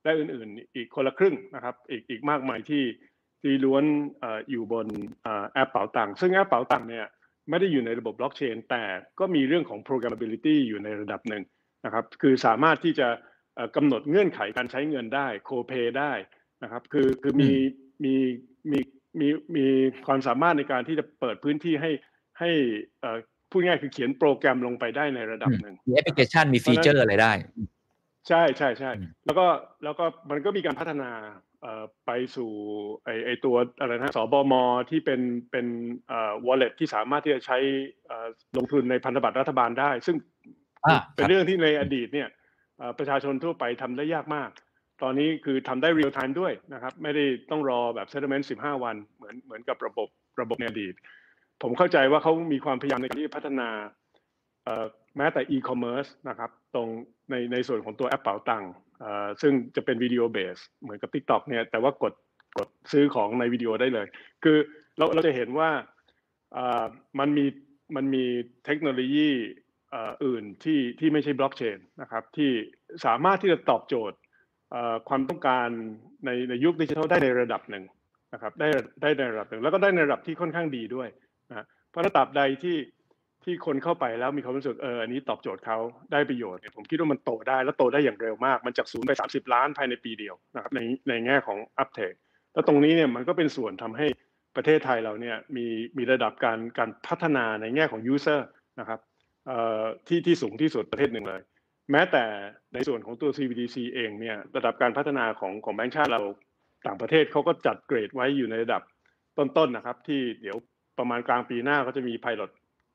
และอื่นๆอีกคนละครึ่งนะครับอีกอีกมากมายที่ที่ล้วนเอ่ออยู่บนเอ่อแอปเป๋าตังค์ซึ่งแอปเป๋าตังค์เนี่ยไม่ได้อยู่ในระบบบล็อกเชนแต่ก็มีเรื่องของ programmability อยู่ในระดับหนึ่งนะครับคือสามารถที่จะเอ่อกำหนดเงื่อนไขการใช้เงินได้โคเพย์ได้นะครับคือคือมีมีมีมีมีความสามารถในการที่จะเปิดพื้นที่ให้ให้เอ่อพูดง่ายคือเขียนโปรแกรมลงไปได้ในระดับหนึ่งมีแอปพลิเคชันมีฟีเจอร์อะไรได้ใช่ใช่ใช่แล้วก็แล้วก็มันก็มีการพัฒนาเอ่อไปสู่ไอไอตัวอะไรนะสบมที่เป็นเป็นเอ่อ wallet ที่สามารถที่จะใช้เอ่อลงทุนในพันธบัตรรัฐบาลได้ซึ่งเป็นเรื่องที่ในอดีตเนี่ยประชาชนทั่วไปทำได้ยากมากตอนนี้คือทำได้ real time ด้วยนะครับไม่ได้ต้องรอแบบ settlement สิบห้าวันเหมือนเหมือนกับระบบระบบในอดีตผมเข้าใจว่าเขามีความพยายามในการที่จะพัฒนาแม้แต่ e-commerce นะครับตรงในในส่วนของตัวแอปเป๋าตังค์ซึ่งจะเป็นวิดีโอเบสเหมือนกับ TikTok เนี่ยแต่ว่ากดกดซื้อของในวิดีโอได้เลยคือเราเราจะเห็นว่ามันมีมันมีเทคโนโลยีอื่นที่ที่ไม่ใช่บล็อกเชนนะครับที่สามารถที่จะตอบโจทย์ความต้องการในในยุคดิจิทัลได้ในระดับหนึ่งนะครับได้ได้ในระดับหนึ่งแล้วก็ได้ในระดับที่ค่อนข้างดีด้วยนะเพราะถ้าตราบใดที่ที่คนเข้าไปแล้วมีความรู้สึกเอออันนี้ตอบโจทย์เขาได้ประโยชน์ผมคิดว่ามันโตได้แล้วโตได้อย่างเร็วมากมันจากศูนย์ไปสามสิบล้านภายในปีเดียวนะครับในในแง่ของอัพเทคแล้วตรงนี้เนี่ยมันก็เป็นส่วนทำให้ประเทศไทยเราเนี่ยมีมีระดับการการพัฒนาในแง่ของยูเซอร์นะครับเอ่อที่ที่สูงที่สุดประเทศหนึ่งเลยแม้แต่ในส่วนของตัว ซี บี ดี ซี เองเนี่ยระดับการพัฒนาของของแบงก์ชาติเราต่างประเทศเขาก็จัดเกรดไว้อยู่ในระดับต้นๆนะครับที่เดี๋ยวประมาณกลางปีหน้าก็จะมี pilot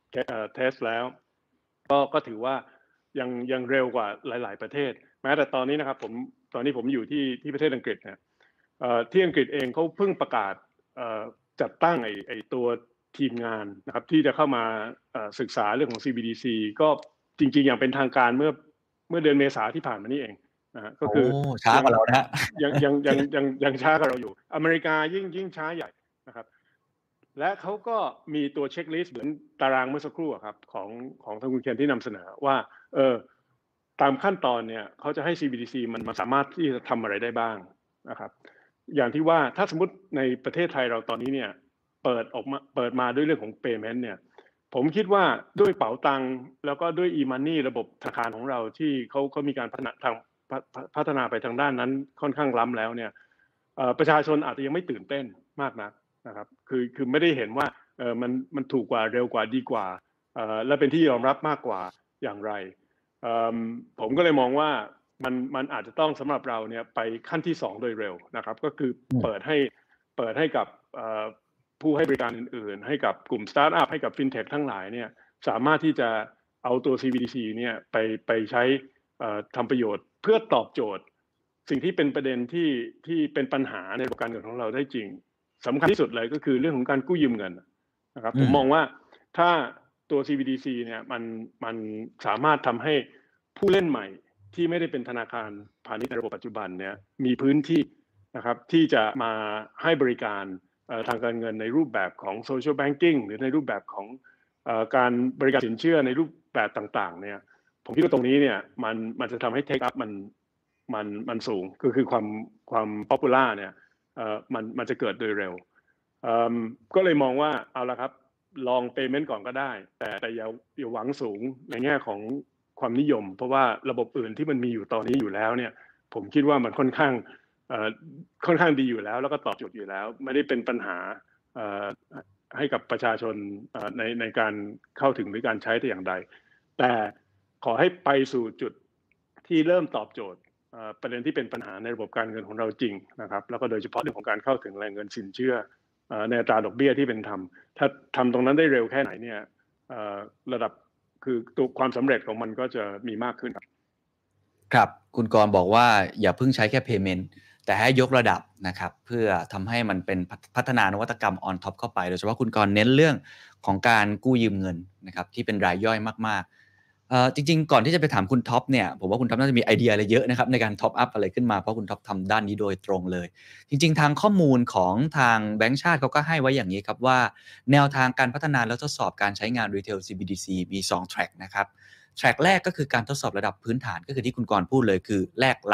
test แล้วก็ก็ถือว่ายังยังเร็วกว่าหลายๆประเทศแม้แต่ตอนนี้นะครับผมตอนนี้ผมอยู่ที่ที่ประเทศอังกฤษเนี่ยที่อังกฤษเองเขาเพิ่งประกาศจัดตั้งไอ้ไอ้ตัวทีมงานนะครับที่จะเข้ามาศึกษาเรื่องของ ซี บี ดี ซี ก็จริงๆอย่างเป็นทางการเมื่อเมื่อเดือนเมษาที่ผ่านมานี่เองนะฮะก็คือช้ากว่าเรานะฮะยังยังยังยังยังช้ากว่าเราอยู่อเมริกายิ่งยิ่งช้าใหญ่นะครับและเขาก็มีตัวเช็คลิสต์เหมือนตารางเมื่อสักครู่ครับของของทางคุณเคนที่นำเสนอว่าเออตามขั้นตอนเนี่ยเขาจะให้ ซี บี ดี ซี มันมันสามารถที่จะทำอะไรได้บ้างนะครับอย่างที่ว่าถ้าสมมติในประเทศไทยเราตอนนี้เนี่ยเปิดออกมาเปิดมาด้วยเรื่องของ payment เนี่ยผมคิดว่าด้วยเป๋าตังค์แล้วก็ด้วย e-money ระบบธนาคารของเราที่เขาเขามีการพัฒนาทางพัฒนาไปทางด้านนั้นค่อนข้างล้ำแล้วเนี่ยประชาชนอาจจะยังไม่ตื่นเต้นมากนักนะครับคือคือไม่ได้เห็นว่าเออมันมันถูกกว่าเร็วกว่าดีกว่าเอ่อและเป็นที่ยอมรับมากกว่าอย่างไรเอ่อผมก็เลยมองว่ามันมันอาจจะต้องสำหรับเราเนี่ยไปขั้นที่สองโดยเร็วนะครับก็คือเปิดให้เปิดให้กับเอ่อผู้ให้บริการอื่นๆให้กับกลุ่มสตาร์ทอัพให้กับฟินเทคทั้งหลายเนี่ยสามารถที่จะเอาตัว ซี บี ดี ซี เนี่ยไปไปใช้เอ่อทำประโยชน์เพื่อตอบโจทย์สิ่งที่เป็นประเด็นที่ที่เป็นปัญหาในระบบการเงินของเราได้จริงสำคัญที่สุดเลยก็คือเรื่องของการกู้ยืมเงินนะครับผมมองว่าถ้าตัว ซี บี ดี ซี เนี่ยมันมันสามารถทำให้ผู้เล่นใหม่ที่ไม่ได้เป็นธนาคารพาณิชย์ในระบบปัจจุบันเนี่ยมีพื้นที่นะครับที่จะมาให้บริการทางการเงินในรูปแบบของ social banking หรือในรูปแบบของการบริการสินเชื่อในรูปแบบต่างๆเนี่ยผมคิดว่าตรงนี้เนี่ยมันมันจะทำให้ take up มันมันมันสูงก็คือความความ popular เนี่ยเอ่อมันมันจะเกิดโดยเร็วเอ่อก็เลยมองว่าเอาละครับลอง payment ก่อนก็ได้แต่แต่อย่าอย่าหวังสูงในแง่ของความนิยมเพราะว่าระบบอื่นที่มันมีอยู่ตอนนี้อยู่แล้วเนี่ยผมคิดว่ามันค่อนข้างเอ่อค่อนข้างดีอยู่แล้วแล้วก็ตอบโจทย์อยู่แล้วไม่ได้เป็นปัญหาเอ่อให้กับประชาชนเอ่อในในการเข้าถึงหรือการใช้แต่อย่างใดแต่ขอให้ไปสู่จุดที่เริ่มตอบโจทย์ประเด็นที่เป็นปัญหาในระบบการเงินของเราจริงนะครับแล้วก็โดยเฉพาะเรื่องของการเข้าถึงแหล่งเงินสินเชื่อในอัตราดอกเบี้ยที่เป็นธรรมถ้าทำตรงนั้นได้เร็วแค่ไหนเนี่ยระดับคือตัวความสำเร็จของมันก็จะมีมากขึ้นครับครับคุณกรณ์บอกว่าอย่าเพิ่งใช้แค่ payment แต่ให้ยกระดับนะครับเพื่อทำให้มันเป็นพัฒนานวัตกรรม on top เข้าไปโดยเฉพาะคุณกรณ์เน้นเรื่องของการกู้ยืมเงินนะครับที่เป็นรายย่อยมากๆเอ่อจริงๆก่อนที่จะไปถามคุณท็อปเนี่ยผมว่าคุณท็อปน่าจะมีไอเดียอะไรเยอะนะครับในการท็อปอัพอะไรขึ้นมาเพราะคุณท็อปทำด้านนี้โดยตรงเลยจริงๆทางข้อมูลของทางแบงก์ชาติเขาก็ให้ไว้อย่างนี้ครับว่าแนวทางการพัฒนาและทดสอบการใช้งาน Retail ซี บี ดี ซี มีสอง track นะครับ track แรกก็คือการทดสอบระดับพื้นฐานก็คือที่คุณกรณ์พูดเลยคือแลกรับ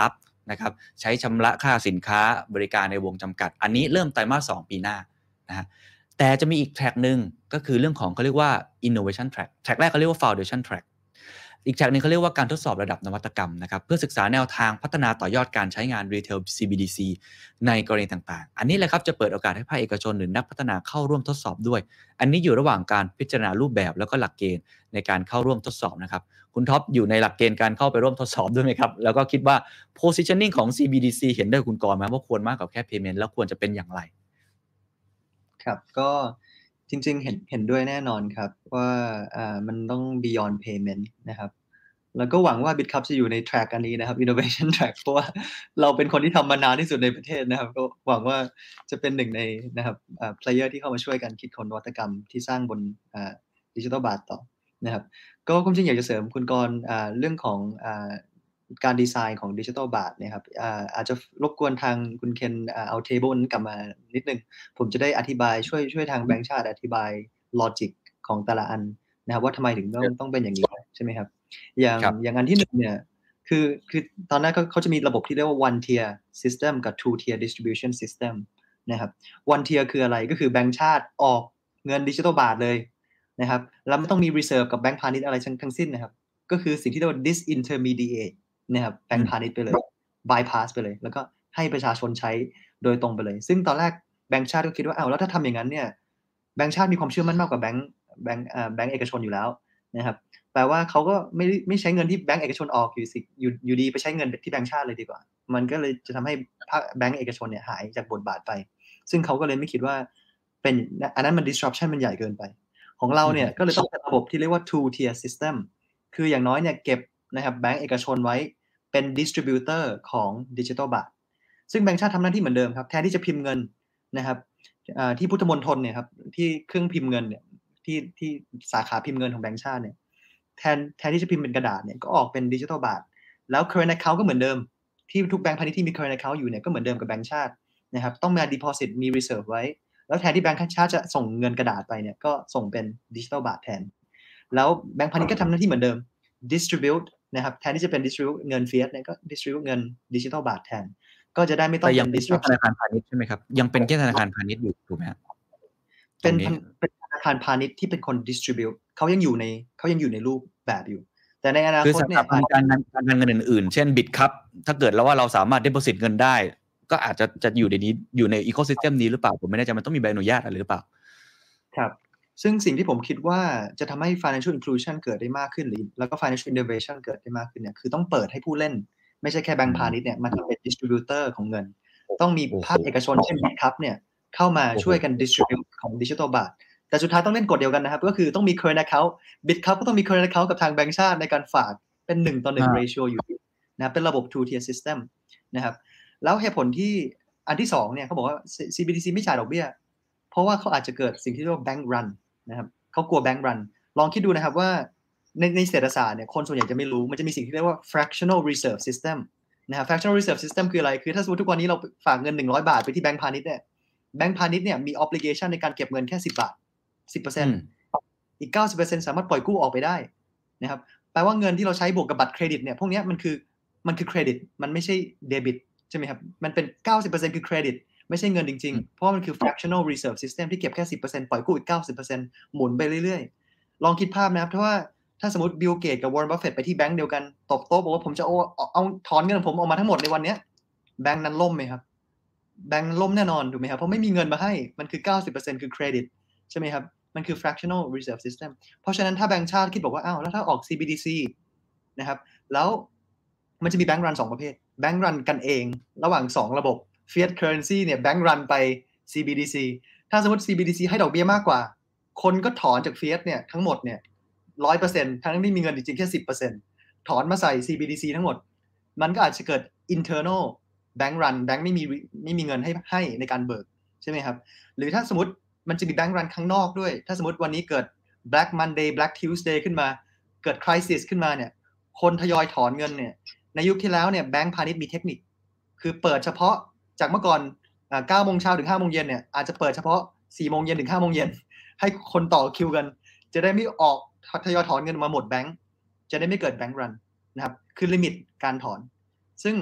นะครับใช้ชำระค่าสินค้าบริการในวงจำกัดอันนี้เริ่มไตรมาสสองปีหน้านะฮะแต่จะมีอีกแทร็กนึงก็คือเรื่องของเขาเรียกว่า innovation track แทร็กแรกเขาเรียกว่า foundation track อีกแทร็กนึงเขาเรียกว่าการทดสอบระดับนวัตกรรมนะครับเพื่อศึกษาแนวทางพัฒนาต่อยอดการใช้งาน retail ซี บี ดี ซี ในกรณีต่างๆอันนี้แหละครับจะเปิดโอกาสให้ภาคเอกชนหรือนักพัฒนาเข้าร่วมทดสอบด้วยอันนี้อยู่ระหว่างการพิจารณารูปแบบแล้วก็หลักเกณฑ์ในการเข้าร่วมทดสอบนะครับคุณท็อปอยู่ในหลักเกณฑ์การเข้าไปร่วมทดสอบด้วยไหมครับแล้วก็คิดว่า positioning ของ ซี บี ดี ซี เห็นด้วยคุณกรณ์ไหมว่าควรมากกว่าแค่ payment แล้วควรจะเป็นอย่างไรครับก็จริงๆเห็นเห็นด้วยแน่นอนครับว่าอ่ามันต้อง beyond payment นะครับแล้วก็หวังว่า Bitcup จะอยู่ใน track อันนี้นะครับ innovation track เพราะว่าเราเป็นคนที่ทำมานานที่สุดในประเทศนะครับก็หวังว่าจะเป็นหนึ่งในนะครับอ่า player ที่เข้ามาช่วยกันคิดค้นนวัตกรรมที่สร้างบนอ่า digital bart ต่อนะครับก็ความจริงอยากจะเสริมคุณกรณ์อ่าเรื่องของอ่าการดีไซน์ของ digital bart เนี่ยครับอ่าอาจจะรบกวนทางคุณเคนอ่าเอา table นั้นกลับมานิดนึงผมจะได้อธิบายช่วยช่วยทางแบงก์ชาติอธิบาย logic ของแต่ละอันนะครับว่าทำไมถึงต้องต้องเป็นอย่างนี้ใช่ไหมครับอย่างอย่างอันที่หนึ่งเนี่ยคือคือตอนแรกเขาเขาจะมีระบบที่เรียกว่า one tier system กับ two tier distribution system นะครับ one tier คืออะไรก็คือแบงก์ชาติออกเงินดิจิทัลบาทเลยนะครับแล้วไม่ต้องมี reserve กับแบงก์พาณิชย์อะไรทั้งสิ้นนะครับก็คือสิ่งที่เรียกว่า disintermediate นะครับแบงก์พาณิชย์ไปเลย bypass ไปเลยแล้วก็ให้ประชาชนใช้โดยตรงไปเลยซึ่งตอนแรกแบงก์ชาติก็คิดว่าอ้าวแล้วถ้าทำอย่างนั้นเนี่ยแบงก์ชาติมีความเชื่อมั่นมากกว่าแบงก์แบงก์อ่าแบงก์เอกชนอยู่แล้วนะครับแปลว่าเขาก็ไม่ไม่ใช้เงินที่แบงก์เอกชนออกอยู่สิอยู่อยู่ดีไปใช้เงินที่แบงก์ชาติเลยดีกว่ามันก็เลยจะทำให้ภาคแบงก์เอกชนเนี่ยหายจากบทบาทไปซึ่งเขาก็เลยไม่คิดว่าเป็นอันนั้นมัน disruption มันใหญ่เกินไปของเราเนี่ยก็เลยต้องเป็นระบบที่เรียกว่า two tier system คืออย่างน้อยเนี่ยเก็บนะครับแบงก์เอกชนไว้เป็น distributor ของ digital bart ซึ่งแบงก์ชาติทำหน้าที่เหมือนเดิมครับแทนที่จะพิมพ์เงินนะครับที่พุทธมณฑลเนี่ยครับที่เครื่องพิมพ์เงินเนี่ยที่ที่สาขาพิมพ์เงินของแบงก์ชาติเนี่ยแทนแทนที่จะพิมพ์เป็นกระดาษเนี่ยก็ออกเป็น digital bart แล้ว current account ก็เหมือนเดิมที่ทุกแบงก์พาณิชย์ที่มี current account อยู่เนี่ยก็เหมือนเดิมกับแบงก์ชาตินะครับต้องมา deposit มี reserve ไว้แล้วแทนที่แบงก์ชาติจะส่งเงินกระดาษไปเนี่ยก็ส่งเป็น digital bart แทนแล้วแบงก์พาณิชย์ก็ทำหน้าที่เหมือนเดิม distribute นะครับแทนที่จะเป็น distribute เงิน fiat เนี่ยก็ distribute เงิน digital bart แทนก็จะได้ไม่ต้องแต่ยังเป็นธนาคารพาณิชย์ใช่ไหมครับยังเป็นแค่ธนาคารพาณิชย์อยู่ถูกไหมครับเป็นเป็นธนาคารพาณิชย์ที่เป็นคน distribute เขายังอยู่ในเขายังอยู่ในรูปแบบอยู่แต่ในอนาคตเนี่ยคือการการเงินอื่นๆเช่น Bitcup ถ้าเกิดแล้วว่าเราสามารถ deposit เงินได้ก็อาจจะจะอยู่ในนี้อยู่ใน ecosystem นี้หรือเปล่าผมไม่แน่ใจมันต้องมีใบอนุญาตอะไรหรือเปล่าครับซึ่งสิ่งที่ผมคิดว่าจะทำให้ financial inclusion เกิดได้มากขึ้นหรือแล้วก็ financial innovation เกิดได้มากขึ้นเนี่ยคือต้องเปิดให้ผู้เล่นไม่ใช่แค่แบงก์พาณิชย์เนี่ยมาเป็น distributor ของเงินต้องมีภาคเอกชนเช่น Bitcup เนี่ยเข้ามาช่วยกัน distribute ของ digital bart แต่สุดท้ายต้องเล่นกฎเดียวกันนะครับก็คือต้องมี current account Bitcup ก็ต้องมี current account กับทางแบงก์ชาติในการฝากเป็นหนึ่งต่อหนึ่ง ratio อยู่นะเป็นระบบ two tier system นะครับแล้วเหตุผลที่อันที่สองเนี่ยเขาบอกว่า ซี บี ดี ซี ไม่จ่ายดอกเบี้ยเพราะว่าเขาอาจจะเกิดสิ่งที่เรียกว่า bank run นะครับเขากลัว bank run ลองคิดดูนะครับว่าในในเศรษฐศาสตร์เนี่ยคนส่วนใหญ่จะไม่รู้มันจะมีสิ่งที่เรียกว่า fractional reserve system นะครับ fractional reserve system คืออะไรคือถ้าสมมติทุกวันนี้เราฝากเงินหนึ่งร้อยบาทไปที่แบงก์พาณิชย์เนี่ยแบงก์พาณิชย์เนี่ยมี obligation ในการเก็บเงินแค่สิบบาท สิบเปอร์เซ็นต์ อีก เก้าสิบเปอร์เซ็นต์ สามารถปล่อยกู้ออกไปได้นะครับแปลว่าเงินที่เราใช้บวกกับบัตรเครดิตเนี่ยพวกนี้มันคือมันคือเครดิตมันไม่ใช่เดบิตใช่ไหมครับมันเป็น เก้าสิบเปอร์เซ็นต์ คือเครดิตไม่ใช่เงินจริงๆเพราะมันคือ fractional reserve system ที่เก็บแค่ สิบเปอร์เซ็นต์ ปล่อยกู้อีก เก้าสิบเปอร์เซ็นต์ หมุนไปเรื่อยๆลองคิดภาพนะครับเพราะว่าถ้าสมมติบิลเกตกับวอร์เรน บัฟเฟตต์ไปที่แบงก์เดียวกันตบโต๊ะบอกว่าผมจะเอาเอาถอนเงินผมออกมาทั้งหมดในวันนี้แบงก์นั้นล่มไหมครับแบงก์ล่มแน่นอนถูกไหมครับเพราะไม่มีเงินมาให้มันคือ เก้าสิบเปอร์เซ็นต์ คือเครดิตใช่ไหมครับมันคือ fractional reserve system เพราะฉะนั้นถ้าแบงก์ชาติคิดบอกว่าอ้าวแล้วถ้าออก ซี บี ดี ซี นะครับแล้วมันจะมีแบงก์รันสองประเภทแบงก์รันกันเองระหว่างสองระบบ fiat currency เนี่ยแบงก์รันไป ซี บี ดี ซี ถ้าสมมติ ซี บี ดี ซี ให้ดอกเบี้ยมากกว่าคนก็ถอนจาก fiat เนี่ยทั้งหมดเนี่ย หนึ่งร้อยเปอร์เซ็นต์ ทั้งที่มีเงินจริงๆแค่ สิบเปอร์เซ็นต์ ถอนมาใส่ ซี บี ดี ซี ทั้งหมดมันก็อาจจะเกิด internal bank run แบงก์ไม่มีไม่มีเงินให้ให้ในการเบิกใช่ไหมครับหรือถ้าสมมติมันจะมีแบงก์รันข้างนอกด้วยถ้าสมมติวันนี้เกิด Black Monday Black Tuesday ขึ้นมาเกิด crisis ขึ้นมาเนี่ยคนทยอยถอนเงินเนี่ยในยุคที่แล้วเนี่ยแบงก์พาณิชย์มีเทคนิคคือเปิดเฉพาะจากเมื่อก่อนเก้าโมงเช้าถึงห้าโมงเย็นเนี่ยอาจจะเปิดเฉพาะสี่โมงเย็นถึงห้าโมงเย็นให้คนต่อคิวกันจะได้ไม่ออกทยอยถอนเงินมาหมดแบงก์จะได้ไม่เกิดแบงก์รันนะครับคือลิมิตการถอนซึ่ง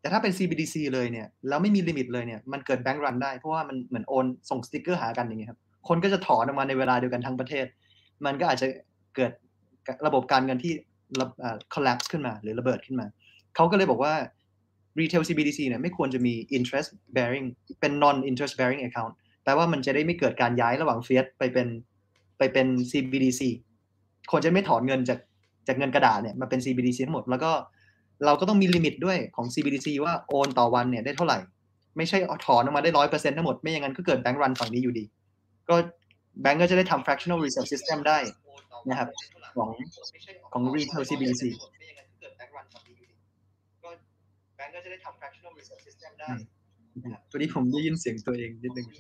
แต่ถ้าเป็น ซี บี ดี ซี เลยเนี่ยแล้วไม่มีลิมิตเลยเนี่ยมันเกิดแบงก์รันได้เพราะว่ามันเหมือนโอนส่งสติ๊กเกอร์หากันอย่างเงี้ยครับคนก็จะถอนออกมาในเวลาเดียวกันทั้งประเทศมันก็อาจจะเกิดระบบการเงินที่อ่า collapse ขึ้นมาหรือระเบิดขึ้นมาเขาก็เลยบอกว่า retail ซี บี ดี ซี เนี่ยไม่ควรจะมี interest bearing เป็น non interest bearing account แปลว่ามันจะได้ไม่เกิดการย้ายระหว่าง fiat ไปเป็นไปเป็น ซี บี ดี ซี คนจะไม่ถอนเงินจากจากเงินกระดาษเนี่ยมาเป็น ซี บี ดี ซี ทั้งหมดแล้วก็เราก็ต้องมีลิมิตด้วยของ ซี บี ดี ซี ว่าโอนต่อวันเนี่ยได้เท่าไหร่ไม่ใช่ถอนออกมาได้ หนึ่งร้อยเปอร์เซ็นต์ ทั้งหมดไม่อย่างนั้นก็เกิดแบงก์รันฝั่งนี้อยู่ดีก็แบงก์ก็จะได้ทำ fractional reserve system ได้นะครับของของ retail ซี บี ดี ซี ไม่อย่างนั้นก็เกิดแบงก์รันฝั่งนี้อยู่ดีก็แบงก์ก็จะได้ทำ fractional reserve system ได้นะครับตัวนี้ผมได้ยินเสียงตัวเองนิดนึง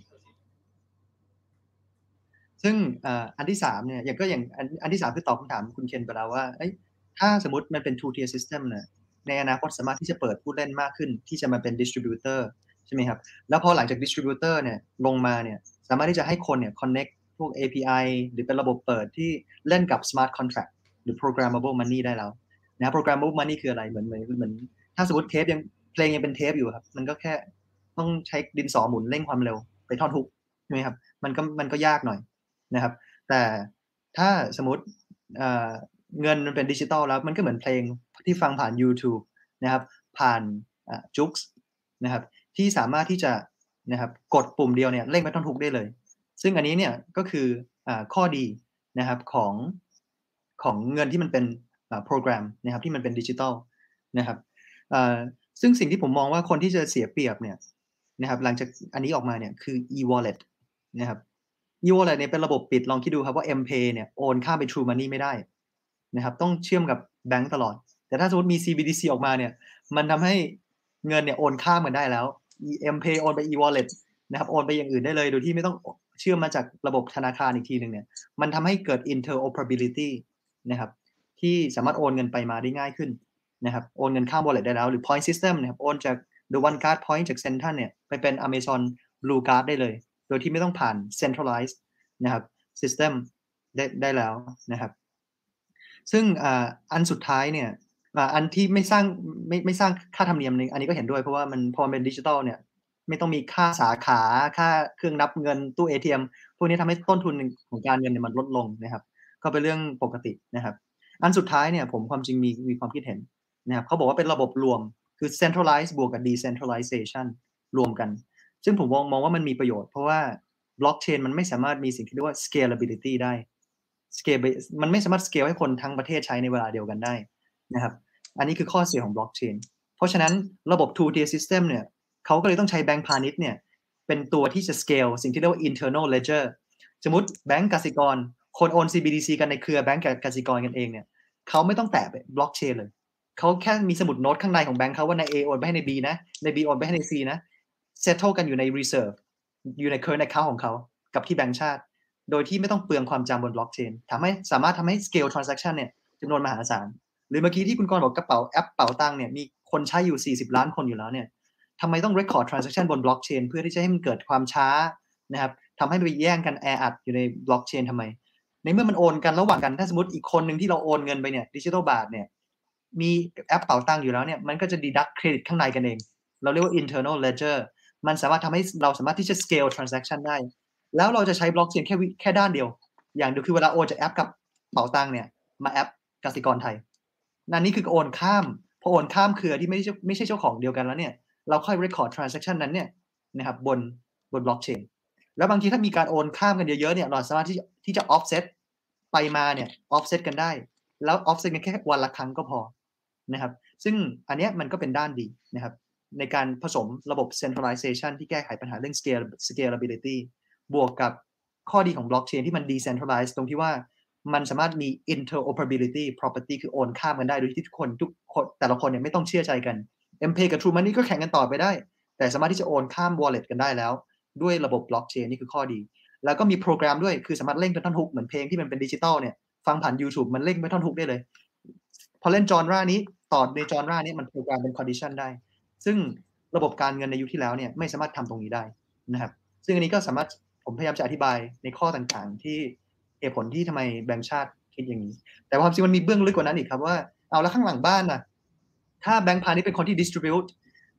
ซึ่งอันที่สามเนี่ยอย่างก็อย่างอันที่สามคือตอบคำถามคุณเคนไปแล้วว่าถ้าสมมติมันเป็น two tier system เนี่ยในอนาคตสามารถที่จะเปิดผู้เล่นมากขึ้นที่จะมาเป็น distributor ใช่ไหมครับแล้วพอหลังจาก distributor เนี่ยลงมาเนี่ยสามารถที่จะให้คนเนี่ย connect พวก เอ พี ไอ หรือเป็นระบบเปิดที่เล่นกับ smart contract หรือ programmable money ได้แล้วนะ programmable money คืออะไรเหมือนเหมือนเหมือนถ้าสมมติเทปยังเพลงยังเป็นเทปอยู่ครับมันก็แค่ต้องใช้ดินสอหมุนเร่งความเร็วไปท่อนฮุกใช่ไหมครับมันก็มันก็ยากหน่อยนะครับแต่ถ้าสมมติเงินมันเป็นดิจิตอลแล้วมันก็เหมือนเพลงที่ฟังผ่าน YouTube นะครับผ่านจุ๊กส์นะครับที่สามารถที่จะนะครับกดปุ่มเดียวเนี่ยเร่งไปท่อนฮุกได้เลยซึ่งอันนี้เนี่ยก็คือข้อดีนะครับของของเงินที่มันเป็นโปรแกรมนะครับที่มันเป็นดิจิตอลนะครับซึ่งสิ่งที่ผมมองว่าคนที่จะเสียเปรียบเนี่ยนะครับหลังจากอันนี้ออกมาเนี่ยคือ e-wallet นะครับe-wallet เนี่ยเป็นระบบปิดลองคิดดูครับว่า M-Pay เนี่ยโอนข้ามไป True Money ไม่ได้นะครับต้องเชื่อมกับแบงก์ตลอดแต่ถ้าสมมติมี ซี บี ดี ซี ออกมาเนี่ยมันทำให้เงินเนี่ยโอนข้ามกันได้แล้ว M-Pay โอนไป e-wallet นะครับโอนไปอย่างอื่นได้เลยโดยที่ไม่ต้องเชื่อมมาจากระบบธนาคารอีกทีนึงเนี่ยมันทำให้เกิด interoperability นะครับที่สามารถโอนเงินไปมาได้ง่ายขึ้นนะครับโอนเงินข้าม wallet ได้แล้วหรือ point system นะครับโอนจาก the one card point จาก Central เนี่ยไปเป็น Amazon Blue Card ได้เลยโดยที่ไม่ต้องผ่าน centralized นะครับ system ได้ได้แล้วนะครับซึ่งอ่าอันสุดท้ายเนี่ยอ่าอันที่ไม่สร้างไม่ไม่สร้างค่าธรรมเนียมนึงอันนี้ก็เห็นด้วยเพราะว่ามันพอมันเป็นดิจิทัลเนี่ยไม่ต้องมีค่าสาขาค่าเครื่องนับเงินตู้ เอ ที เอ็ม พวกนี้ทำให้ต้นทุนของการเงินเนี่ยมันลดลงนะครับก็เป็นเรื่องปกตินะครับอันสุดท้ายเนี่ยผมความจริงมีมีความคิดเห็นนะครับเขาบอกว่าเป็นระบบรวมคือ centralized บวกกับ decentralization รวมกันซึ่งผมมองมองว่ามันมีประโยชน์เพราะว่าบล็อกเชนมันไม่สามารถมีสิ่งที่เรียกว่า scalability ได้ scale มันไม่สามารถ scale ให้คนทั้งประเทศใช้ในเวลาเดียวกันได้นะครับอันนี้คือข้อเสียของบล็อกเชนเพราะฉะนั้นระบบ two tier system เนี่ยเขาก็เลยต้องใช้แบงก์พาณิชย์เนี่ยเป็นตัวที่จะ scale สิ่งที่เรียกว่า internal ledger สมมติแบงก์กสิกรคนโอน ซี บี ดี ซี กันในเครือแบงก์กับกสิกรกันเองเนี่ยเขาไม่ต้องแตะบล็อกเชนเลยเขาแค่มีสมุดโน้ตข้างในของแบงก์เขาว่าใน A โอนไปให้ใน B นะใน B โอนไปให้ใน C นะ settle กันอยู่ใน reserve อยู่ใน current account ของเขากับที่แบงก์ชาติโดยที่ไม่ต้องเปลืองความจำบนบล็อกเชนทำให้สามารถทำให้ scale transaction เนี่ยจำนวนมหาศาลหรือเมื่อกี้ที่คุณกรณ์บอกกระเป๋าแอปเป๋าตังค์เนี่ยมีคนใช้อยู่สี่สิบล้านคนอยู่แล้วเนี่ยทำไมต้อง record transaction บนบล็อกเชนเพื่อที่จะให้มันเกิดความช้านะครับทำให้ไปแย่งกันแออัดอยู่ในบล็อกเชนทำไมในเมื่อมันโอนกันระหว่างกันถ้าสมมติอีกคนหนึ่งที่เราโอนเงินไปเนี่ยดิจิทัลบาทเนี่ยมีแอปเป๋าตังค์อยู่แล้วเนี่ยมันก็จะ deduct เครดิตข้างในกันเองเราเรียกว่า internal ledger มันสามารถทำให้เราสามารถที่จะ scale transaction ได้แล้วเราจะใช้บล็อกเชนแค่แค่ด้านเดียวอย่างเดียวคือเวลาโอนจากแอปกับเป๋าตังค์เนี่ยมาแอปกสิกรไทยนั่นนี่คือโอนข้ามพอโอนข้ามเครือที่ไม่ใช่ไม่ใช่เจ้าของเดียวกันแล้วเนี่ยเราค่อย record transaction นั้นเนี่ยนะครับบนบนบล็อกเชนแล้วบางทีถ้ามีการโอนข้ามกันเยอะๆเนี่ยเราสามารถที่ที่จะ offset ไปมาเนี่ย offset กันได้แล้ว offset กันแค่วันละครั้งก็พอนะครับซึ่งอันเนี้ยมันก็เป็นด้านดีนะครับในการผสมระบบ centralization ที่แก้ไขปัญหาเรื่อง scale scalability บวกกับข้อดีของบล็อกเชนที่มัน decentralized ตรงที่ว่ามันสามารถมี interoperability property คือโอนข้ามกันได้โดยที่ทุกคนทุกคนแต่ละคนเนี่ยไม่ต้องเชื่อใจกัน M-Pay กับ True Money ก็แข่งกันต่อไปได้แต่สามารถที่จะโอนข้าม wallet กันได้แล้วด้วยระบบบล็อกเชนนี่คือข้อดีแล้วก็มีโปรแกรมด้วยคือสามารถเล่นเป็นท่อนฮุกเหมือนเพลงที่มันเป็นดิจิตอลเนี่ยฟังผ่าน YouTube มันเล่นเป็นท่อนฮุกได้เลยพอเล่นจอนรานี้ต่อในจอนรานี้มันโปรแกรมเป็น condition ได้ซึ่งระบบการเงินในยุคที่แล้วเนี่ยไม่สามารถทำตรงนี้ได้นะครับซึ่งอันนี้ก็สามารถผมพยายามจะอธิบายในข้อต่างๆที่เหตุผลที่ทำไมแบงก์ชาติคิดอย่างนี้แต่ความจริงมันมีเบื้องลึกกว่านั้นอีกครับว่าเอาแล้วข้างหลังบ้านนะถ้าแบงก์พาณิชย์เป็นคนที่ distribute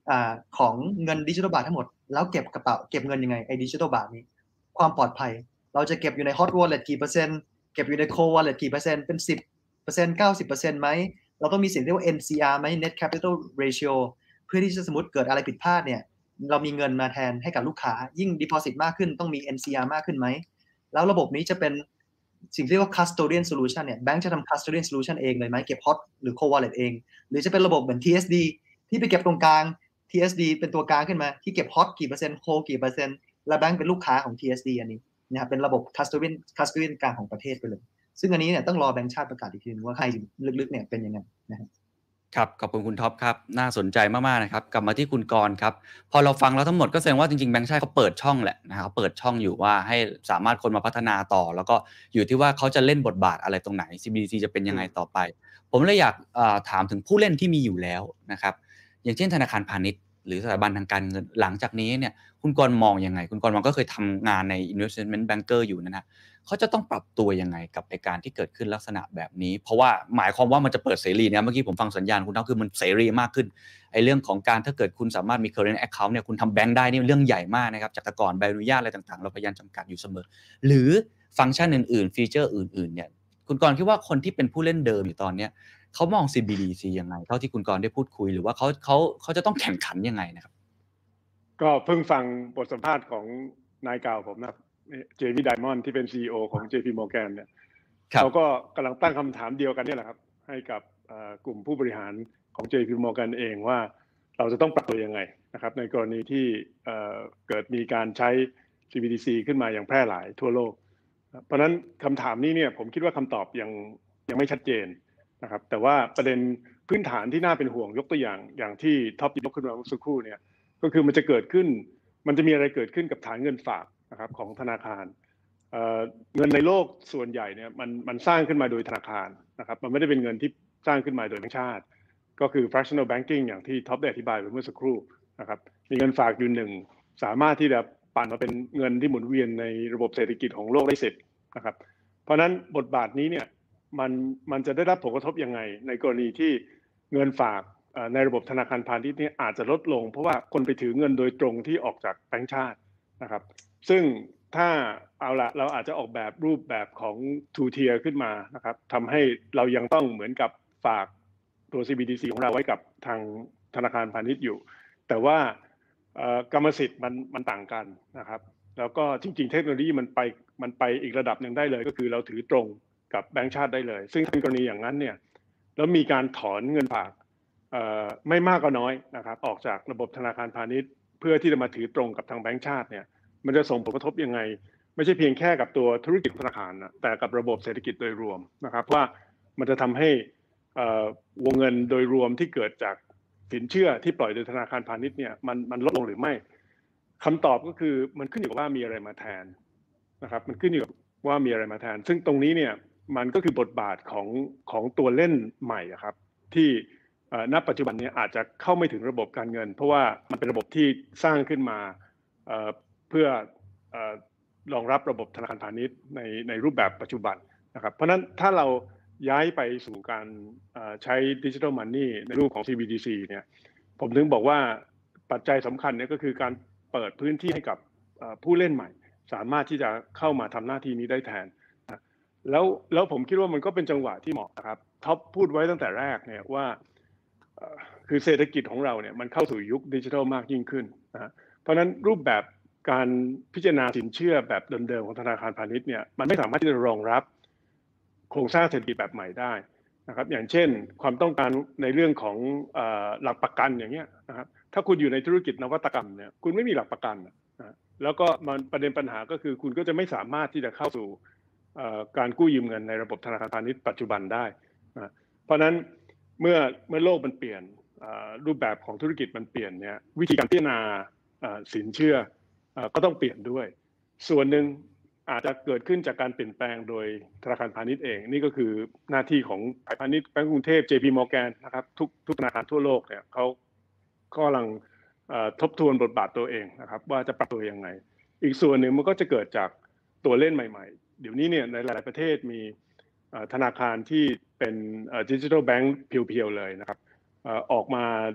อ่าของเงินดิจิทัลบาททั้งหมดแล้วเก็บกระเป๋าเก็บเงินยังไงไอ้ดิจิทัลบาทนี้ความปลอดภัยเราจะเก็บอยู่ใน hot wallet กี่เปอร์เซ็นต์เก็บอยู่ใน cold wallet กี่เปอร์เซ็นต์เป็น สิบเปอร์เซ็นต์ เก้าสิบเปอร์เซ็นต์ ไหมเราต้องมีสิ่งที่เรียกว่า เอ็น ซี อาร์ ไหม net capital ratio เพื่อที่จะสมมติเกิดอะไรผิดพลาดเนี่ยเรามีเงินมาแทนให้กับลูกค้ายิ่ง deposit มากขึ้นต้องมี เอ็น ซี อาร์ มากขึ้นไหมแล้วระบบนี้จะเป็นสิ่งที่เรียกว่า custodian solution เนี่ยแบงค์จะทำ custodian solution เองเลยไหมเก็บ hot หรือ cold wallet เองหรือจะเป็นระบบเหมือน ที เอส ดี ที่ไปเก็บตรงกลาง ที เอส ดี เป็นตัวกลางขึ้นมาที่เก็บ hot กี่เปอร์เซ็นต์ cold กี่เปอร์เซ็นต์และแบงค์เป็นลูกค้าของ ที เอส ดี อันนี้นะครับเป็นระบบ custodian custodian กลางของประเทศไปเลยซึ่งอันนี้เนี่ยต้องรอแบงค์ชาติประกาศอีกทีนึงว่าใครลึกๆเนี่ยเป็นยังไงนะครับครับขอบคุณคุณท็อปครับน่าสนใจมากๆนะครับกลับมาที่คุณกรณ์ครับพอเราฟังแล้วทั้งหมดก็แสดงว่าจริงๆแบงค์ชาติเขาเปิดช่องแหละนะครับเปิดช่องอยู่ว่าให้สามารถคนมาพัฒนาต่อแล้วก็อยู่ที่ว่าเขาจะเล่นบทบาทอะไรตรงไหน ซี บี ดี ซี จะเป็นยังไงต่อไปผมเลยอยากเอ่อถามถึงผู้เล่นที่มีอยู่แล้วนะครับอย่างเช่นธนาคารพาณิชย์หรือสถาบันทางการเงินหลังจากนี้เนี่ยคุณกรณ์มองยังไงคุณกรณ์มองก็เคยทำงานใน investment banker อยู่นะฮะเขาจะต้องปรับตัวยังไงกับในการที่เกิดขึ้นลักษณะแบบนี้เพราะว่าหมายความว่ามันจะเปิดเสรีเนี่ยเมื่อกี้ผมฟังสัญญาณคุณเท่าคือมันเสรีมากขึ้นไอ้เรื่องของการถ้าเกิดคุณสามารถมี current account เนี่ยคุณทำแบงค์ได้นี่เรื่องใหญ่มากนะครับจากแต่ก่อนใบอนุญาตอะไรต่างๆเราพยายามจำกัดอยู่เสมอหรือฟังก์ชันอื่นๆฟีเจอร์อื่นๆเนี่ยคุณกรณ์คิดว่าคนที่เป็นผู้เล่นเดิมอยู่ตอนเนี้ยเขามอง ซี บี ดี ซี ยังไงเท่าที่คุณกรณ์ได้พูดคุยหรือว่าเขาเขาเขาจะต้องแข่งขันยังไงนะครับก็เพิ่งฟังบทสัมภาษณ์ของนายเก่าผมนะครับเจมี่ไดมอนด์ที่เป็น ซี อี โอ ของ เจ พี Morgan เนี่ยเขาก็กำลังตั้งคำถามเดียวกันนี่แหละครับให้กับกลุ่มผู้บริหารของ เจ พี Morgan เองว่าเราจะต้องปรับตัวยังไงนะครับในกรณีที่เกิดมีการใช้ ซี บี ดี ซี ขึ้นมาอย่างแพร่หลายทั่วโลกเพราะฉะนั้นคำถามนี้เนี่ยผมคิดว่าคำตอบยังยังไม่ชัดเจนนะครับแต่ว่าประเด็นพื้นฐานที่น่าเป็นห่วงยกตัวอย่างอย่างที่ท็อปยกขึ้นมาเมื่อสักครู่เนี่ยก็คือมันจะเกิดขึ้นมันจะมีอะไรเกิดขึ้นกับฐานเงินฝากนะครับของธนาคาร เอ่อเงินในโลกส่วนใหญ่เนี่ยมันมันสร้างขึ้นมาโดยธนาคารนะครับมันไม่ได้เป็นเงินที่สร้างขึ้นมาโดยแบงก์ชาติก็คือ fractional banking อย่างที่ท็อปได้อธิบายไปเมื่อสักครู่นะครับมีเงินฝากอยู่หนึ่งสามารถที่จะปั่นมาเป็นเงินที่หมุนเวียนในระบบเศรษฐกิจของโลกได้เสร็จนะครับเพราะนั้นบทบาทนี้เนี่ยมันมันจะได้รับผลกระทบยังไงในกรณีที่เงินฝากในระบบธนาคารพาณิชย์เนี่ยอาจจะลดลงเพราะว่าคนไปถือเงินโดยตรงที่ออกจากแบงก์ชาตินะครับซึ่งถ้าเอาละเราอาจจะออกแบบรูปแบบของ two tier ขึ้นมานะครับทำให้เรายังต้องเหมือนกับฝากตัว ซี บี ดี ซี ของเราไว้กับทางธนาคารพาณิชย์อยู่แต่ว่ากรรมสิทธิ์มันมันต่างกันนะครับแล้วก็จริงๆเทคโนโลยีมันไปมันไปอีกระดับหนึ่งได้เลยก็คือเราถือตรงกับแบงก์ชาติได้เลยซึ่งในกรณีอย่างนั้นเนี่ยแล้วมีการถอนเงินฝากไม่มากก็น้อยนะครับออกจากระบบธนาคารพาณิชย์เพื่อที่จะมาถือตรงกับทางแบงก์ชาติเนี่ยมันจะส่งผลกระทบยังไงไม่ใช่เพียงแค่กับตัวธุรกิจธนาคารนะแต่กับระบบเศรษฐกิจโดยรวมนะครับว่ามันจะทำให้วงเงินโดยรวมที่เกิดจากสินเชื่อที่ปล่อยโดยธนาคารพาณิชย์เนี่ยมันมันลดลงหรือไม่คำตอบก็คือมันขึ้นอยู่กับว่ามีอะไรมาแทนนะครับมันขึ้นอยู่กับว่ามีอะไรมาแทนซึ่งตรงนี้เนี่ยมันก็คือบทบาทของของตัวเล่นใหม่ครับที่ณปัจจุบันนี้อาจจะเข้าไม่ถึงระบบการเงินเพราะว่ามันเป็นระบบที่สร้างขึ้นมาเพื่อรองรับระบบธนาคารพาณิชย์ในในรูปแบบปัจจุบันนะครับเพราะนั้นถ้าเราย้ายไปสู่การใช้ดิจิทัลมันนี่ในรูปของ ซี บี ดี ซี เนี่ยผมถึงบอกว่าปัจจัยสำคัญเนี่ยก็คือการเปิดพื้นที่ให้กับผู้เล่นใหม่สามารถที่จะเข้ามาทำหน้าที่นี้ได้แทนแล้วแล้วผมคิดว่ามันก็เป็นจังหวะที่เหมาะนะครับท็อปพูดไว้ตั้งแต่แรกเนี่ยว่าคือเศรษฐกิจของเราเนี่ยมันเข้าสู่ยุคดิจิทัลมากยิ่งขึ้นนะเพราะนั้นรูปแบบการพิจารณาสินเชื่อแบบเดิมๆของธนาคารพาณิชย์เนี่ยมันไม่สามารถที่จะรองรับโครงสร้างเศรษฐกิจแบบใหม่ได้นะครับอย่างเช่นความต้องการในเรื่องของหลักประกันอย่างเงี้ยนะครับถ้าคุณอยู่ในธุรกิจนวัตกรรมเนี่ยคุณไม่มีหลักประกันนะแล้วก็มันประเด็นปัญหาก็คือคุณก็จะไม่สามารถที่จะเข้าสู่การกู้ยืมเงินในระบบธนาคารพาณิชย์ปัจจุบันได้นะเพราะนั้นเมื่อเมื่อโลกมันเปลี่ยนรูปแบบของธุรกิจมันเปลี่ยนเนี่ยวิธีการพิจารณาสินเชื่อก็ต้องเปลี่ยนด้วยส่วนหนึ่งอาจจะเกิดขึ้นจากการเปลี่ยนแปลงโดยธนาคารพาณิชย์เองนี่ก็คือหน้าที่ของสายพาณิชย์แบงก์กรุงเทพ เจ พี Morgan นะครับทุกทุกธนาคารทั่วโลกเนี่ยเขากำลังทบทวนบทบาทตัวเองนะครับว่าจะปรับตัวยังไงอีกส่วนหนึ่งมันก็จะเกิดจากตัวเล่นใหม่ๆเดี๋ยวนี้เนี่ยในหลายๆประเทศมีธนาคารที่เป็นดิจิทัลแบงก์เพียวๆเลยนะครับออกมา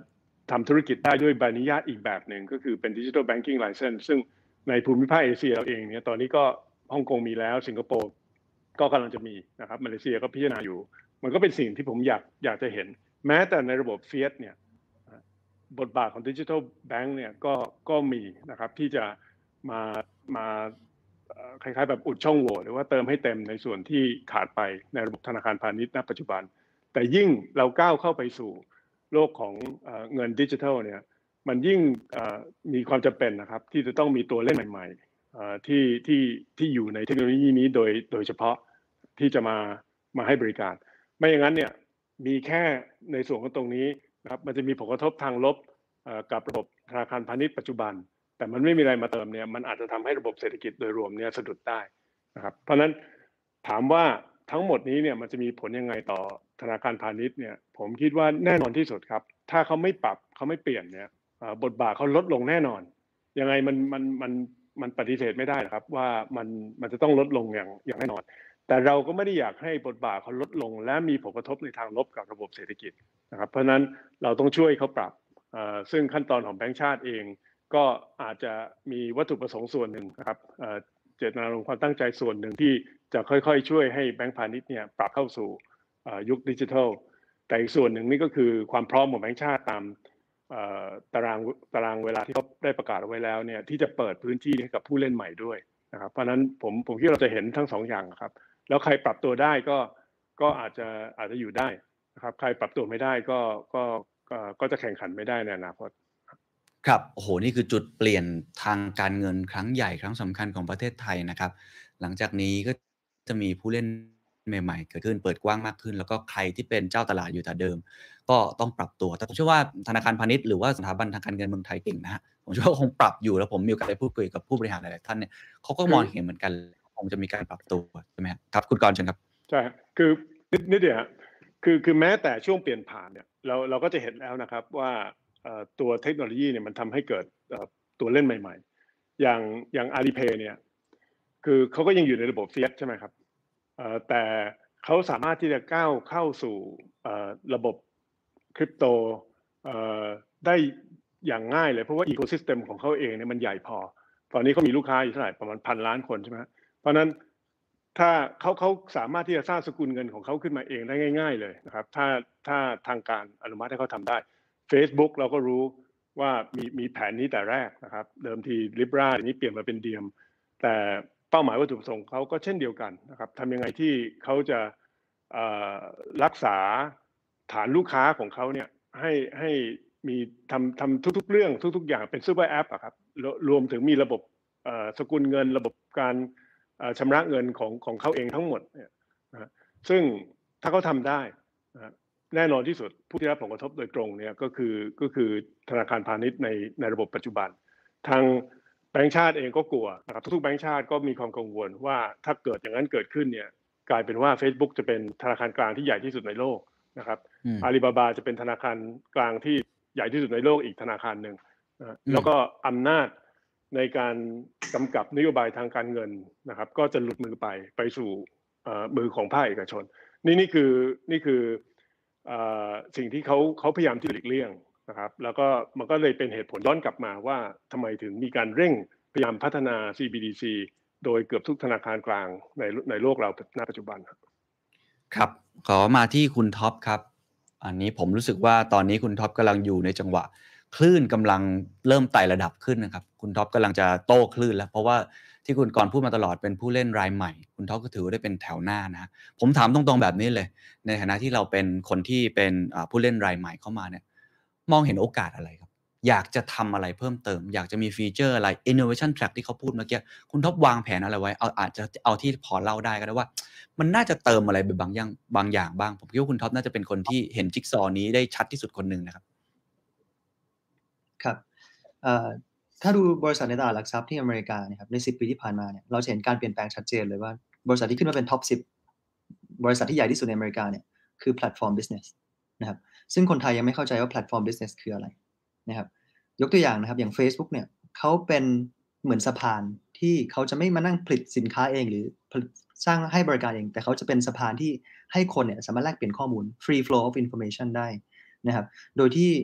ทำธุรกิจได้ด้วยใบอนุญาตอีกแบบหนึ่งก็คือเป็น Digital Banking License ซึ่งในภูมิภาคเอเชียเราเองเนี่ยตอนนี้ก็ฮ่องกงมีแล้วสิงคโปร์ก็กำลังจะมีนะครับมาเลเซียก็พิจารณาอยู่มันก็เป็นสิ่งที่ผมอยากอยากจะเห็นแม้แต่ในระบบ Fiat เนี่ยบทบาทของ Digital Bank เนี่ยก็ก็มีนะครับที่จะมามาคล้ายๆแบบอุดช่องโหว่หรือว่าเติมให้เต็มในส่วนที่ขาดไปในระบบธนาคารพาณิชย์ณปัจจุบันแต่ยิ่งเราก้าวเข้าไปสู่โลกของเงินดิจิทัลเนี่ยมันยิ่งมีความจำเป็นนะครับที่จะต้องมีตัวเล่นใหม่ๆที่ที่ที่อยู่ในเทคโนโลยีนี้โดยโดยเฉพาะที่จะมามาให้บริการไม่อย่างนั้นเนี่ยมีแค่ในส่วนของตรงนี้นะครับมันจะมีผลกระทบทางลบกับระบบธนาคารพาณิชย์ปัจจุบันแต่มันไม่มีอะไรมาเติมเนี่ยมันอาจจะทำให้ระบบเศรษฐกิจโดยรวมเนี่ยสะดุดได้นะครับเพราะฉะนั้นถามว่าทั้งหมดนี้เนี่ยมันจะมีผลยังไงต่อธนาคารพาณิชย์เนี่ยผมคิดว่าแน่นอนที่สุดครับถ้าเขาไม่ปรับเขาไม่เปลี่ยนเนี่ยบทบาทเขาลดลงแน่นอนยังไงมันมันมันมันปฏิเสธไม่ได้ครับว่ามันมันจะต้องลดลงอย่างอย่างแน่นอนแต่เราก็ไม่ได้อยากให้บทบาทเขาลดลงและมีผลกระทบในทางลบกับระบบเศรษฐกิจนะครับเพราะฉะนั้นเราต้องช่วยเขาปรับซึ่งขั้นตอนของแบงก์ชาติเองก็อาจจะมีวัตถุประสงค์ส่วนหนึ่งนะครับเจตนารมณ์ความตั้งใจส่วนหนึ่งที่จะค่อยๆช่วยให้แบงก์พาณิชย์เนี่ยปรับเข้าสู่ยุคดิจิทัลแต่อีกส่วนหนึ่งนี่ก็คือความพร้อมของแบงก์ชาติตามตารางตารางเวลาที่เขาได้ประกาศเอาไว้แล้วเนี่ยที่จะเปิดพื้นที่ให้กับผู้เล่นใหม่ด้วยนะครับเพราะนั้นผมผมคิดว่าเราจะเห็นทั้งสองอย่างครับแล้วใครปรับตัวได้ก็ก็อาจจะอาจจะอยู่ได้นะครับใครปรับตัวไม่ได้ก็ก็ก็จะแข่งขันไม่ได้ในอนาคตครับโอ้โหนี่คือจุดเปลี่ยนทางการเงินครั้งใหญ่ครั้งสำคัญของประเทศไทยนะครับหลังจากนี้ก็จะมีผู้เล่นใหม่ๆเกิดขึ้นเปิดกว้างมากขึ้นแล้วก็ใครที่เป็นเจ้าตลาดอยู่แต่เดิมก็ต้องปรับตัวแต่ผมเชื่อว่าธนาคารพาณิชย์หรือว่าสถาบันทางการเงินเมืองไทยเก่งนะฮะผมเชื่อว่าคงปรับอยู่แล้วผมมีโอกาสได้พูดคุยกับผู้บริหารหลายๆท่านเนี่ยเขาก็มองเห็นเหมือนกันคงจะมีการปรับตัวใช่ไหมครับคุณกรณ์เชิญครับใช่คือนิดเดียวคือคือแม้แต่ช่วงเปลี่ยนผ่านเนี่ยเราเราก็จะเห็นแล้วนะครับว่าตัวเทคโนโลยีเนี่ยมันทำให้เกิดตัวเล่นใหม่ๆอย่างอย่าง Alipay เนี่ยคือเขาก็ยังอยู่ในระบบ Fiat ใช่ไหมครับแต่เขาสามารถที่จะก้าวเข้าสู่ระบบคริปโตได้อย่างง่ายเลยเพราะว่าอีโคซิสเต็มของเขาเองเนี่ยมันใหญ่พอตอนนี้เขามีลูกค้าอยู่เท่าไหร่ประมาณพันล้านคนใช่ไหมเพราะนั้นถ้าเขาเขาสามารถที่จะสร้างสกุลเงินของเขาขึ้นมาเองได้ง่ายๆเลยนะครับถ้าถ้าทางการอนุมัติให้เขาทำได้ Facebook เราก็รู้ว่ามีมีแผนนี้แต่แรกนะครับเดิมที Libra อันนี้เปลี่ยนมาเป็น Diem แต่เป้าหมายวัตถุประสงค์เขาก็เช่นเดียวกันนะครับทำยังไงที่เขาจะรักษาฐานลูกค้าของเขาเนี่ยให้ให้มีทำทำทุกๆเรื่องทุกๆอย่างเป็นซูเปอร์แอปอะครับรวมถึงมีระบบสกุลเงินระบบการชำระเงินของของเขาเองทั้งหมดเนี่ยนะซึ่งถ้าเขาทำได้นะแน่นอนที่สุดผู้ที่รับผลกระทบโดยตรงเนี่ยก็คือก็คือธนาคารพาณิชย์ในในระบบปัจจุบันทางแบงก์ชาติเองก็กลัวนะครับทุกๆแบงก์ชาติก็มีความกังวลว่าถ้าเกิดอย่างนั้นเกิดขึ้นเนี่ยกลายเป็นว่า Facebook จะเป็นธนาคารกลางที่ใหญ่ที่สุดในโลกนะครับอาลีบาบาจะเป็นธนาคารกลางที่ใหญ่ที่สุดในโลกอีกธนาคารหนึ่งนะแล้วก็อำนาจในการกำกับนโยบายทางการเงินนะครับก็จะหลุดมือไปไปสู่มือของภาคเอกชนนี่นี่คือนี่คือสิ่งที่เขาเขาพยายามที่หลีกเลี่ยงนะครับแล้วก็มันก็เลยเป็นเหตุผลย้อนกลับมาว่าทำไมถึงมีการเร่งพยายามพัฒนา ซี บี ดี ซี โดยเกือบทุกธนาคารกลางในในโลกเราณปัจจุบันครับขอมาที่คุณท็อปครับอันนี้ผมรู้สึกว่าตอนนี้คุณท็อปกำลังอยู่ในจังหวะคลื่นกำลังเริ่มไต่ระดับขึ้นนะครับคุณท็อปกำลังจะโต้คลื่นแล้วเพราะว่าที่คุณกรณ์พูดมาตลอดเป็นผู้เล่นรายใหม่คุณท็อปก็ถือว่าได้เป็นแถวหน้านะผมถามตรงๆแบบนี้เลยในฐานะที่เราเป็นคนที่เป็นผู้เล่นรายใหม่เข้ามาเนี่ยมองเห็นโอกาสอะไรครับอยากจะทำอะไรเพิ่มเติมอยากจะมีฟีเจอร์อะไร innovation track ที่เขาพูดเมื่อกี้คุณท็อปวางแผนอะไรไว้เอาอาจจะเอาที่พอเล่าได้ก็ได้ว่ามันน่าจะเติมอะไรไปบางอย่างบางอย่างบ้างผมคิดว่าคุณท็อปน่าจะเป็นคนที่เห็นจิ๊กซอว์นี้ได้ชัดที่สุดคนนึงนะครับครับถ้าดูบริษัทในตลาดหลักทรัพย์ที่อเมริกาเนี่ยครับในสิบปีที่ผ่านมาเนี่ยเราเห็นการเปลี่ยนแปลงชัดเจนเลยว่าบริษัทที่ขึ้นมาเป็นท็อปสิบบริษัทที่ใหญ่ที่สุดในอเมริกาเนี่ยคือแพลตฟอร์มบิสเนสนะครับซึ่งคนไทยยังไม่เข้าใจว่าแพลตฟอร์มบิสเนสคืออะไรนะครับยกตัวอย่างนะครับอย่าง Facebook เนี่ยเขาเป็นเหมือนสะพานที่เขาจะไม่มานั่งผลิตสินค้าเองหรือสร้างให้บริการเองแต่เขาจะเป็นสะพานที่ให้คนเนี่ยสามารถแลกเปลี่ยนข้อมูล free flow of information ได้นะครับโดยที่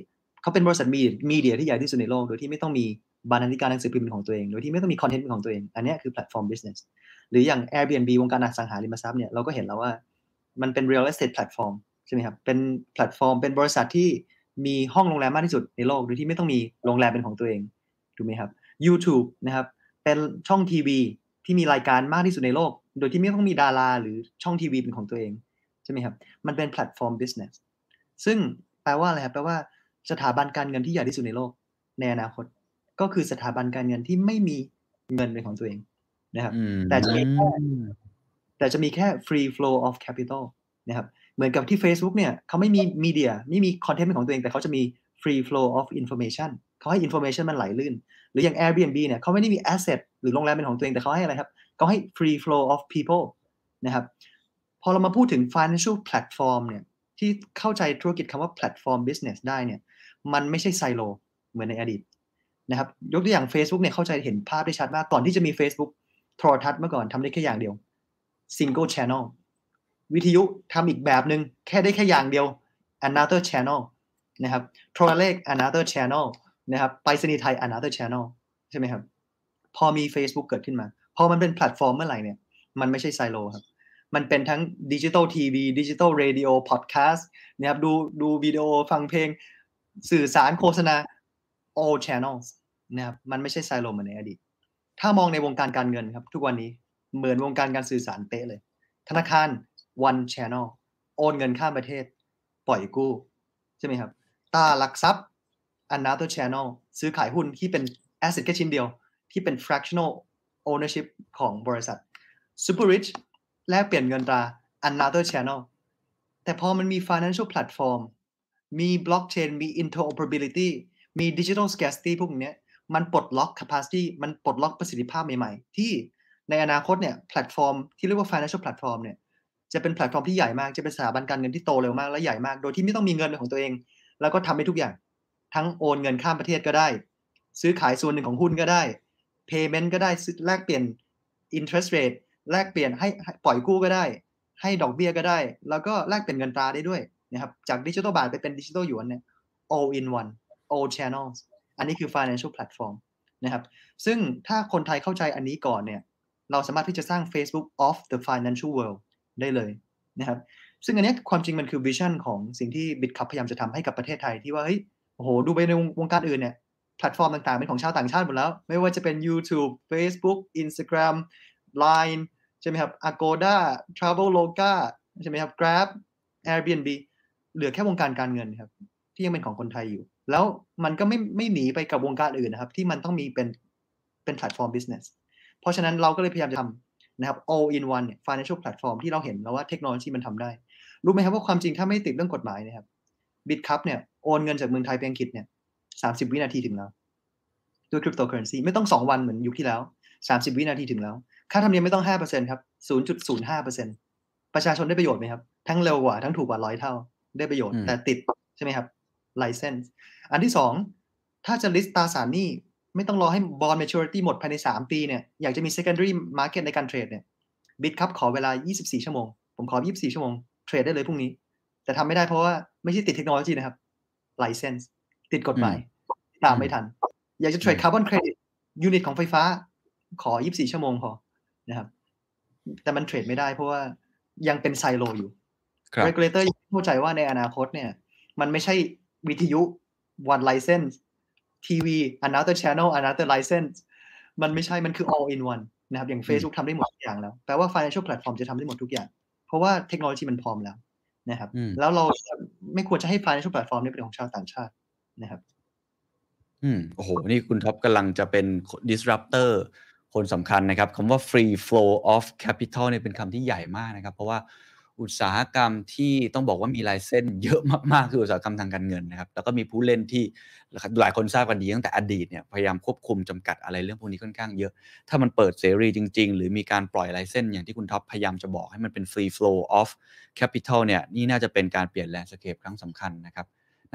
เขาเป็นบริษัทมีมีเดียที่ใหญ่ที่สุดในโลกโดยที่ไม่ต้องมีบรรณาธิการหนังสือพิมพ์เป็นของตัวเองโดยที่ไม่ต้องมีคอนเทนต์เป็นของตัวเองอันนี้คือแพลตฟอร์ม business หรืออย่าง Airbnb วงการอสังหาริมทรัพย์เนี่ยเราก็เห็นแล้วว่ามันเป็น real estate platform ใช่ไหมครับเป็นแพลตฟอร์มเป็นบริษัทที่มีห้องโรงแรมมากที่สุดในโลกโดยที่ไม่ต้องมีโรงแรมเป็นของตัวเองถูกไหมครับ YouTube นะครับเป็นช่องทีวีที่มีรายการมากที่สุดในโลกโดยที่ไม่ต้องมีดาราหรือช่องทีวีเป็นของตัวเองใช่ไหมครับมันเป็นแพลตฟอร์ม business ซึ่งแปลว่าอะไรครับแปลว่าสถาบันการเงินที่ใหญ่ที่สุดในโลกในอนาคตก็คือสถาบันการเงินที่ไม่มีเงินเป็นของตัวเองนะครับแต่จะมีแค่แต่จะมีแค่ free flow of capital นะครับเหมือนกับที่ Facebook เนี่ยเขาไม่มีมีเดียไม่มีคอนเทนต์เป็นของตัวเองแต่เขาจะมี free flow of information เขาให้ information มันไหลลื่นหรืออย่าง Airbnb เนี่ยเขาไม่ได้มี asset หรือโรงแรมเป็นของตัวเองแต่เขาให้อะไรครับเขาให้ free flow of people นะครับพอเรามาพูดถึง financial platform เนี่ยที่เข้าใจธุรกิจคำว่า platform business ได้เนี่ยมันไม่ใช่ไซโลเหมือนในอดีตนะครับยกตัวอย่าง Facebook เนี่ยเข้าใจเห็นภาพได้ชัดมากก่อนที่จะมี Facebook โทรทัศน์เมื่อก่อนทำได้แค่อย่างเดียว single channel วิทยุทำอีกแบบหนึ่งแค่ได้แค่อย่างเดียว another channel นะครับโทรเลข another channel นะครับไปรษณีย์ไทย another channel ใช่ไหมครับพอมี Facebook เกิดขึ้นมาพอมันเป็นแพลตฟอร์มเมื่อไหร่เนี่ยมันไม่ใช่ไซโลครับมันเป็นทั้งดิจิทัลทีวีดิจิทัลเรดิโอพอดแคสต์นะครับดูดูวิดีโอฟังเพลงสื่อสารโฆษณา all channels นะครับมันไม่ใช่ไซโลเหมือนในอดีตถ้ามองในวงการการเงินครับทุกวันนี้เหมือนวงการการสื่อสารเป๊ะเลยธนาคาร one channel โอนเงินข้ามประเทศปล่อยกู้ใช่ไหมครับตาหลักทรัพย์ another channel ซื้อขายหุ้นที่เป็น asset แค่ชิ้นเดียวที่เป็น fractional ownership ของบริษัท super rich แลกเปลี่ยนเงินตรา another channel แต่พอมันมี financial platform มี blockchain มี interoperability มี digital scarcity พวกนี้มันปลดล็อก capacity มันปลดล็อกประสิทธิภาพใหม่ๆที่ในอนาคตเนี่ยแพลตฟอร์มที่เรียกว่า financial platform เนี่ยจะเป็นแพลตฟอร์มที่ใหญ่มากจะเป็นสถาบันการเงินที่โตเร็วมากและใหญ่มากโดยที่ไม่ต้องมีเงินเป็นของตัวเองแล้วก็ทำได้ทุกอย่างทั้งโอนเงินข้ามประเทศก็ได้ซื้อขายส่วนหนึ่งของหุ้นก็ได้ payment ก็ได้แลกเปลี่ยน interest rate แลกเปลี่ยนให้ปล่อยกู้ก็ได้ให้ดอกเบี้ยก็ได้แล้วก็แลกเปลี่ยนเงินตราได้ด้วยนะครับจากดิจิทัลบาทไปเป็นดิจิทัลหยวนเนี่ย all in one all channels อันนี้คือ financial platform นะครับซึ่งถ้าคนไทยเข้าใจอันนี้ก่อนเนี่ยเราสามารถที่จะสร้าง Facebook of the financial world ได้เลยนะครับซึ่งอันนี้ความจริงมันคือวิชั่นของสิ่งที่ BitCup พยายามจะทำให้กับประเทศไทยที่ว่าเฮ้ยโอ้โหดูไปในวงการอื่นเนี่ยแพลตฟอร์มต่างๆเป็นของชาวต่างชาติหมดแล้วไม่ว่าจะเป็น YouTube Facebook Instagram ไลน์ ใช่ไหมครับ Agoda Traveloka ใช่ไหมครับ Grab Airbnb เหลือแค่วงการการเงินครับที่ยังเป็นของคนไทยอยู่แล้วมันก็ไม่ไม่หนีไปกับวงการอื่นนะครับที่มันต้องมีเป็นเป็นแพลตฟอร์ม business เพราะฉะนั้นเราก็เลยพยายามจะทำนะครับ all in one เนี่ย financial platform ที่เราเห็นแล้วว่าเทคโนโลยีมันทำได้รู้ไหมครับว่าความจริงถ้าไม่ติดเรื่องกฎหมายนะครับ BitCup เนี่ยโอนเงินจากเมืองไทยไปอังกฤษเนี่ยสามสิบวินาทีถึงแล้วด้วย cryptocurrency ไม่ต้องสองวันเหมือนยุคที่แล้วสามสิบวินาทีถึงแล้วค่าธรรมเนียมไม่ต้อง ห้าเปอร์เซ็นต์ ครับ ศูนย์จุดศูนย์ห้าเปอร์เซ็นต์ ประชาชนได้ประโยชน์ไหมครับทั้งเร็วกว่าทั้งถูกกว่าร้อยเท่าได้ประโยชน์แต่ติดใช่ไหมครับ license อันที่สองถ้าจะ list ตราสารหนี้ไม่ต้องรอให้ bond maturity หมดภายในสามปีเนี่ยอยากจะมี secondary market ในการเทรดเนี่ย BitCup ขอเวลายี่สิบสี่ชั่วโมงผมขอยี่สิบสี่ชั่วโมงเทรดได้เลยพรุ่งนี้แต่ทำไม่ได้เพราะว่าไม่ใช่ติดเทคโนโลยีนะครับ license ติดกฎหมายตามไม่ทันอยากจะเทรด carbon credit unit ของไฟฟ้าขอยี่สิบสี่ชั่วโมงพอนะครับแต่มันเทรดไม่ได้เพราะว่ายังเป็นไซโลอยู่ regulator ยังเข้าใจว่าในอนาคตเนี่ยมันไม่ใช่วิทยุ one license ทีวี another channel another license มันไม่ใช่มันคือ all in one นะครับอย่าง Facebook ทำได้หมดทุกอย่างแล้วแปลว่า financial platform จะทำได้หมดทุกอย่างเพราะว่าเทคโนโลยีมันพร้อมแล้วนะครับแล้วเราไม่ควรจะให้ financial platform นี้เป็นของชาวต่างชาตินะครับอืมโอ้โหนี่คุณท็อปกำลังจะเป็น disruptor คนสำคัญนะครับคำว่า free flow of capital เนี่ยเป็นคำที่ใหญ่มากนะครับเพราะว่าอุตสาหกรรมที่ต้องบอกว่ามีลายเส้นเยอะมากๆคืออุตสาหกรรมทางการเงินนะครับแล้วก็มีผู้เล่นที่หลายคนทราบกันดีตั้งแต่อดีตเนี่ยพยายามควบคุมจำกัดอะไรเรื่องพวกนี้ค่อนข้างเยอะถ้ามันเปิดเสรีจริงๆหรือมีการปล่อยลายเส้นอย่างที่คุณท็อปพยายามจะบอกให้มันเป็น free flow of capital เนี่ยนี่น่าจะเป็นการเปลี่ยน landscape ครั้งสำคัญนะครับ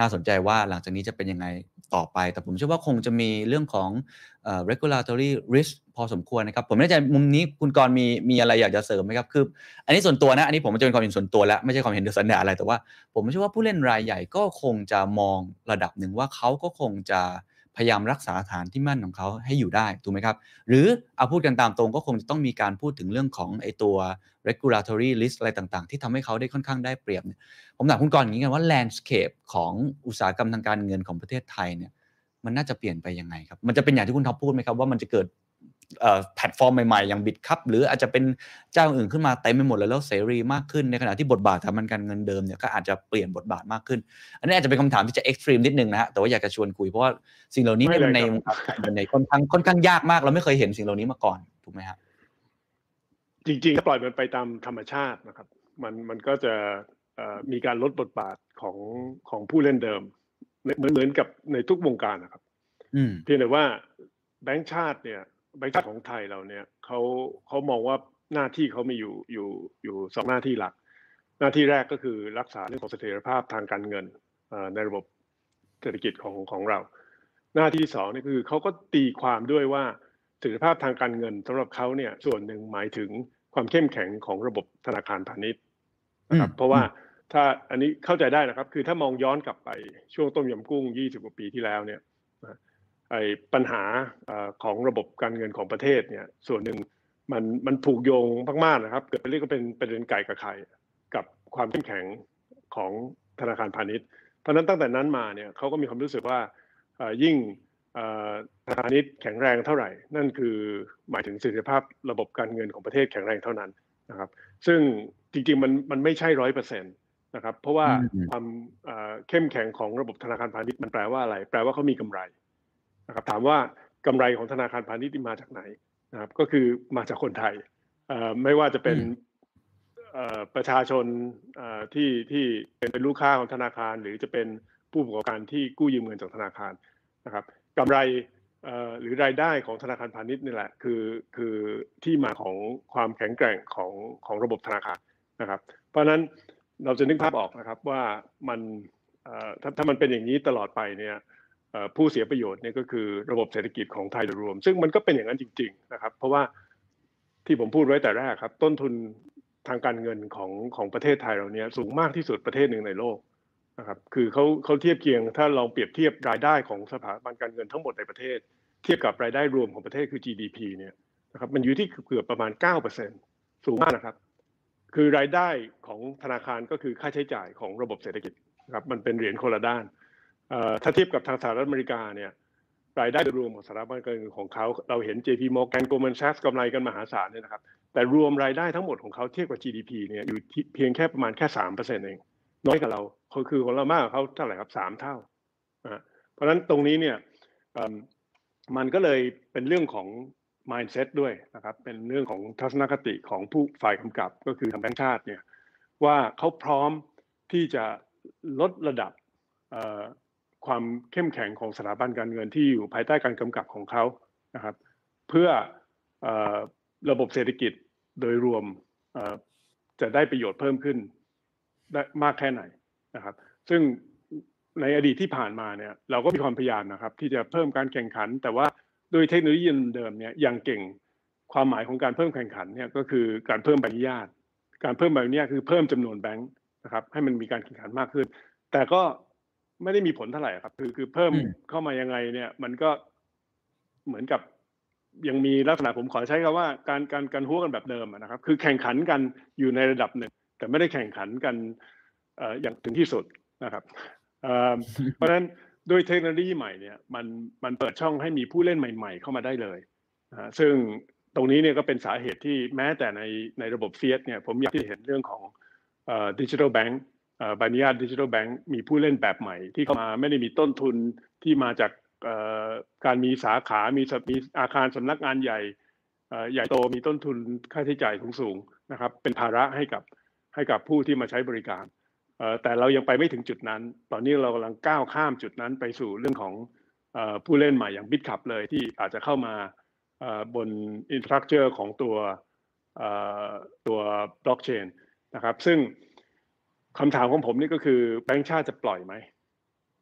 น่าสนใจว่าหลังจากนี้จะเป็นยังไงต่อไปแต่ผมเชื่อว่าคงจะมีเรื่องของเอ่อ regulatory risk พอสมควรนะครับผมไม่แน่ใจมุมนี้คุณกรณ์มีมีอะไรอยากจะเสริมไหมครับคืออันนี้ส่วนตัวนะอันนี้ผมจะเป็นความเห็นส่วนตัวแล้วไม่ใช่ความเห็นโดยสัญญาอะไรแต่ว่าผมเชื่อว่าผู้เล่นรายใหญ่ก็คงจะมองระดับหนึ่งว่าเขาก็คงจะพยายามรักษาฐานที่มั่นของเขาให้อยู่ได้ถูกไหมครับหรือเอาพูดกันตามตรงก็คงจะต้องมีการพูดถึงเรื่องของไอ้ตัว regulatory risk อะไรต่างๆที่ทำให้เขาได้ค่อนข้างได้เปรียบเนี่ยผมถามคุณกรณ์อย่างนี้กันว่า landscape ของอุตสาหกรรมทางการเงินของประเทศไทยเนี่ยมันน่าจะเปลี่ยนไปยังไงครับมันจะเป็นอย่างที่คุณท็อปพูดไหมครับว่ามันจะเกิดเอ่อแพลตฟอร์มใหม่ๆอย่าง Bitcup หรืออาจจะเป็นเจ้าอื่นขึ้นมาเต็มไปหมดเลยแล้วเสรีมากขึ้นในขณะที่บทบาททางการเงินเดิมเนี่ยก็อาจจะเปลี่ยนบทบาทมากขึ้นอันนี้อาจจะเป็นคำถามที่จะ extreme นิดนึงนะฮะแต่ว่าอยากจะชวนคุยเพราะว่าสิ่งเหล่านี้เนี่ยในวงการการเงินในค่อนข้างค่อนข้างยากมากเราไม่เคยเห็นสิ่งเหล่านี้มาก่อนถูกไหมครับจริงๆถ้าปล่อยมันไปตามธรรมชาตินะครับมันมันก็จะมีการลดบทบาทของของผู้เล่นเดิมเหมือนเหมือนกับในทุกวงการนะครับเพียงแต่ว่าแบงก์ชาติเนี่ยแบงก์ชาติของไทยเราเนี่ยเขาเขามองว่าหน้าที่เขามีอยู่อยู่อยู่สองหน้าที่หลักหน้าที่แรกก็คือรักษาเรื่องของเสถียรภาพทางการเงินในระบบเศรษฐกิจของของเราหน้าที่สองนี่คือเขาก็ตีความด้วยว่าเสถียรภาพทางการเงินสำหรับเขาเนี่ยส่วนหนึ่งหมายถึงความเข้มแข็งของระบบธนาคารพาณิชย์นะครับเพราะว่าถ้าอันนี้เข้าใจได้นะครับคือถ้ามองย้อนกลับไปช่วงต้มยำกุ้งยี่สิบกว่าปีที่แล้วเนี่ยไอ้ปัญหาของระบบการเงินของประเทศเนี่ยส่วนหนึ่งมันมันผูกโยงมากๆนะครับเกิดไปเรียกว่าเป็นประเด็นไก่กับไข่กับความเข้มแข็งของธนาคารพาณิชย์เพราะนั้นตั้งแต่นั้นมาเนี่ยเขาก็มีความรู้สึกว่ายิ่งธนาคารพาณิชย์แข็งแรงเท่าไหร่นั่นคือหมายถึงเสถียรภาพระบบการเงินของประเทศแข็งแรงเท่านั้นนะครับซึ่งจริงๆมันมันไม่ใช่ร้อยเปอร์เซ็นต์นะครับเพราะว่าความเข้มแข็งของระบบธนาคารพาณิชย์มันแปลว่าอะไรแปลว่าเขามีกำไรนะครับถามว่ากำไรของธนาคารพาณิชย์มาจากไหนนะครับก็คือมาจากคนไทยไม่ว่าจะเป็นประชาชนที่ที่เป็นลูกค้าของธนาคารหรือจะเป็นผู้ประกอบการที่กู้ยืมเงินจากธนาคารนะครับกำไรหรือรายได้ของธนาคารพาณิชย์นี่แหละคือคือที่มาของความแข็งแกร่งของของระบบธนาคารนะครับเพราะฉะนั้นเราจะนึกภาพออกนะครับว่ามันถ้าถ้ามันเป็นอย่างนี้ตลอดไปเนี่ยผู้เสียประโยชน์เนี่ยก็คือระบบเศรษฐกิจของไทยโดยรวมซึ่งมันก็เป็นอย่างนั้นจริงๆนะครับเพราะว่าที่ผมพูดไว้แต่แรกครับต้นทุนทางการเงินของของประเทศไทยเราเนี่ยสูงมากที่สุดประเทศหนึ่งในโลกนะครับคือเขาเขาเทียบเคียงถ้าลองเปรียบเทียบรายได้ของสถาบันการเงินทั้งหมดในประเทศเทียบกับรายได้รวมของประเทศคือ จี ดี พี เนี่ยนะครับมันอยู่ที่เกือบประมาณ เก้าเปอร์เซ็นต์ สูงมากนะครับคือรายได้ของธนาคารก็คือค่าใช้จ่ายของระบบเศรษฐกิจนะครับมันเป็นเหรียญคนละด้านถ้าเทียบกับทางสหรัฐอเมริกาเนี่ยรายได้โดยรวมของสถาบันการเงินของเขาเราเห็น เจ พี Morgan Goldman Sachs กำไรกันมหาศาลเนี่ยนะครับแต่รวมรายได้ทั้งหมดของเขาเทียบกับ จี ดี พี เนี่ยอยู่เพียงแค่ประมาณแค่ สามเปอร์เซ็นต์ เองน้อยกว่าเราคือของเรามากกว่าเขาเท่าไหร่ครับสามเท่านะเพราะฉะนั้นตรงนี้เนี่ยมันก็เลยเป็นเรื่องของ mindset ด้วยนะครับเป็นเรื่องของทัศนคติของผู้ฝ่ายกำกับก็คือทางแบงก์ชาติเนี่ยว่าเขาพร้อมที่จะลดระดับความเข้มแข็งของสถาบันการเงินที่อยู่ภายใต้การกำกับของเขานะครับเพื่อระบบเศรษฐกิจโดยรวมจะได้ประโยชน์เพิ่มขึ้นได้มากแค่ไหนนะครับซึ่งในอดีตที่ผ่านมาเนี่ยเราก็มีความพยายามนะครับที่จะเพิ่มการแข่งขันแต่ว่าโดยเทคโนโลยีเดิมเนี่ยอย่างเก่งความหมายของการเพิ่มแข่งขันเนี่ยก็คือการเพิ่มใบอนุญาตการเพิ่มใบอนุญาตคือเพิ่มจำนวนแบงค์นะครับให้มันมีการแข่งขันมากขึ้นแต่ก็ไม่ได้มีผลเท่าไหร่ครับคือคือเพิ่มเข้ามายังไงเนี่ยมันก็เหมือนกับยังมีลักษณะผมขอใช้คำว่าการการการหัวกันแบบเดิมนะครับคือแข่งขันกันอยู่ในระดับหนึ่งแต่ไม่ได้แข่งขันกันอย่างถึงที่สุดนะครับเพราะฉะนั้นด้วยเทคโนโลยีใหม่เนี่ยมันมันเปิดช่องให้มีผู้เล่นใหม่ๆเข้ามาได้เลยซึ่งตรงนี้เนี่ยก็เป็นสาเหตุที่แม้แต่ในในระบบเฟียสเนี่ยผมอยากที่เห็นเรื่องของดิจิทัลแบงก์ใบอนุญาตดิจิทัลแบงก์มีผู้เล่นแบบใหม่ที่เข้ามาไม่ได้มีต้นทุนที่มาจากการมีสาขามีมีอาคารสำนักงานใหญ่ใหญ่โตมีต้นทุนค่าใช้จ่ายสูงๆนะครับเป็นภาระให้กับให้กับผู้ที่มาใช้บริการแต่เรายังไปไม่ถึงจุดนั้นตอนนี้เรากำลังก้าวข้ามจุดนั้นไปสู่เรื่องของผู้เล่นใหม่อย่าง Bitcup เลยที่อาจจะเข้ามาบน infrastructure ของตัวตัว blockchain นะครับซึ่งคำถามของผมนี่ก็คือแบงก์ชาติจะปล่อยไหม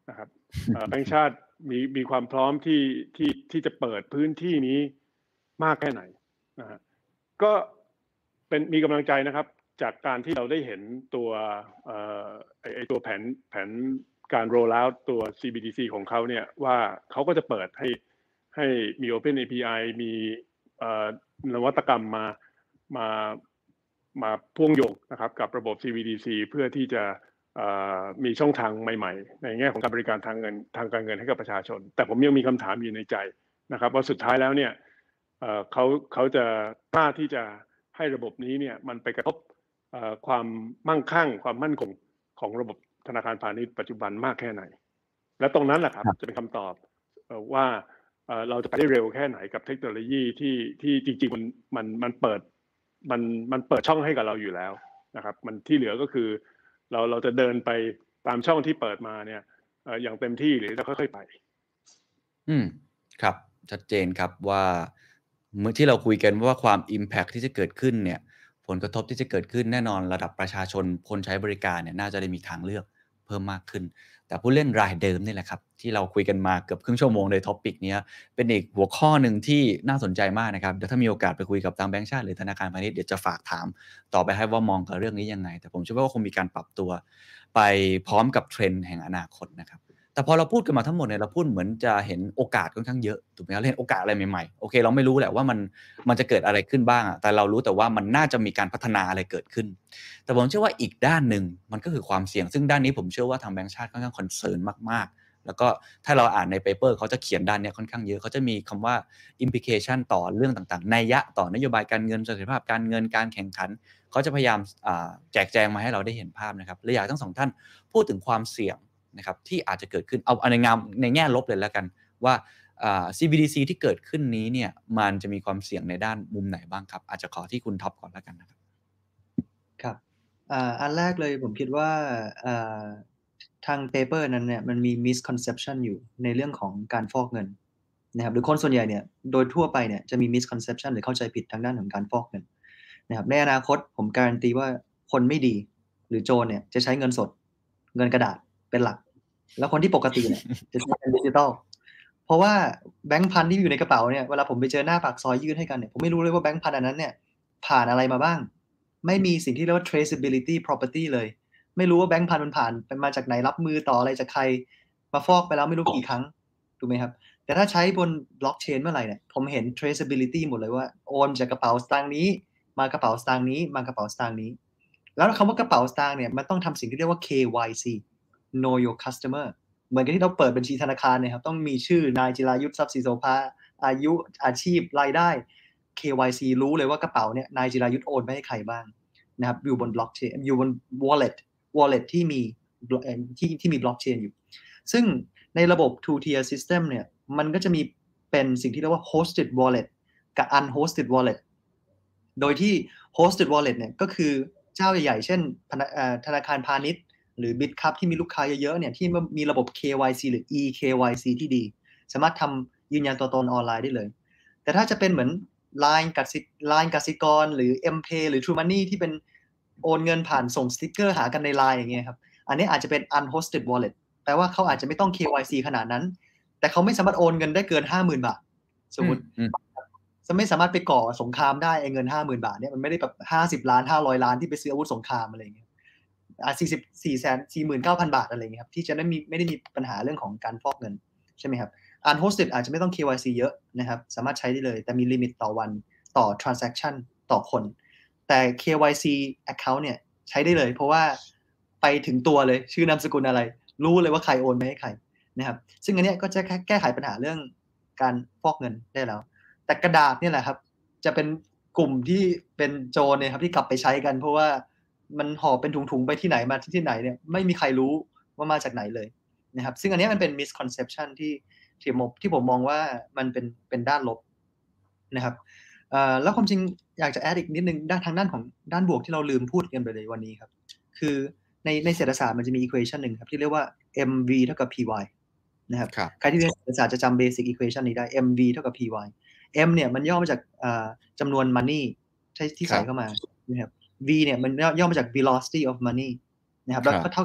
นะครับแบงก์ชาติมีมีความพร้อมที่ที่ที่จะเปิดพื้นที่นี้มากแค่ไหนนะฮะก็เป็นมีกำลังใจนะครับจากการที่เราได้เห็นตัวเอ่อไอไอตัวแผนแผนการ roll out ตัว ซี บี ดี ซี ของเขาเนี่ยว่าเขาก็จะเปิดให้ให้มี Open เอ พี ไอ มีเอ่อนวัตกรรมมามามาพ่วงโยงนะครับกับระบบ ซี บี ดี ซี เพื่อที่จะมีช่องทางใหม่ๆในแง่ของการบริการทางเงินทางการเงินให้กับประชาชนแต่ผมยังมีคำถามอยู่ในใจนะครับว่าสุดท้ายแล้วเนี่ยเขาเขาจะกล้าที่จะให้ระบบนี้เนี่ยมันไปกระทบความมั่งคั่งความมั่นคงของระบบธนาคารพาณิชย์ปัจจุบันมากแค่ไหนและตรงนั้นแหละครับจะเป็นคำตอบว่าเราจะไปได้เร็วแค่ไหนกับเทคโนโลยีที่ที่จริงๆมันมันมันเปิดมันมันเปิดช่องให้กับเราอยู่แล้วนะครับมันที่เหลือก็คือเราเราจะเดินไปตามช่องที่เปิดมาเนี่ยอย่างเต็มที่หรือจะค่อยๆไปอืมครับชัดเจนครับว่าเมื่อที่เราคุยกันว่าความ impact ที่จะเกิดขึ้นเนี่ยผลกระทบที่จะเกิดขึ้นแน่นอนระดับประชาชนคนใช้บริการเนี่ยน่าจะได้มีทางเลือกเพิ่มมากขึ้นแต่ผู้เล่นรายเดิมนี่แหละครับที่เราคุยกันมาเกือบครึ่งชั่วโมงในท็อปิกนี้เป็นอีกหัวข้อหนึ่งที่น่าสนใจมากนะครับเดี๋ยวถ้ามีโอกาสไปคุยกับทางแบงก์ชาติหรือธนาคารพาณิชย์เดี๋ยวจะฝากถามต่อไปให้ว่ามองกับเรื่องนี้ยังไงแต่ผมเชื่อว่าคงมีการปรับตัวไปพร้อมกับเทรนด์แห่งอนาคตนะครับแต่พอเราพูดกันมาทั้งหมดเนี่ยเราพูดเหมือนจะเห็นโอกาสค่อนข้างเยอะถูกไหมครับเห็นโอกาสอะไรใหม่ๆโอเคเราไม่รู้แหละว่ามันมันจะเกิดอะไรขึ้นบ้างแต่เรารู้แต่ว่ามันน่าจะมีการพัฒนาอะไรเกิดขึ้นแต่ผมเชื่อว่าอีกด้านหนึ่งมันก็คือความเสี่ยงซึ่งด้านนี้ผมเชื่อว่าทางแบงก์ชาติค่อนข้างคอนเซิร์นมากๆแล้วก็ถ้าเราอ่านในเปเปอร์เขาจะเขียนด้านนี้ค่อนข้างเยอะเขาจะมีคำว่า implication ต่อเรื่องต่างๆนัยยะต่อนโยบายการเงินประสิทธิภาพการเงินการแข่งขันเขาจะพยายามแจกแจงมาให้เราได้เห็นภาพนะครับเลยอยากทั้งสองท่านพูดถึงความเสี่ยงนะครับที่อาจจะเกิดขึ้นเอาในงามในแง่ลบเลยแล้วกันว่า ซี บี ดี ซี ที่เกิดขึ้นนี้เนี่ยมันจะมีความเสี่ยงในด้านมุมไหนบ้างครับอาจจะขอที่คุณท็อปก่อนแล้วกันนะครับครับอันแรกเลยผมคิดว่าทางเปเปอร์นั้นเนี่ยมันมี misconception อยู่ในเรื่องของการฟอกเงินนะครับหรือคนส่วนใหญ่เนี่ยโดยทั่วไปเนี่ยจะมี misconception หรือเข้าใจผิดทางด้านของการฟอกเงินนะครับในอนาคตผมการันตีว่าคนไม่ดีหรือโจรเนี่ยจะใช้เงินสดเงินกระดาษเป็นหลักแล้วคนที่ปกติเนี่ยจะใช้เงินดิจิตอลเพราะว่าแบงค์พันที่อยู่ในกระเป๋าเนี่ยเวลาผมไปเจอหน้าปากซอยยื่นให้กันเนี่ยผมไม่รู้เลยว่าแบงค์พันอันนั้นเนี่ยผ่านอะไรมาบ้างไม่มีสิ่งที่เรียกว่า traceability property เลยไม่รู้ว่าแบงค์พันมันผ่านไปมาจากไหนรับมือต่ออะไรจากใครมาฟอกไปแล้วไม่รู้กี่ครั้งถูกไหมครับแต่ถ้าใช้บนบล็อกเชนเมื่อไหร่เนี่ยผมเห็น traceability หมดเลยว่าโอนจากกระเป๋าสตางค์นี้มากระเป๋าสตางค์นี้มากระเป๋าสตางค์นี้แล้วคำว่ากระเป๋าสตางค์เนี่ยมันต้องทำสิ่งที่เรียกว่า เค วาย ซี know your customer เหมือนกับที่เราเปิดบัญชีธนาคารเนี่ยครับต้องมีชื่อนายจิรายุทธทรัพย์ศรีโสภาอายุอาชีพรายได้ เค วาย ซี รู้เลยว่ากระเป๋าเนี่ยนายจิรายุทธโอนไปให้ใครบ้างนะครับอยู่บนบล็อกเชนอยู่บน wallet wallet ที่มีที่ที่มีบล็อกเชนอยู่ซึ่งในระบบ two tier system เนี่ยมันก็จะมีเป็นสิ่งที่เรียกว่า hosted wallet กับ unhosted wallet โดยที่ hosted wallet เนี่ยก็คือเจ้าใหญ่ๆเช่นธนาคารพาณิชย์หรือ Bitcup ที่มีลูกค้าเยอะๆเนี่ยที่มีระบบ เค วาย ซี หรือ อี เค วาย ซี ที่ดีสามารถทำยืนยันตัวตนออนไลน์ได้เลยแต่ถ้าจะเป็นเหมือน Line กสิ Line กสิกรหรือ M-Pay หรือ True Money ที่เป็นโอนเงินผ่านส่งสติ๊กเกอร์หากันใน ไลน์ อย่างเงี้ยครับอันนี้อาจจะเป็น unhosted wallet แปลว่าเขาอาจจะไม่ต้อง เค วาย ซี ขนาดนั้นแต่เขาไม่สามารถโอนเงินได้เกิน ห้าหมื่น บาทสมมุติจะไม่สามารถไปก่อสงครามได้ไอ้เงิน ห้าหมื่น บาทเนี่ยมันไม่ได้แบบห้าสิบล้านห้าร้อยล้านที่ไปซื้ออาวุธสงครามอะไรอย่างเงี้ยอ่ะสี่สิบสี่แสน สี่หมื่นเก้าพัน บาทอะไรอย่างเงี้ยครับที่จะไม่มีไม่ได้มีปัญหาเรื่องของการฟอกเงินใช่ไหมครับ unhosted อาจจะไม่ต้อง เค วาย ซี เยอะนะครับสามารถใช้ได้เลยแต่มีลิมิตต่อวันต่อ transaction ต่อคนแต่ เค วาย ซี account เนี่ยใช้ได้เลยเพราะว่าไปถึงตัวเลยชื่อนามสกุลอะไรรู้เลยว่าใครโอนไปให้ใครนะครับซึ่งอันนี้ก็จะแก้ไขปัญหาเรื่องการฟอกเงินได้แล้วแต่กระดาษเนี่ยแหละครับจะเป็นกลุ่มที่เป็นโจรเนี่ยครับที่กลับไปใช้กันเพราะว่ามันห่อเป็นถุงๆไปที่ไหนมาที่ไหนเนี่ยไม่มีใครรู้ว่ามาจากไหนเลยนะครับซึ่งอันนี้มันเป็น misconception ที่ที่ผมที่ผมมองว่ามันเป็นเป็นด้านลบนะครับแล้วความจริงอยากจะแอดอีกนิดนึงด้านทางด้านของด้านบวกที่เราลืมพูดกันไปเลยวันนี้ครับคือในในเศรษฐศาสตร์มันจะมี equation หนึ่งครับที่เรียกว่า เอ็ม วี เท่ากับ พี วาย นะครับใครที่เรียนเศรษฐศาสตร์จะจำ basic equation นี้ได้ เอ็ม วี เท่ากับ พี วาย M เนี่ยมันย่อมาจากจำนวน money ที่ใส่เข้ามานะครับ V เนี่ยมันย่อมาจาก velocity of money นะครับแล้วก็เท่ากับ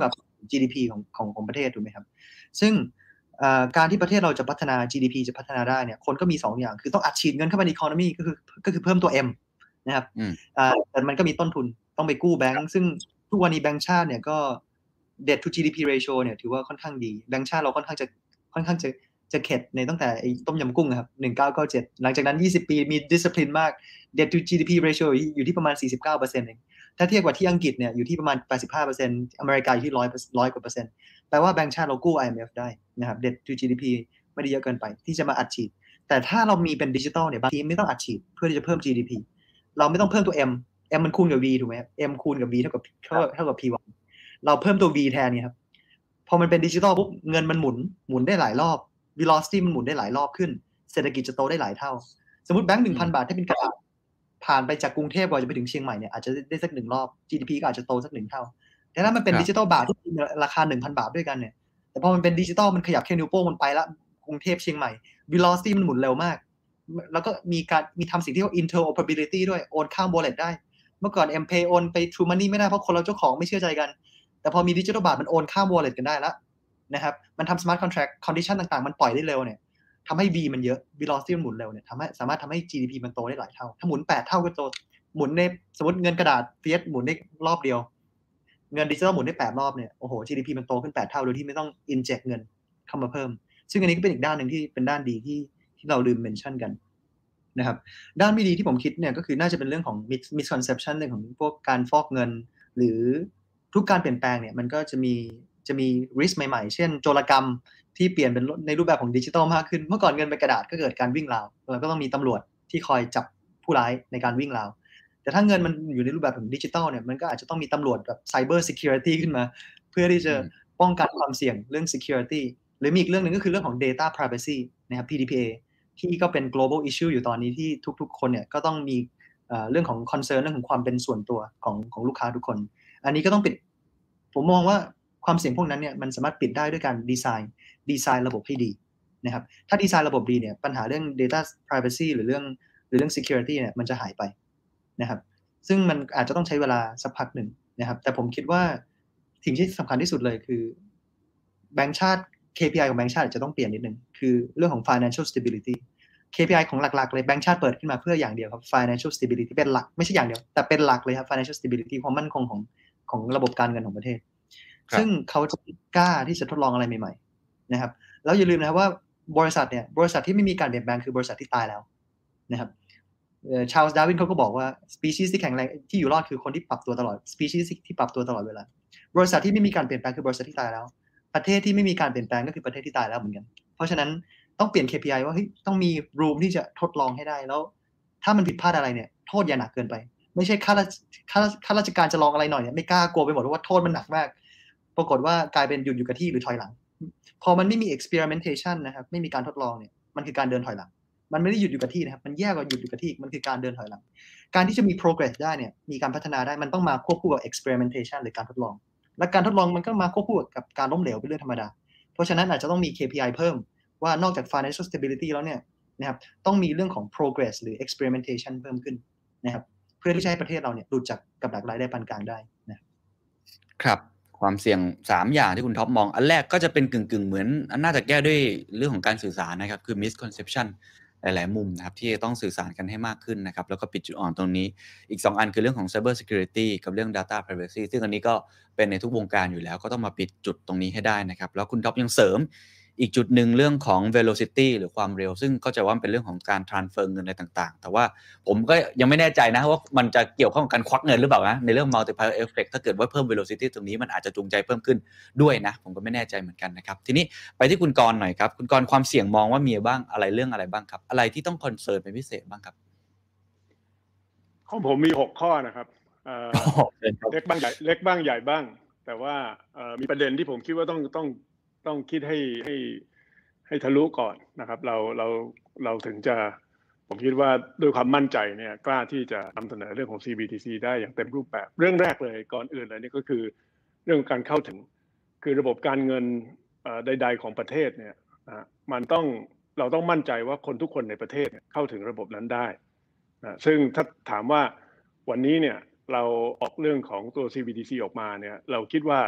จี ดี พี ของของของประเทศถูกไหมครับซึ่งการที่ประเทศเราจะพัฒนา จี ดี พี จะพัฒนาได้เนี่ยคนก็มีสองอย่างคือต้องอัดฉีดเงินเข้าไปใน economy ก็คือก็คือเพิ่มตัว M นะครับแต่มันก็มีต้นทุนต้องไปกู้แบงก์ซึ่งทุกวันนี้แบงก์ชาติเนี่ยก็ debt to จี ดี พี ratio เนี่ยถือว่าค่อนข้างดีแบงก์ชาติเราค่อนข้างจะค่อนข้างจะจะเข็ดในตั้งแต่ไอ้ต้มยำกุ้งครับหนึ่งพันเก้าร้อยเก้าสิบเจ็ดหลังจากนั้นยี่สิบปีมี discipline มาก debt to จี ดี พี ratio อยู่ที่ประมาณ สี่สิบเก้าเปอร์เซ็นต์ เองถ้าเทียบกับที่อังกฤษเนี่ยอยู่ที่ประมาณ แปดสิบห้าเปอร์เซ็นต์ อเมริกาอยู่ที่หนึ่งร้อย หนึ่งร้อยกว่าเปอร์เซ็นต์แปลว่าแบงก์ชาติเรากู้ ไอ เอ็ม เอฟ ได้นะครับ debt to จี ดี พี ไม่ได้เยอะเกินไปที่จะมาอัดฉีดแต่ถ้าเรามีเป็นดิจิทัลเนี่ยบางทีไม่ต้องอัดฉีดเพื่อที่จะเพิ่ม จี ดี พี เราไม่ต้องเพิ่มตัว M M มันคูณกับ V ถูกไหม M คูณกับ V เท่ากับเท่าเท่ากับ พี วัน เราเพิ่มตัว V แทนเนี่ยครับพอมันเป็นดิจิทัลปุ๊บเงินมันหมุนหมุนได้หลายรอบ velocity มันหมุนได้หลายรอบขึ้นเศรษฐกิจจะโตได้หลายเท่าสมมุติแบงค์ หนึ่งพัน บาทถ้าเป็นกระดาษผ่านไปจากกรุงเทพกว่าจะไปถึงเชียงใหม่เนี่ยอาจจะได้สักหนึ่งรอบ จี ดี พี ก็อาจจะโตสักหนึ่งเท่าแต่ถ้ามันเป็นดิจิทัลบาทที่มีราคา หนึ่งพัน บาทด้วยกันเนี่ยแต่พอมันเป็นดิจิทัลมันขยับแค่นิ้วโป้งมันไปละกรุงเทพเชียงใหม่ velocity มันหมุนเร็วมากแล้วก็มีการมีทำสิ่งที่เรียกว่า interoperability ด้วยโอนข้าม wallet ได้เมื่อก่อน M-Pay โอนไป True Money ไม่ได้เพราะคนเราเจ้าของไม่เชื่อใจกันแต่พอมีดิจิทัลบาทมันโอนข้าม wallet กันได้แล้วนะครับมันทำ smart contract condition ต่างๆมันปล่อยได้เร็วเนี่ยทำให้ V มันเยอะ velocity มันหมุนเร็วเนี่ยทำให้สามารถทำให้ จี ดี พี มันโตได้หลายเท่าถ้าหมุนแปดเท่าก็โตหมุนในสมมติเงินกระดาษ fiat หมุนได้รอบเดียวเงินดิจิทัลหมุนได้แปดรอบเนี่ยโอ้โห จี ดี พี มันโตขึ้นแปดเท่าโดยที่ไม่ต้อง inject เงินเข้ามาเพิ่มซึ่งอันนี้ก็เป็นอีกด้านหนึ่งที่เป็นด้านดีที่ที่เราลืมเมนชั่นกันนะครับด้านไม่ดีที่ผมคิดเนี่ยก็คือน่าจะเป็นเรื่องของ misconception เรื่องของพวกการฟอกเงินหรือทุกการเปลี่ยนแปลงเนี่ยมันก็จะมีจะมี risk ใหม่ๆเช่นโจรกรรมที่เปลี่ยนเป็นในรูปแบบของดิจิทัลมากขึ้นเมื่อก่อนเงินเป็นกระดาษก็เกิดการวิ่งราวแล้วก็ต้องมีตำรวจที่คอยจับผู้ร้ายในการวิ่งราวแต่ถ้าเงินมันอยู่ในรูปแบบของดิจิทัลเนี่ยมันก็อาจจะต้องมีตำรวจแบบ cyber security ขึ้นมาเพื่อที่จะป้องกันความเสี่ยงเรื่อง security หรือมีอีกเรื่องนึงก็คือเรื่องของ data privacy นะครับ พี ดี พี เอ ที่ก็เป็น global issue อยู่ตอนนี้ที่ทุกๆคนเนี่ยก็ต้องมีเรื่องของ concern เรื่องของความเป็นส่วนตัวของของลูกค้าทุกคนอันนี้ก็ต้องปิดผมมองว่าความเสี่ยงพวกนั้นเนี่ยมันสามารถปิดได้ด้วยการดีไซน์ดีไซน์ระบบให้ดีนะครับถ้าดีไซน์ระบบดีเนี่ยปัญหาเรื่อง data privacy หรือเรื่องหรือเรื่อง security เนี่ยมันจะหายไปนะครับซึ่งมันอาจจะต้องใช้เวลาสักพักหนึ่งนะครับแต่ผมคิดว่าสิ่งที่สำคัญที่สุดเลยคือแบงก์ชาติ เค พี ไอ ของแบงก์ชาติจะต้องเปลี่ยนนิดนึงคือเรื่องของ financial stability เค พี ไอ ของหลักๆเลยแบงก์ชาติเปิดขึ้นมาเพื่ออย่างเดียวครับ financial stability เป็นหลักไม่ใช่อย่างเดียวแต่เป็นหลักเลยครับ financial stability ความมั่นคงของของระบบการเงินของประเทศซึ่งเขาจะกล้าที่จะทดลองอะไรใหม่ๆนะครับแล้วอย่าลืมนะครับว่าบริษัทเนี่ยบริษัทที่ไม่มีการเปลี่ยนแปลงคือบริษัทที่ตายแล้วนะครับชาร์ลส์ ดาร์วินเขาก็บอกว่า species ที่แข็งแรงที่อยู่รอดคือคนที่ปรับตัวตลอด species ที่ปรับตัวตลอดเวลาบริษัทที่ไม่มีการเปลี่ยนแปลงคือบริษัทที่ตายแล้วประเทศที่ไม่มีการเปลี่ยนแปลงก็คือประเทศที่ตายแล้วเหมือนกันเพราะฉะนั้นต้องเปลี่ยน เค พี ไอ ว่าเฮ้ยต้องมี room ที่จะทดลองให้ได้แล้วถ้ามันผิดพลาดอะไรเนี่ยโทษอย่าหนักเกินไปไม่ใช่ข้าราชข้าข้าราชการจะลองอะไรหน่อยเนี่ยไม่กล้ากลัวไปหมดว่าโทษมันหนักมากปรากฏว่ากลายเป็นหยุดอยู่กับที่หรือถอยหลังพอมันไม่มี experimentation นะครับไม่มีการทดลองเนี่ยมันคือการเดินถอยหลังมันไม่ได้หยุดอยู่กับที่นะครับมันแย่กว่าหยุดอยู่กับที่มันคือการเดินถอยหลังการที่จะมี progress ได้เนี่ยมีการพัฒนาได้มันต้องมาควบคู่กับ experimentation หรือการทดลองและการทดลองมันก็มาควบคู่กับการล้มเหลวเป็นเรื่องธรรมดาเพราะฉะนั้นอาจจะต้องมี เค พี ไอ เพิ่มว่านอกจาก financial stability แล้วเนี่ยนะครับต้องมีเรื่องของ progress หรือ experimentation เพิ่มขึ้นนะครับเพื่อที่จะให้ประเทศเราเนี่ยหลุดจากกับดักรายได้ปานกลางได้นะครับความเสี่ยงสามอย่างที่คุณท็อปมองอันแรกก็จะเป็นกึ่งๆเหมือนน่าจะแก้ด้วยเรื่องของการสื่อสารนะครับคือ misconception หลายๆมุมนะครับที่ต้องสื่อสารกันให้มากขึ้นนะครับแล้วก็ปิดจุดอ่อนตรงนี้อีกสองอันคือเรื่องของ cyber security กับเรื่อง data privacy ซึ่งอันนี้ก็เป็นในทุกวงการอยู่แล้วก็ต้องมาปิดจุดตรงนี้ให้ได้นะครับแล้วคุณท็อปยังเสริมอีกจุดหนึ่งเรื่องของ velocity หรือความเร็วซึ่งก็จะว่าเป็นเรื่องของการ transfer เงินอะไรต่างๆแต่ว่าผมก็ยังไม่แน่ใจนะว่ามันจะเกี่ยวข้องกับการควักเงินหรือเปล่านะในเรื่อง multiplier effect ถ้าเกิดว่าเพิ่ม velocity ตรงนี้มันอาจจะจูงใจเพิ่มขึ้นด้วยนะผมก็ไม่แน่ใจเหมือนกันนะครับทีนี้ไปที่คุณกรณ์หน่อยครับคุณกรณ์ความเสี่ยงมองว่ามีบ้างอะไรเรื่องอะไรบ้างครับอะไรที่ต้อง concern เป็นพิเศษบ้างครับของผมมีหกข้อนะครับเอ่อเล็กบ้างใหญ่เล็กบ้างใหญ่บ้างแต่ว่าเอ่อมีประเด็นที่ผมคิดว่าต้องต้องต้องคิดให้ให้ให้ทะลุก่อนนะครับเราเราเราถึงจะผมคิดว่าด้วยความมั่นใจเนี่ยกล้าที่จะนำเสนอเรื่องของ ซี บี ที ซี ได้อย่างเต็มรูปแบบเรื่องแรกเลยก่อนอื่นเลยนี่ก็คือเรื่องการเข้าถึงคือระบบการเงินใดๆของประเทศเนี่ยนะมันต้องเราต้องมั่นใจว่าคนทุกคนในประเทศเข้าถึงระบบนั้นได้นะซึ่งถ้าถามว่าวันนี้เนี่ยเราออกเรื่องของตัว ซี บี ที ซี ออกมาเนี่ยเราคิดว่า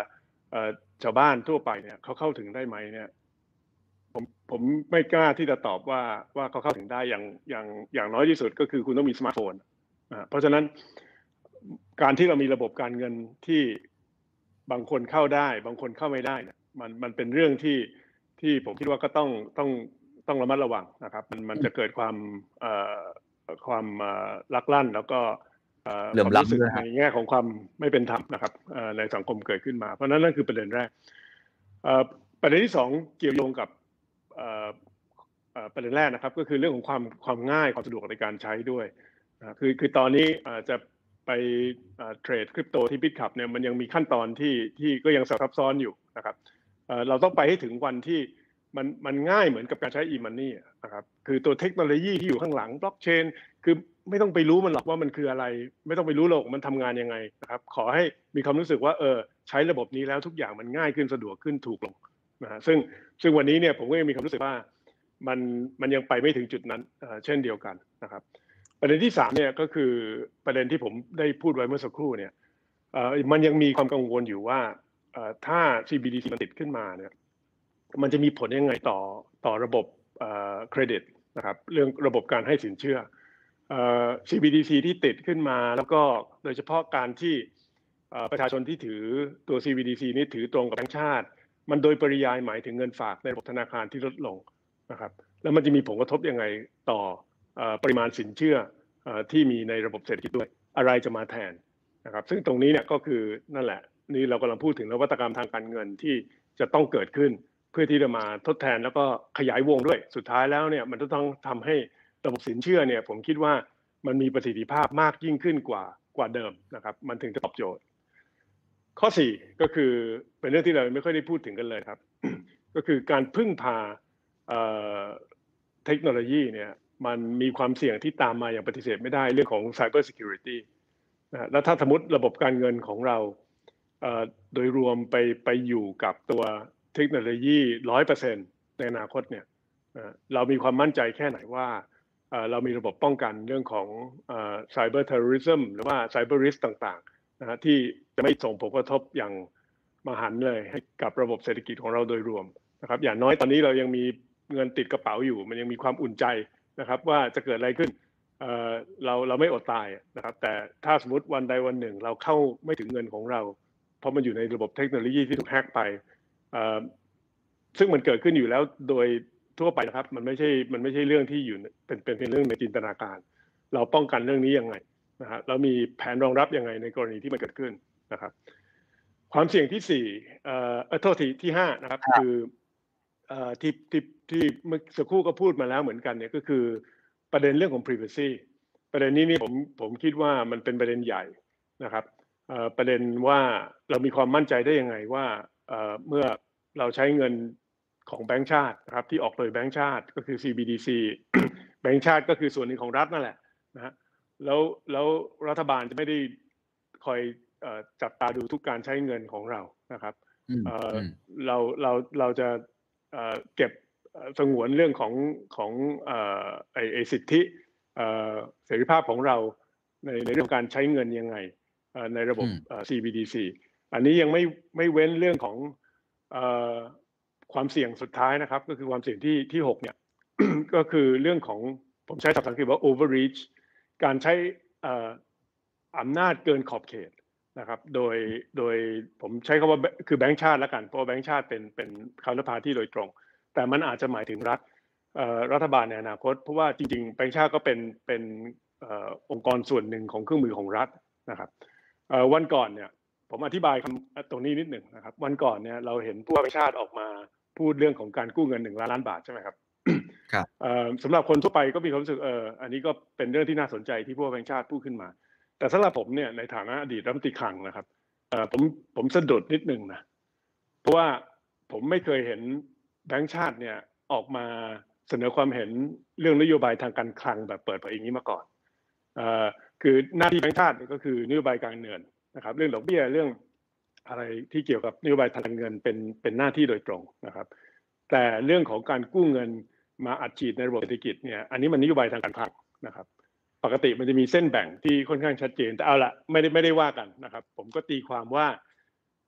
เอ่อชาวบ้านทั่วไปเนี่ยเขาเข้าถึงได้ไหมเนี่ยผมผมไม่กล้าที่จะตอบว่าว่าเขาเข้าถึงได้อย่างอย่างอย่างน้อยที่สุดก็คือคุณต้องมีสมาร์ทโฟนอ่าเพราะฉะนั้นการที่เรามีระบบการเงินที่บางคนเข้าได้บางคนเข้าไม่ได้เนี่ยมันมันเป็นเรื่องที่ที่ผมคิดว่าก็ต้องต้องต้องระมัดระวังนะครับมันมันจะเกิดความเอ่อความเอ่อลักลั่นแล้วก็เอ่อเหลื่อมความรู้สึกล้ำด้วยฮะในแง่ของความไม่เป็นธรรมนะครับเอ่อในสังคมเกิดขึ้นมาเพราะฉะนั้นนั่นคือประเด็นแรกเอ่อประเด็นที่สองเกี่ยวโยงกับเอ่อเอ่อประเด็นแรกนะครับก็คือเรื่องของความความง่ายความสะดวกในการใช้ด้วยนะคือคือตอนนี้เอ่อจะไปเอ่อเทรดคริปโตที่ BitCup เนี่ยมันยังมีขั้นตอนที่ที่ก็ยังซับซ้อนอยู่นะครับเอ่อเราต้องไปให้ถึงวันที่มันมันง่ายเหมือนกับการใช้ e-money อะนะครับคือตัวเทคโนโลยีที่อยู่ข้างหลังบล็อกเชนคือไม่ต้องไปรู้มันหรอกว่ามันคืออะไรไม่ต้องไปรู้หรอกมันทำงานยังไงนะครับขอให้มีความรู้สึกว่าเออใช้ระบบนี้แล้วทุกอย่างมันง่ายขึ้นสะดวกขึ้นถูกลงนะฮะซึ่งซึ่งวันนี้เนี่ยผมก็ยังมีความรู้สึกว่ามันมันยังไปไม่ถึงจุดนั้นเอ่อเช่นเดียวกันนะครับประเด็นที่สามเนี่ยก็คือประเด็นที่ผมได้พูดไว้เมื่อสักครู่เนี่ยเอ่อมันยังมีความกังวลอยู่ว่าเอ่อถ้า ซี บี ดี ซี มันติดขึ้นมาเนี่ยมันจะมีผลยังไงต่อต่อระบบเอ่อเครดิตนะครับเรื่องระบบการให้สินเชื่อเอ่อ ซี บี ดี ซี ที่ติดขึ้นมาแล้วก็โดยเฉพาะการที่เอ่อประชาชนที่ถือตัว ซี บี ดี ซี นี้ถือตรงกับแบงก์ชาติมันโดยปริยายหมายถึงเงินฝากในระบบธนาคารที่ลดลงนะครับแล้วมันจะมีผลกระทบยังไงต่อเอ่อปริมาณสินเชื่อเอ่อที่มีในระบบเศรษฐกิจด้วยอะไรจะมาแทนนะครับซึ่งตรงนี้เนี่ยก็คือนั่นแหละนี่เรากำลังพูดถึงนวัตกรรมทางการเงินที่จะต้องเกิดขึ้นเพื่อที่จะมาทดแทนแล้วก็ขยายวงด้วยสุดท้ายแล้วเนี่ยมันจะต้องทำให้ระบบสินเชื่อเนี่ยผมคิดว่ามันมีประสิทธิภาพมากยิ่งขึ้นกว่ากว่าเดิมนะครับมันถึงจะตอบโจทย์ข้อสี่ก็คือเป็นเรื่องที่เราไม่ค่อยได้พูดถึงกันเลยครับ ก็คือการพึ่งพาเอ่อเทคโนโลยีเนี่ยมันมีความเสี่ยงที่ตามมาอย่างปฏิเสธไม่ได้เรื่องของ Cyber Security นะแล้วถ้าสมมติระบบการเงินของเราเอ่อโดยรวมไปไปอยู่กับตัวเทคโนโลยี ร้อยเปอร์เซ็นต์ ในอนาคตเนี่ยเรามีความมั่นใจแค่ไหนว่าเรามีระบบป้องกันเรื่องของเอ่อ Cyber Terrorism หรือว่า Cyber Risk ต่างๆนะฮะที่จะไม่ส่งผลกระทบอย่างมหันต์เลยให้กับระบบเศรษฐกิจของเราโดยรวมนะครับอย่างน้อยตอนนี้เรายังมีเงินติดกระเป๋าอยู่มันยังมีความอุ่นใจนะครับว่าจะเกิดอะไรขึ้นเอ่อเราเราไม่อดตายนะครับแต่ถ้าสมมติวันใดวันหนึ่งเราเข้าไม่ถึงเงินของเราเพราะมันอยู่ในระบบเทคโนโลยีที่ถูกแฮกไปเอ่อซึ่งมันเกิดขึ้นอยู่แล้วโดยทั่วไปนะครับมันไม่ใช่มันไม่ใช่เรื่องที่อยู่เป็นเป็นเป็นเรื่องในจินตนาการเราป้องกันเรื่องนี้ยังไงนะฮะแล้วมีแผนรองรับยังไงในกรณีที่มันเกิดขึ้นนะครับความเสี่ยงที่สี่เอ่อโทษทีที่ห้านะครับคือเอ่อที่ที่ที่เมื่อสักครู่ก็พูดมาแล้วเหมือนกันเนี่ยก็คือประเด็นเรื่องของ privacy ประเด็นนี้นี่ผมผมคิดว่ามันเป็นประเด็นใหญ่นะครับเอ่อประเด็นว่าเรามีความมั่นใจได้ยังไงว่าเอ่อเมื่อเราใช้เงินของแบงก์ชาตินะครับที่ออกโดยแบงก์ชาติก็คือ ซี บี ดี ซี แบงก์ชาติก็คือส่วนหนึ่งของรัฐนั่นแหละนะฮะแล้วแล้วรัฐบาลจะไม่ได้คอยจับตาดูทุกการใช้เงินของเรานะครับเอ่อเราเราเราจะเอ่อเก็บสงวนเรื่องของของเอ่อไอไอสิทธิเอ่อเสรีภาพของเราในในเรื่องการใช้เงินยังไงเอ่อในระบบเอ่อ ซี บี ดี ซี อันนี้ยังไม่ไม่เว้นเรื่องของเอ่อความเสี่ยงสุดท้ายนะครับก็คือความเสี่ยงที่ที่หกเนี่ย ก็คือเรื่องของผมใช้ศัพท์อังกฤษว่า overreach การใช้เอ่ออำนาจเกินขอบเขตนะครับโดยโดยผมใช้คำว่าคือแบงก์ชาติแล้วกันเพราะว่าแบงก์ชาติเป็นเป็นคาร์พาร์ตี้โดยตรงแต่มันอาจจะหมายถึงรัฐรัฐบาลในอนาคตเพราะว่าจริงๆแบงก์ชาติก็เป็นเป็นองค์กรส่วนหนึ่งของเครื่องมือของรัฐนะครับวันก่อนเนี่ยผมอธิบายตรงนี้นิดหนึ่งนะครับวันก่อนเนี่ยเราเห็นผู้ว่าแบงก์ชาติออกมาพูดเรื่องของการกู้เงินหนึ่งล้านล้านบาทใช่ไหมครับครับสำหรับคนทั่วไปก็มีความรู้สึกเอออันนี้ก็เป็นเรื่องที่น่าสนใจที่ผู้ว่าแบงก์ชาติพูดขึ้นมาแต่สำหรับผมเนี่ยในฐานะอดีตรัฐมนตรีคลังนะครับเอ่อผมผมสะดุดนิดนึงนะเพราะว่าผมไม่เคยเห็นแบงก์ชาติเนี่ยออกมาเสนอความเห็นเรื่องนโยบายทางการคลังแบบเปิดเผยอย่างนี้มาก่อนเอ่อคือหน้าที่แบงก์ชาติก็คือนโยบายการเงินนะครับเรื่องดอกเบี้ยเรื่องอะไรที่เกี่ยวกับนโยบายทางการเงินเป็นเป็นหน้าที่โดยตรงนะครับแต่เรื่องของการกู้เงินมาอัดฉีดในระบบเศรษฐกิจเนี่ยอันนี้มันนโยบายทางการคลังนะครับปกติมันจะมีเส้นแบ่งที่ค่อนข้างชัดเจนแต่เอาละไม่ได้ไม่ได้ว่ากันนะครับผมก็ตีความว่า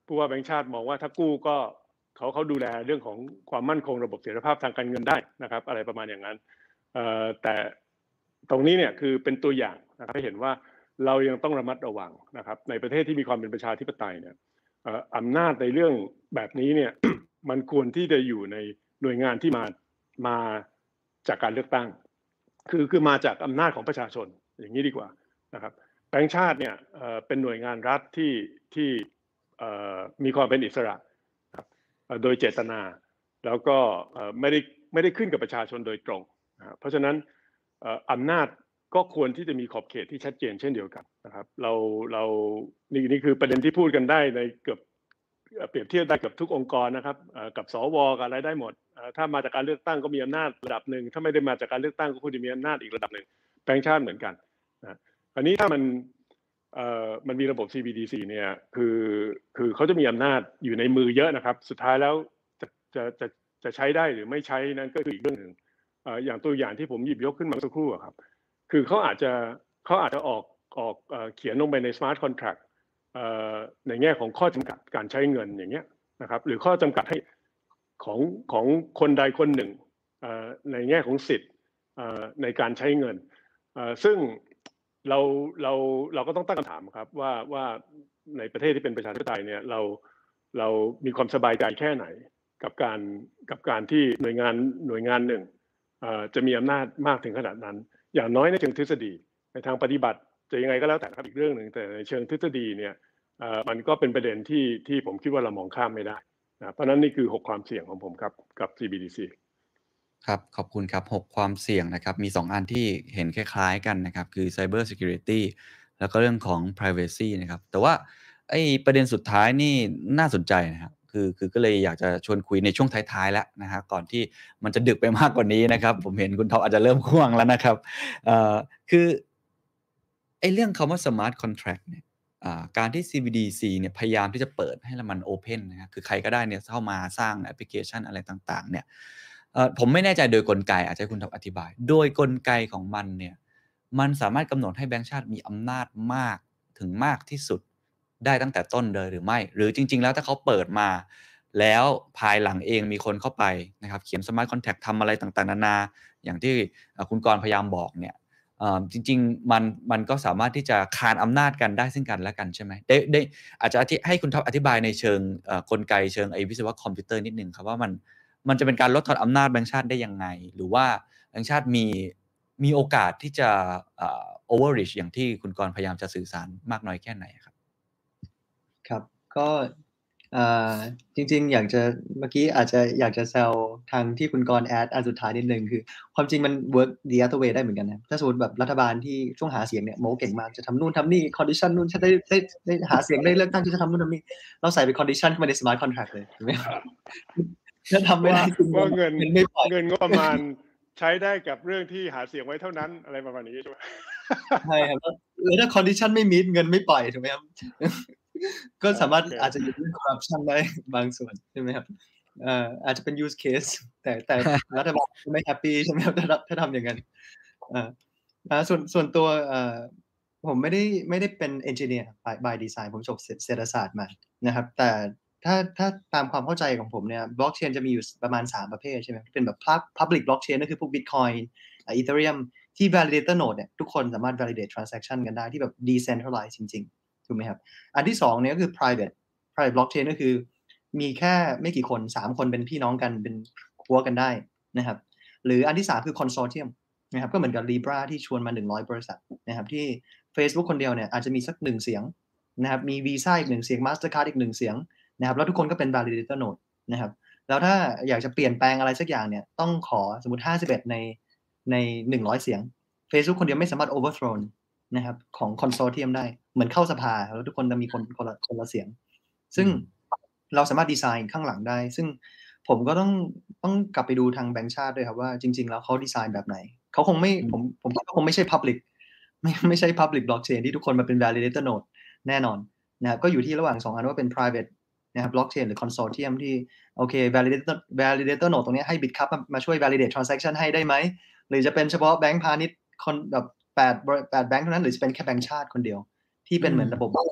ผู้ว่าแบงก์ชาติมองว่าถ้ากู้ก็เขาเขาดูแลเรื่องของความมั่นคงระบบเสถียรภาพทางการเงินได้นะครับอะไรประมาณอย่างนั้นแต่ตรงนี้เนี่ยคือเป็นตัวอย่างนะครับให้เห็นว่าเรายังต้องระมัดระวังนะครับในประเทศที่มีความเป็นประชาธิปไตยเนี่ยอำนาจในเรื่องแบบนี้เนี่ย มันควรที่จะอยู่ในหน่วยงานที่มามาจากการเลือกตั้งคือคือมาจากอำนาจของประชาชนอย่างนี้ดีกว่านะครับแบงก์ชาติเนี่ยเป็นหน่วยงานรัฐที่ที่มีความเป็นอิสระครับโดยเจตนาแล้วก็ไม่ได้ไม่ได้ขึ้นกับประชาชนโดยตรงนะเพราะฉะนั้นอำนาจก็ควรที่จะมีขอบเขตที่ชัดเจนเช่นเดียวกันนะครับเราเรานี่นี่คือประเด็นที่พูดกันได้ในเกือบเปรียบเทียบได้กับทุกองค์กรนะครับกับสวกับอะไรได้หมดถ้ามาจากการเลือกตั้งก็มีอำนาจระดับหนึ่งถ้าไม่ได้มาจากการเลือกตั้งก็ควรจะมีอำนาจอีกระดับหนึ่งแบงก์ชาติเหมือนกันนะคราวนี้ถ้ามันเอ่อมันมีระบบ ซี บี ดี ซี เนี่ยคือคือเขาจะมีอำนาจอยู่ในมือเยอะนะครับสุดท้ายแล้วจะจะจะจะใช้ได้หรือไม่ใช้นั้นก็คืออีกเรื่องหนึ่งเอ่ออย่างตัวอย่างที่ผมหยิบยกขึ้นมาสักครู่ครับคือเขาอาจจะเขาอาจจะออกออกเอ่อเขียนลงไปใน smart contract เอ่อในแง่ของข้อจำกัดการใช้เงินอย่างเงี้ยนะครับหรือข้อจำกัดให้ของของคนใดคนหนึ่งเอ่อในแง่ของสิทธิ์เอ่อในการใช้เงินเอ่อซึ่งเราเราเราก็ต้องตั้งคำถามครับว่าว่าในประเทศที่เป็นประชาธิปไตยเนี่ยเราเรามีความสบายใจแค่ไหนกับการกับการที่หน่วยงานหน่วยงานหนึ่งเอ่อจะมีอำนาจมากถึงขนาดนั้นอย่างน้อยในเชิงทฤษฎีในทางปฏิบัติจะยังไงก็แล้วแต่ครับอีกเรื่องหนึ่งแต่ในเชิงทฤษฎีเนี่ยเอ่อมันก็เป็นประเด็นที่ที่ผมคิดว่าเรามองข้ามไม่ได้นะเพราะนั้นนี่คือหกความเสี่ยงของผมครับกับ ซี บี ดี ซีครับขอบคุณครับหกความเสี่ยงนะครับมีสองอันที่เห็นคล้ายๆกันนะครับคือ Cyber Security แล้วก็เรื่องของ Privacy นะครับแต่ว่าไอ้ประเด็นสุดท้ายนี่น่าสนใจนะครับคือคือก็เลยอยากจะชวนคุยในช่วงท้ายๆแล้วนะฮะก่อนที่มันจะดึกไปมากกว่านี้นะครับผมเห็นคุณท็อปอาจจะเริ่มง่วงแล้วนะครับเอ่อคือไอ้เรื่องคำว่า Smart Contract เนี่ยการที่ ซี บี ดี ซี เนี่ยพยายามที่จะเปิดให้มัน Open นะครับคือใครก็ได้เนี่ยเข้ามาสร้างแอปพลิเคชันอะไรต่างๆเนี่ยผมไม่แน่ใจโดยกลไกอาจจะให้คุณท็อปอธิบายโดยกลไกของมันเนี่ยมันสามารถกำหนดให้แบงก์ชาติมีอำนาจมากถึงมากที่สุดได้ตั้งแต่ต้นเลยหรือไม่หรือจริงๆแล้วถ้าเขาเปิดมาแล้วภายหลังเองมีคนเข้าไปนะครับเขียน Smart Contract ทำอะไรต่างๆนานาอย่างที่คุณกรณ์พยายามบอกเนี่ยจริงๆมันมันก็สามารถที่จะคานอำนาจกันได้ซึ่งกันและกันใช่ไหมได้ได้อาจจะให้คุณท็อปอธิบายในเชิงกลไกเชิงไอ้วิศวะคอมพิวเตอร์นิดนึงครับว่ามันมันจะเป็นการลดทอนอำนาจแบงก์ชาติได้ยังไงหรือว่าแบงก์ชาติมีมีโอกาสที่จะเอ่อ overreach อย่างที่คุณกรณ์พยายามจะสื่อสารมากน้อยแค่ไหนครับครับก็จริงๆอยากจะเมื่อกี้อาจจะอยากจะแซวทางที่คุณกรณ์แอดอันสุดท้ายนิดนึงคือความจริงมัน work the other way ได้เหมือนกันนะถ้าสมมติแบบรัฐบาลที่ช่วงหาเสียงเนี่ยโม้เก่งมากจะทำนู่นทำนี่ condition นู่นจะได้ได้ได้หาเสียงได้เลือกตั้งที่จะทำนู่นทำนี่เราใส่เป็น condition เข้ามาใน smart contract เลยถูกไหมถ้าทำไม่ได้จริงว่าเงินเงินงบประมาณใช้ได้กับเรื่องที่หาเสียงไว้เท่านั้นอะไรประมาณนี้ใช่ไหมใช่ครับแล้วถ้า condition ไม่ meet เงินไม่ปล่อยถูกไหมครับก็สามารถอาจจะอยู่เรื่อง corruption ได้บางส่วนใช่ไหมครับอ่าอาจจะเป็น use case แต่แต่รัฐบาลไม่แฮปปี้ใช่ไหมครับถ้าถ้าทำอย่างนั้นอ่าส่วนส่วนตัวอ่าผมไม่ได้ไม่ได้เป็น engineer by by design ผมจบเศรษฐศาสตร์มานะครับแต่ถ้าถ้าตามความเข้าใจของผมเนี่ย blockchain จะมีอยู่ประมาณสามประเภทใช่ไหมเป็นแบบ public blockchain ก็คือพวก bitcoin ethereum ที่ validator node เนี่ยทุกคนสามารถ validate transaction กันได้ที่แบบ decentralized จริงๆถูกไหมครับอันที่สองเนี่ยก็คือ private private blockchain ก็คือมีแค่ไม่กี่คนสามคนเป็นพี่น้องกันเป็นพัวกันได้นะครับหรืออันที่สามคือ consortium นะครับก็เหมือนกับ Libra ที่ชวนมาหนึ่งร้อยบริษัทนะครับที่ Facebook คนเดียวเนี่ยอาจจะมีสักหนึ่งเสียงนะครับมี Visa อีกหนึ่งเสียง Mastercard อีกหนึ่งเสียงนะครับแล้วทุกคนก็เป็น validator node นะครับแล้วถ้าอยากจะเปลี่ยนแปลงอะไรสักอย่างเนี่ยต้องขอสมมุติห้าสิบเอ็ดในในหนึ่งร้อยเสียง Facebook คนเดียวไม่สามารถ overthrow นะครับของ consortium ได้เหมือนเข้าสภาแล้วทุกคนจะมีคนคนละคนละเสียงซึ่งเราสามารถดีไซน์ข้างหลังได้ซึ่งผมก็ต้องต้องกลับไปดูทางแบงก์ชาติด้วยครับว่าจริงๆแล้วเขาดีไซน์แบบไหนเขาคงไม่ผมผมคิดว่าคงไม่ใช่ public ไม่ไม่ใช่ public blockchain ที่ทุกคนมาเป็น validator node แน่นอนนะก็อยู่ที่ระหว่างสองอันว่าเป็น private นะครับ blockchain หรือ consortium ที่โอเค validator validator node ตรงนี้ให้ Bitcup มาช่วย validate transaction ให้ได้ไหมหรือจะเป็นเฉพาะแบงก์พาณิชย์คนแบบแปด แปดแบงก์เท่านั้นหรือจะเป็นแค่แบงก์ชาติคนเดียวที่เป็นเหมือนระบบ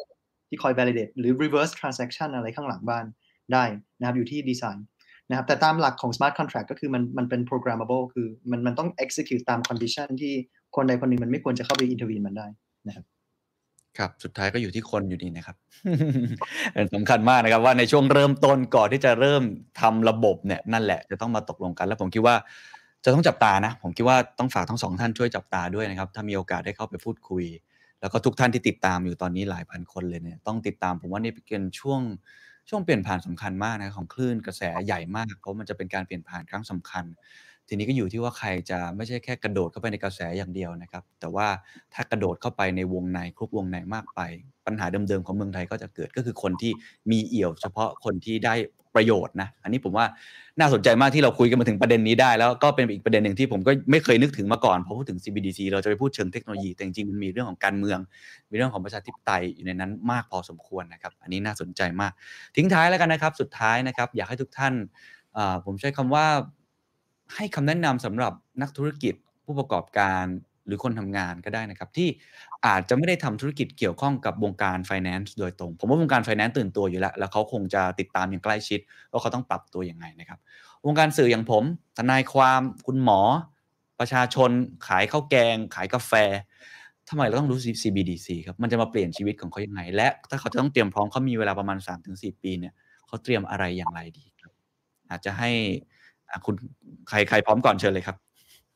ที่คอย validate หรือ reverse transaction อะไรข้างหลังบ้านได้นะครับอยู่ที่ดีไซน์นะครับแต่ตามหลักของ smart contract ก็คือมันมันเป็น programmable คือมันมันต้อง execute ตาม condition ที่คนใดคนหนึ่งมันไม่ควรจะเข้าไป intervene มันได้นะครับครับสุดท้ายก็อยู่ที่คนอยู่ดีนะครับ สำคัญมากนะครับว่าในช่วงเริ่มต้นก่อนที่จะเริ่มทำระบบเนี่ยนั่นแหละจะต้องมาตกลงกันแล้วผมคิดว่าจะต้องจับตานะผมคิดว่าต้องฝากทั้งสองท่านช่วยจับตาด้วยนะครับถ้ามีโอกาสได้เข้าไปพูดคุยแล้วก็ทุกท่านที่ติดตามอยู่ตอนนี้หลายพันคนเลยเนี่ยต้องติดตามผมว่านี่เป็นช่วงช่วงเปลี่ยนผ่านสำคัญมากนะของคลื่นกระแสใหญ่มากเพราะมันจะเป็นการเปลี่ยนผ่านครั้งสำคัญทีนี้ก็อยู่ที่ว่าใครจะไม่ใช่แค่กระโดดเข้าไปในกระแสอย่างเดียวนะครับแต่ว่าถ้ากระโดดเข้าไปในวงในคลุกวงในมากไปปัญหาเดิมๆของเมืองไทยก็จะเกิดก็คือคนที่มีเอี่ยวเฉพาะคนที่ได้ประโยชน์นะอันนี้ผมว่าน่าสนใจมากที่เราคุยกันมาถึงประเด็นนี้ได้แล้วก็เป็นอีกประเด็นหนึ่งที่ผมก็ไม่เคยนึกถึงมาก่อนพอพูดถึง ซี บี ดี ซี เราจะไปพูดเชิงเทคโนโลยีแต่จริงๆมันมีเรื่องของการเมืองมีเรื่องของประชาธิปไตยอยู่ในนั้นมากพอสมควรนะครับอันนี้น่าสนใจมากทิ้งท้ายแล้วกันนะครับสุดท้ายนะครับอยากให้ทุกท่านผมใช้คำว่าให้คำแนะนำสำหรับนักธุรกิจผู้ประกอบการหรือคนทำงานก็ได้นะครับที่อาจจะไม่ได้ทำธุรกิจเกี่ยวข้องกับวงการ Finance โดยตรงผมว่าวงการ Finance ตื่นตัวอยู่แล้วแล้วเขาคงจะติดตามอย่างใกล้ชิดว่าเขาต้องปรับตัวยังไงนะครับวงการสื่ออย่างผมทนายความคุณหมอประชาชนขายข้าวแกงขายกาแฟทำไมเราต้องรู้ ซี บี ดี ซี ครับมันจะมาเปลี่ยนชีวิตของเขายังไงและถ้าเขาจะต้องเตรียมพร้อมเขามีเวลาประมาณ สามถึงสี่ ปีเนี่ยเขาเตรียมอะไรอย่างไรดีครับอาจจะให้คุณใครใครพร้อมก่อนเชิญเลยครับ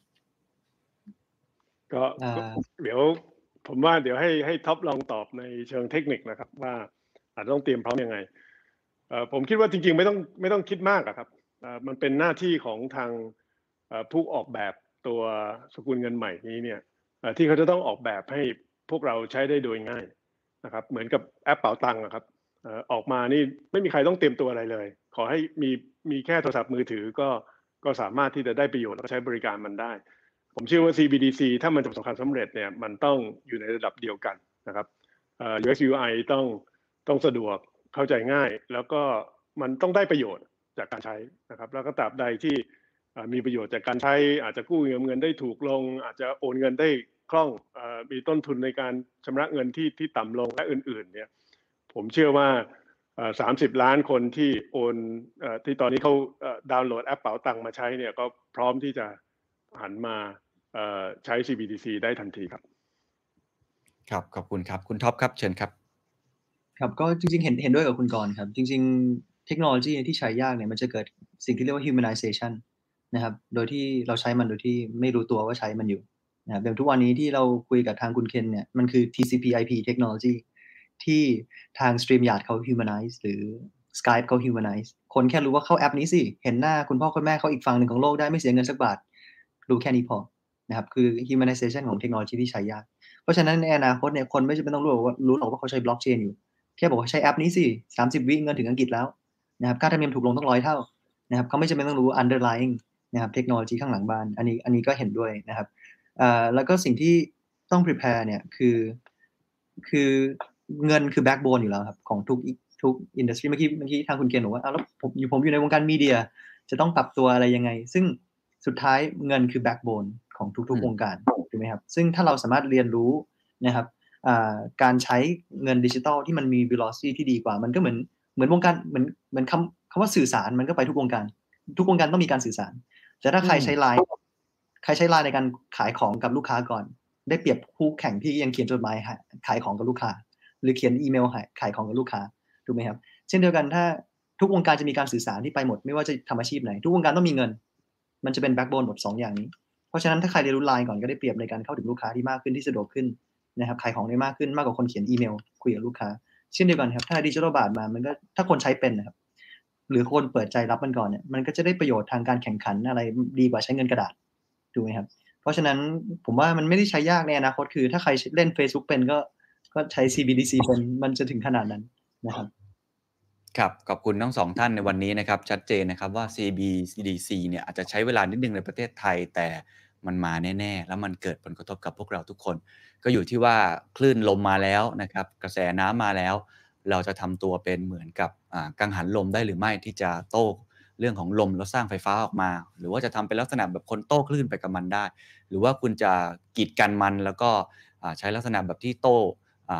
ก็เดี๋ยวผมว่าเดี๋ยวให้ให้ท็อปลองตอบในเชิงเทคนิคนะครับว่าอาจจะต้องเตรียมพร้อมยังไงผมคิดว่าจริงๆไม่ต้องไม่ต้องคิดมากครับมันเป็นหน้าที่ของทางผู้ออกแบบตัวสกุลเงินใหม่นี้เนี่ยที่เขาจะต้องออกแบบให้พวกเราใช้ได้โดยง่ายนะครับเหมือนกับแอปเป๋าตังค์ครับออกมานี่ไม่มีใครต้องเตรียมตัวอะไรเลยขอให้มีมีแค่โทรศัพท์มือถือก็ก็สามารถที่จะได้ประโยชน์และใช้บริการมันได้ผมเชื่อว่า ซี บี ดี ซี ถ้ามันจะประสบความสำเร็จเนี่ยมันต้องอยู่ในระดับเดียวกันนะครับ ยู เอ็กซ์ ยู ไอ ต้องต้องสะดวกเข้าใจง่ายแล้วก็มันต้องได้ประโยชน์จากการใช้นะครับแล้วก็ตราบใดที่มีประโยชน์จากการใช้อาจจะกู้เงินเงินได้ถูกลงอาจจะโอนเงินได้คล่องมีต้นทุนในการชำระเงินที่ที่ต่ำลงและอื่นๆเนี่ยผมเชื่อว่าสามสิบล้านคนที่โอนที่ตอนนี้เขาดาวน์โหลดแอปเป๋าตังค์มาใช้เนี่ยก็พร้อมที่จะหันมาใช้ ซี บี ดี ซี ได้ทันทีครับครับขอบคุณครับคุณท็อปครับเชิญครับครับก็จริงๆเห็นเห็นด้วยกับคุณกรณ์ครับจริงๆเทคโนโลยีที่ใช้ยากเนี่ยมันจะเกิดสิ่งที่เรียกว่า humanization นะครับโดยที่เราใช้มันโดยที่ไม่รู้ตัวว่าใช้มันอยู่นะครับอย่างทุกวันนี้ที่เราคุยกับทางคุณเคนเนี่ยมันคือ ที ซี พี ไอ พี Technology ที่ทาง StreamYard เขา humanize หรือ Skype เขา humanize คนแค่รู้ว่าเข้าแอปนี้สิเห็นหน้าคุณพ่อคุณแม่เขาอีกฝั่งหนึ่งของโลกได้ไม่เสียเงินสักบาทรู้แค่นี้พอนะครับคือ humanization ของเทคโนโลยีที่ใช้ยากเพราะฉะนั้นในอนาคตเนี่ยคนไม่จำเป็นต้องรู้ว่ารู้หรอกว่าเขาใช้บล็อกเชนอยู่แค่บอกว่าใช้แอปนี้สิสามสิบวิเงินถึงอังกฤษแล้วนะครับค่าธรรมเนียมถูกลงตั้งร้อยเท่านะครับเขาไม่จำเป็นต้องรู้ underlying นะครับเทคโนโลยีข้างหลังบ้านอันนี้อันนี้ก็เห็นด้วยนะครับอ่าแล้วก็สิ่งที่ต้อง prepare เนี่ยคือคือเงินคือ backbone อยู่แล้วครับของทุกทุก industry เมื่อกี้เมื่อกี้ทางคุณเคนบอกว่าอ้าวแล้วผมอยู่ผมอยู่ในวงการมีเดียจะต้องปรับตัวอะไรยังไงซึ่งสุดท้ายเงินคือ backbone ของทุกๆวงการถูกไหมครับซึ่งถ้าเราสามารถเรียนรู้นะครับการใช้เงินดิจิทัลที่มันมี velocity ที่ดีกว่ามันก็เหมือนเหมือนวงการเหมือนเหมือนคำคำว่าสื่อสารมันก็ไปทุกวงการทุกวงการต้องมีการสื่อสารแต่ถ้าใครใช้ไลน์ใครใช้ไลน์ในการขายของกับลูกค้าก่อนได้เปรียบคู่แข่งที่ยังเขียนจดหมายขายของกับลูกค้าหรือเขียนอีเมลขายของกับลูกค้าถูกไหมครับเช่นเดียวกันถ้าทุกวงการจะมีการสื่อสารที่ไปหมดไม่ว่าจะทำอาชีพไหนทุกวงการต้องมีเงินมันจะเป็นแบ็คโบนหมดสองอย่างนี้เพราะฉะนั้นถ้าใครเรียนรู้ไลน์ก่อนก็ได้เปรียบในการเข้าถึงลูกค้าที่มากขึ้นที่สะดวกขึ้นนะครับขายของได้มากขึ้นมากกว่าคนเขียนอีเมลคุยกับลูกค้าเช่นเดียวกันครับถ้าดิจิทัลบาทมามันก็ถ้าคนใช้เป็นนะครับหรือคนเปิดใจรับมันก่อนเนี่ยมันก็จะได้ประโยชน์ทางการแข่งขันอะไรดีกว่าใช้เงินกระดาษถูกไหมครับเพราะฉะนั้นผมว่ามันไม่ได้ใช้ยากในอนาคตคือถ้าใครเล่น Facebook เป็นก็ก็ใช้ ซี บี ดี ซี เป็นมันจะถึงขนาดนั้นนะครับครับขอบคุณทั้งสองท่านในวันนี้นะครับชัดเจนนะครับว่า ซี บี ดี ซี เนี่ยอาจจะใช้เวลานิดนึงในประเทศไทยแต่มันมาแน่ๆแล้วมันเกิดผลกระทบกับพวกเราทุกคนก็อยู่ที่ว่าคลื่นลมมาแล้วนะครับกระแสน้ำมาแล้วเราจะทำตัวเป็นเหมือนกับกังหันลมได้หรือไม่ที่จะโต้เรื่องของลมแล้วสร้างไฟฟ้าออกมาหรือว่าจะทำเป็นลักษณะแบบคนโต้คลื่นไปกับมันได้หรือว่าคุณจะกีดกันมันแล้วก็ใช้ลักษณะแบบที่โต้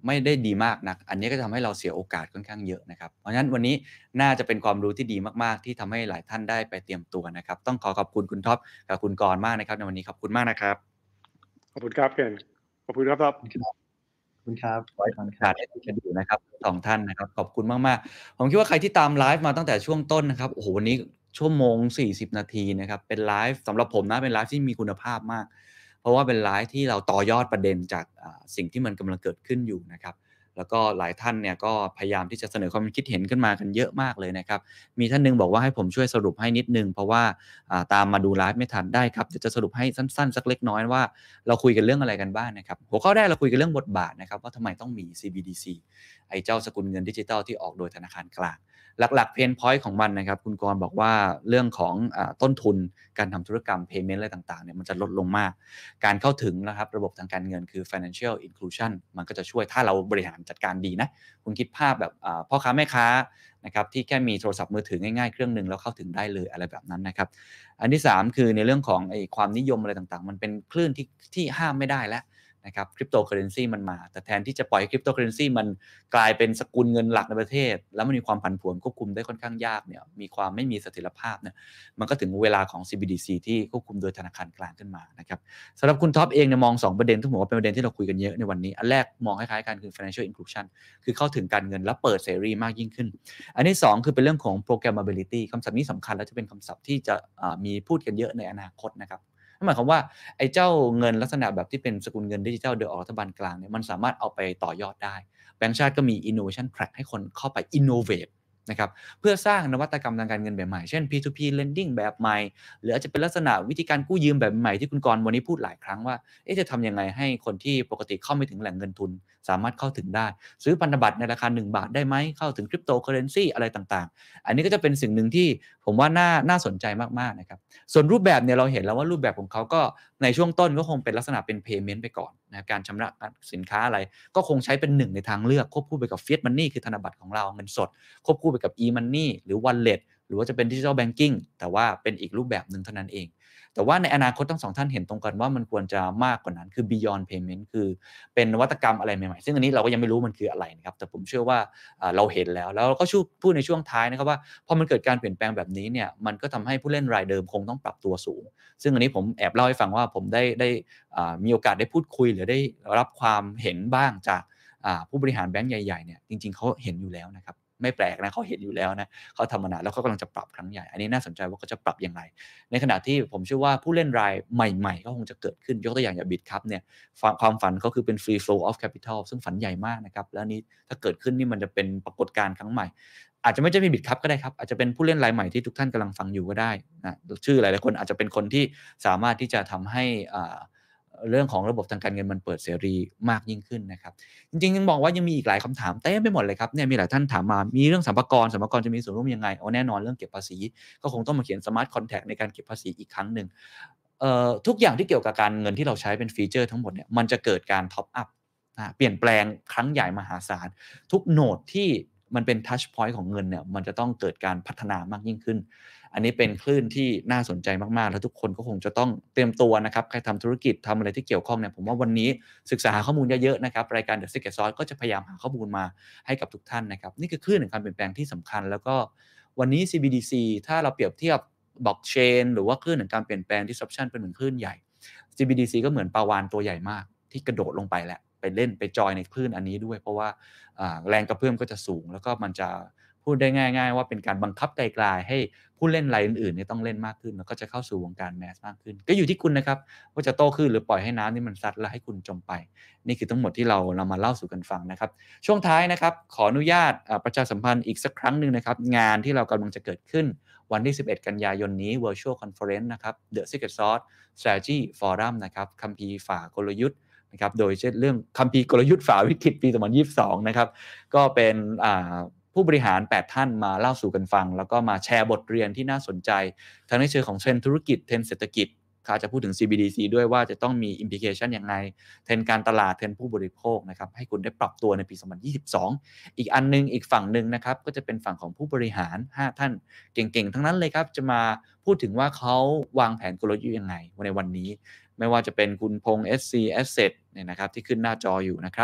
ไม่ได้ดีมากนักอันนี้ก็จะทำให้เราเสียโอกาสค่อนข้างเยอะนะครับเพราะฉะนั้นวันนี้น่าจะเป็นความรู้ที่ดีมากๆที่ทำให้หลายท่านได้ไปเตรียมตัวนะครับต้องขอขอบคุณคุณท็อปกับคุณกรณ์มากนะครับในวันนี้ขอบคุณมากนะครับขอบคุณครับเคนขอบคุณครับท็อปขอบคุณครับไว้โอกาสได้คุยกันอยู่นะครับสองท่านนะครับขอบคุณมากๆผมคิดว่าใครที่ตามไลฟ์มาตั้งแต่ช่วงต้นนะครับโอ้โหวันนี้ชั่วโมงสี่สิบนาทีนะครับเป็นไลฟ์สำหรับผมนะเป็นไลฟ์ที่มีคุณภาพมากเพราะว่าเป็นไลฟ์ที่เราต่อยอดประเด็นจากสิ่งที่มันกำลังเกิดขึ้นอยู่นะครับแล้วก็หลายท่านเนี่ยก็พยายามที่จะเสนอความคิดเห็นขึ้นมากันเยอะมากเลยนะครับมีท่านนึงบอกว่าให้ผมช่วยสรุปให้นิดนึงเพราะว่าตามมาดูไลฟ์ไม่ทันได้ครับเดี๋ยวจะสรุปให้สั้นๆสักเล็กน้อยว่าเราคุยกันเรื่องอะไรกันบ้าง นะครับหัวข้อแรกเราคุยกันเรื่องบทบาทนะครับว่าทำไมต้องมี ซี บี ดี ซี ไอ้เจ้าสกุลเงินดิจิทัลที่ออกโดยธนาคารกลางหลักๆเพนพอยต์ของมันนะครับคุณกรณ์บอกว่าเรื่องของอ่าต้นทุนการทำธุรกรรม payment อะไรต่างๆเนี่ยมันจะลดลงมากการเข้าถึงนะครับระบบทางการเงินคือ financial inclusion มันก็จะช่วยถ้าเราบริหารจัดการดีนะคุณคิดภาพแบบอ่าพ่อค้าแม่ค้านะครับที่แค่มีโทรศัพท์มือถือง่ายๆเครื่องนึงแล้วเข้าถึงได้เลยอะไรแบบนั้นนะครับอันที่สามคือในเรื่องของไอ้ความนิยมอะไรต่างๆมันเป็นคลื่นที่ที่ห้ามไม่ได้แล้วนะครับคริปโตเคอเรนซีมันมาแต่แทนที่จะปล่อยให้คริปโตเคอเรนซีมันกลายเป็นสกุลเงินหลักในประเทศแล้วมันมีความผันผวนควบคุมได้ค่อนข้างยากเนี่ยมีความไม่มีเสถียรภาพเนี่ยมันก็ถึงเวลาของ ซี บี ดี ซี ที่ควบคุมโดยธนาคารกลางขึ้นมานะครับสำหรับคุณท็อปเองเนี่ยมองสองประเด็นที่ผมว่าเป็นประเด็นที่เราคุยกันเยอะในวันนี้อันแรกมองคล้ายๆกันคือ financial inclusion คือเข้าถึงการเงินและเปิดเสรีมากยิ่งขึ้นอันที่สองคือเป็นเรื่องของ programmability คำศัพท์นี้สำคัญและจะเป็นคำศัพท์ที่จะมีพูดกันเยอะในอนาคตนะครับนั่นหมายความว่าไอ้เจ้าเงินลักษณะแบบที่เป็นสกุลเงินดิจิทัลโดยออกรัฐบาลกลางเนี่ยมันสามารถเอาไปต่อยอดได้แบงก์ชาติก็มี innovation track ให้คนเข้าไป innovate นะครับเพื่อสร้างนวัตกรรมทางการเงินแบบใหม่เช่น พี ทู พี lending แบบใหม่หรืออาจจะเป็นลักษณะวิธีการกู้ยืมแบบใหม่ที่คุณกรณ์วันนี้พูดหลายครั้งว่าเอ๊ะจะทำยังไงให้คนที่ปกติเข้าไม่ถึงแหล่งเงินทุนสามารถเข้าถึงได้ซื้อพันธบัตรในราคาหนึ่งบาทได้ไหมเข้าถึงคริปโตเคอเรนซีอะไรต่างๆอันนี้ก็จะเป็นสิ่งหนึ่งที่ผมว่าน่าน่าสนใจมากๆนะครับส่วนรูปแบบเนี่ยเราเห็นแล้วว่ารูปแบบของเขาก็ในช่วงต้นก็คงเป็นลักษณะเป็น payment ไปก่อนนะการชำระสินค้าอะไรก็คงใช้เป็นหนึ่งในทางเลือกควบคู่ไปกับ fiat money คือธนบัตรของเราเงินสดควบคู่ไปกับ e-money หรือ wallet หรือว่าจะเป็น digital banking แต่ว่าเป็นอีกรูปแบบนึงเท่านั้นเองแต่ว่าในอนาคตทั้งสองท่านเห็นตรงกันว่ามันควรจะมากกว่านั้นคือ beyond payment คือเป็นนวัตกรรมอะไรใหม่ๆซึ่งอันนี้เราก็ยังไม่รู้มันคืออะไรนะครับแต่ผมเชื่อว่าเราเห็นแล้วแล้วเราก็พูดในช่วงท้ายนะครับว่าพอมันเกิดการเปลี่ยนแปลงแบบนี้เนี่ยมันก็ทำให้ผู้เล่นรายเดิมคงต้องปรับตัวสูงซึ่งอันนี้ผมแอบเล่าให้ฟังว่าผมได้ได้มีโอกาสได้พูดคุยหรือได้รับความเห็นบ้างจากผู้บริหารแบงก์ใหญ่ๆเนี่ยจริงๆเขาเห็นอยู่แล้วนะครับไม่แปลกนะเขาเห็นอยู่แล้วนะเขาทำมานานแล้วเขากำลังจะปรับครั้งใหญ่อันนี้น่าสนใจว่าเขาจะปรับยังไงในขณะที่ผมเชื่อว่าผู้เล่นรายใหม่ๆก็คงจะเกิดขึ้นยกตัวอย่างอย่าง Bitcup เนี่ยความฝันเขาคือเป็น free flow of capital ซึ่งฝันใหญ่มากนะครับแล้วนี้ถ้าเกิดขึ้นนี่มันจะเป็นปรากฏการณ์ครั้งใหม่อาจจะไม่ใช่เป็น Bitcup ก็ได้ครับอาจจะเป็นผู้เล่นรายใหม่ที่ทุกท่านกำลังฟังอยู่ก็ได้นะชื่อหลายๆคนอาจจะเป็นคนที่สามารถที่จะทำให้เรื่องของระบบทางการเงินมันเปิดเสรีมากยิ่งขึ้นนะครับจริงๆยังบอกว่ายังมีอีกหลายคำถามเต็มไปหมดเลยครับเนี่ยมีหลายท่านถามมามีเรื่องสรรพากรสรรพากรจะมีส่วนร่วมยังไงเอาแน่นอนเรื่องเก็บภาษีก็คงต้องมาเขียน smart contract ในการเก็บภาษีอีกครั้งหนึ่งเอ่อทุกอย่างที่เกี่ยวกับการเงินที่เราใช้เป็นฟีเจอร์ทั้งหมดเนี่ยมันจะเกิดการท็อปอัพนะเปลี่ยนแปลงครั้งใหญ่มหาศาลทุกโหนดที่มันเป็น touch point ของเงินเนี่ยมันจะต้องเกิดการพัฒนามากยิ่งขึ้นอันนี้เป็นคลื่นที่น่าสนใจมากๆแล้วทุกคนก็คงจะต้องเตรียมตัวนะครับใครทำธุรกิจทำอะไรที่เกี่ยวข้องเนี่ยผมว่าวันนี้ศึกษาหาข้อมูลเยอะๆนะครับรายการ The Secret Sauce ก็จะพยายามหาข้อมูลมาให้กับทุกท่านนะครับนี่คือคลื่นแห่งการเปลี่ยนแปลงที่สำคัญแล้วก็วันนี้ ซี บี ดี ซี ถ้าเราเปรียบเทียบบล็อกเชนหรือว่าคลื่นแห่งการเปลี่ยนแปลง disruption เป็นเหมือนคลื่นใหญ่ ซี บี ดี ซี ก็เหมือนปลาวาฬตัวใหญ่มากที่กระโดดลงไปแล้วไปเล่นไปจอยในคลื่นอันนี้ด้วยเพราะว่าแรงกระเพื่อมก็จะสูงแล้วก็มันจะพูดได้ง่ายๆว่าเป็นการบังคับไกลๆให้ผู้เล่นรายอื่นๆเนี่ยต้องเล่นมากขึ้นแล้วก็จะเข้าสู่วงการแมสมากขึ้นก็อยู่ที่คุณนะครับว่าจะโตขึ้นหรือปล่อยให้น้ำนี่มันซัดแล้วให้คุณจมไปนี่คือทั้งหมดที่เราเรามาเล่าสู่กันฟังนะครับช่วงท้ายนะครับขออนุญาตประชาสัมพันธ์อีกสักครั้งนึงนะครับงานที่เรากำลังจะเกิดขึ้นวันที่สิบเอ็ดกันยายนนี้ Virtual Conference นะครับ The Secret Sauce Strategy Forum นะครับคัมภีร์ฝ่ากลยุทธ์นะครับโดยเช่นเรื่องคัมภีร์กลยุทธ์ฝ่าวิกฤตปีสองพันยี่สิบสองนะครับก็เป็นอ่าผู้บริหารแปดท่านมาเล่าสู่กันฟังแล้วก็มาแชร์บทเรียนที่น่าสนใจทั้งในเชิงของเทรนด์ธุรกิจเทรนด์เศรษฐกิจเขาจะพูดถึง ซี บี ดี ซี ด้วยว่าจะต้องมี implication ยังไงเทรนด์การตลาดเทรนด์ผู้บริโภคนะครับให้คุณได้ปรับตัวในปีสองพันยี่สิบสองอีกอันนึงอีกฝั่งนึงนะครับก็จะเป็นฝั่งของผู้บริหารห้าท่านเก่งๆทั้งนั้นเลยครับจะมาพูดถึงว่าเขาวางแผนกลยุทธ์ยังไงในวันนี้ไม่ว่าจะเป็นคุณพงษ์ เอส ซี Asset เนี่ยนะครับที่ขึ้นหน้าจออยู่นะครับ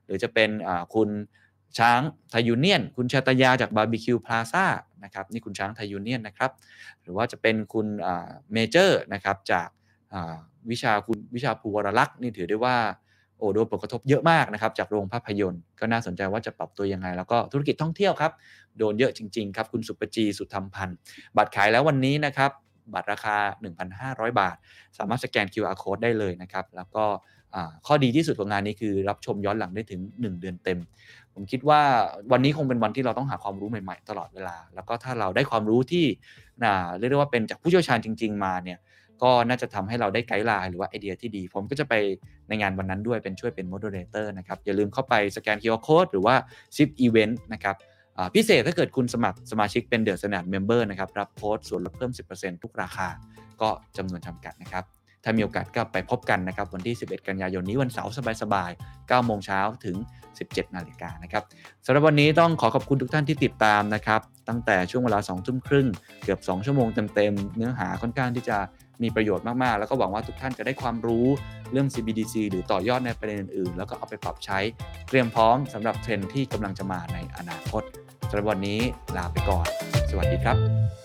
หรือจะเป็นคุณช้างไทยยูเนียนคุณชาตยาจากบาร์บีคิวพลาซ่านะครับนี่คุณช้างไทยยูเนียนนะครับหรือว่าจะเป็นคุณเมเจอร์นะครับจากวิชาคุณวิชาภูวรลักษณ์นี่ถือได้ว่าโอ้โดนผลกระทบเยอะมากนะครับจากโรงภาพยนตร์ก็น่าสนใจว่าจะปรับตัวยังไงแล้วก็ธุรกิจท่องเที่ยวครับโดนเยอะจริงๆครับคุณสุปจีสุธรรมพันธ์บัตรขายแล้ววันนี้นะครับบัตรราคา หนึ่งพันห้าร้อย บาทสามารถสแกน คิว อาร์ Code ได้เลยนะครับแล้วก็ข้อดีที่สุดของงานนี้คือรับชมย้อนหลังได้ถึงหนึ่งเดือนเต็มผมคิดว่าวันนี้คงเป็นวันที่เราต้องหาความรู้ใหม่ๆตลอดเวลาแล้วก็ถ้าเราได้ความรู้ที่เรียกได้ว่าเป็นจากผู้เชี่ยวชาญจริงๆมาเนี่ยก็น่าจะทำให้เราได้ไกด์ไลน์หรือว่าไอเดียที่ดีผมก็จะไปในงานวันนั้นด้วยเป็นช่วยเป็นโมเดเลเตอร์นะครับอย่าลืมเข้าไปสแกน คิว อาร์ Code หรือว่า ซิ ไอ พี Event นะครับพิเศษถ้าเกิดคุณสมัครสมาชิกเป็น The Standard Member นะครับรับโค้ดส่วนลดเพิ่ม สิบเปอร์เซ็นต์ ทุกราคาก็จำนวนจำกัดนะครับถ้ามีโอกาสก็ไปพบกันนะครับวันที่สิบเอ็ดกันยายนนี้วันเสาร์สบายๆ เก้าโมงเช้าถึงสิบเจ็ดนาฬิกานะครับสำหรับวันนี้ต้องขอขอบคุณทุกท่านที่ติดตามนะครับตั้งแต่ช่วงเวลา สองทุ่มครึ่งเกือบสองชั่วโมงเต็มๆเนื้อหาค่อนข้างที่จะมีประโยชน์มากๆแล้วก็หวังว่าทุกท่านจะได้ความรู้เรื่อง ซี บี ดี ซี หรือต่อยอดในประเด็นอื่นๆแล้วก็เอาไปปรับใช้เตรียมพร้อมสำหรับเทรนด์ที่กำลังจะมาในอนาคตสำหรับวันนี้ลาไปก่อนสวัสดีครับ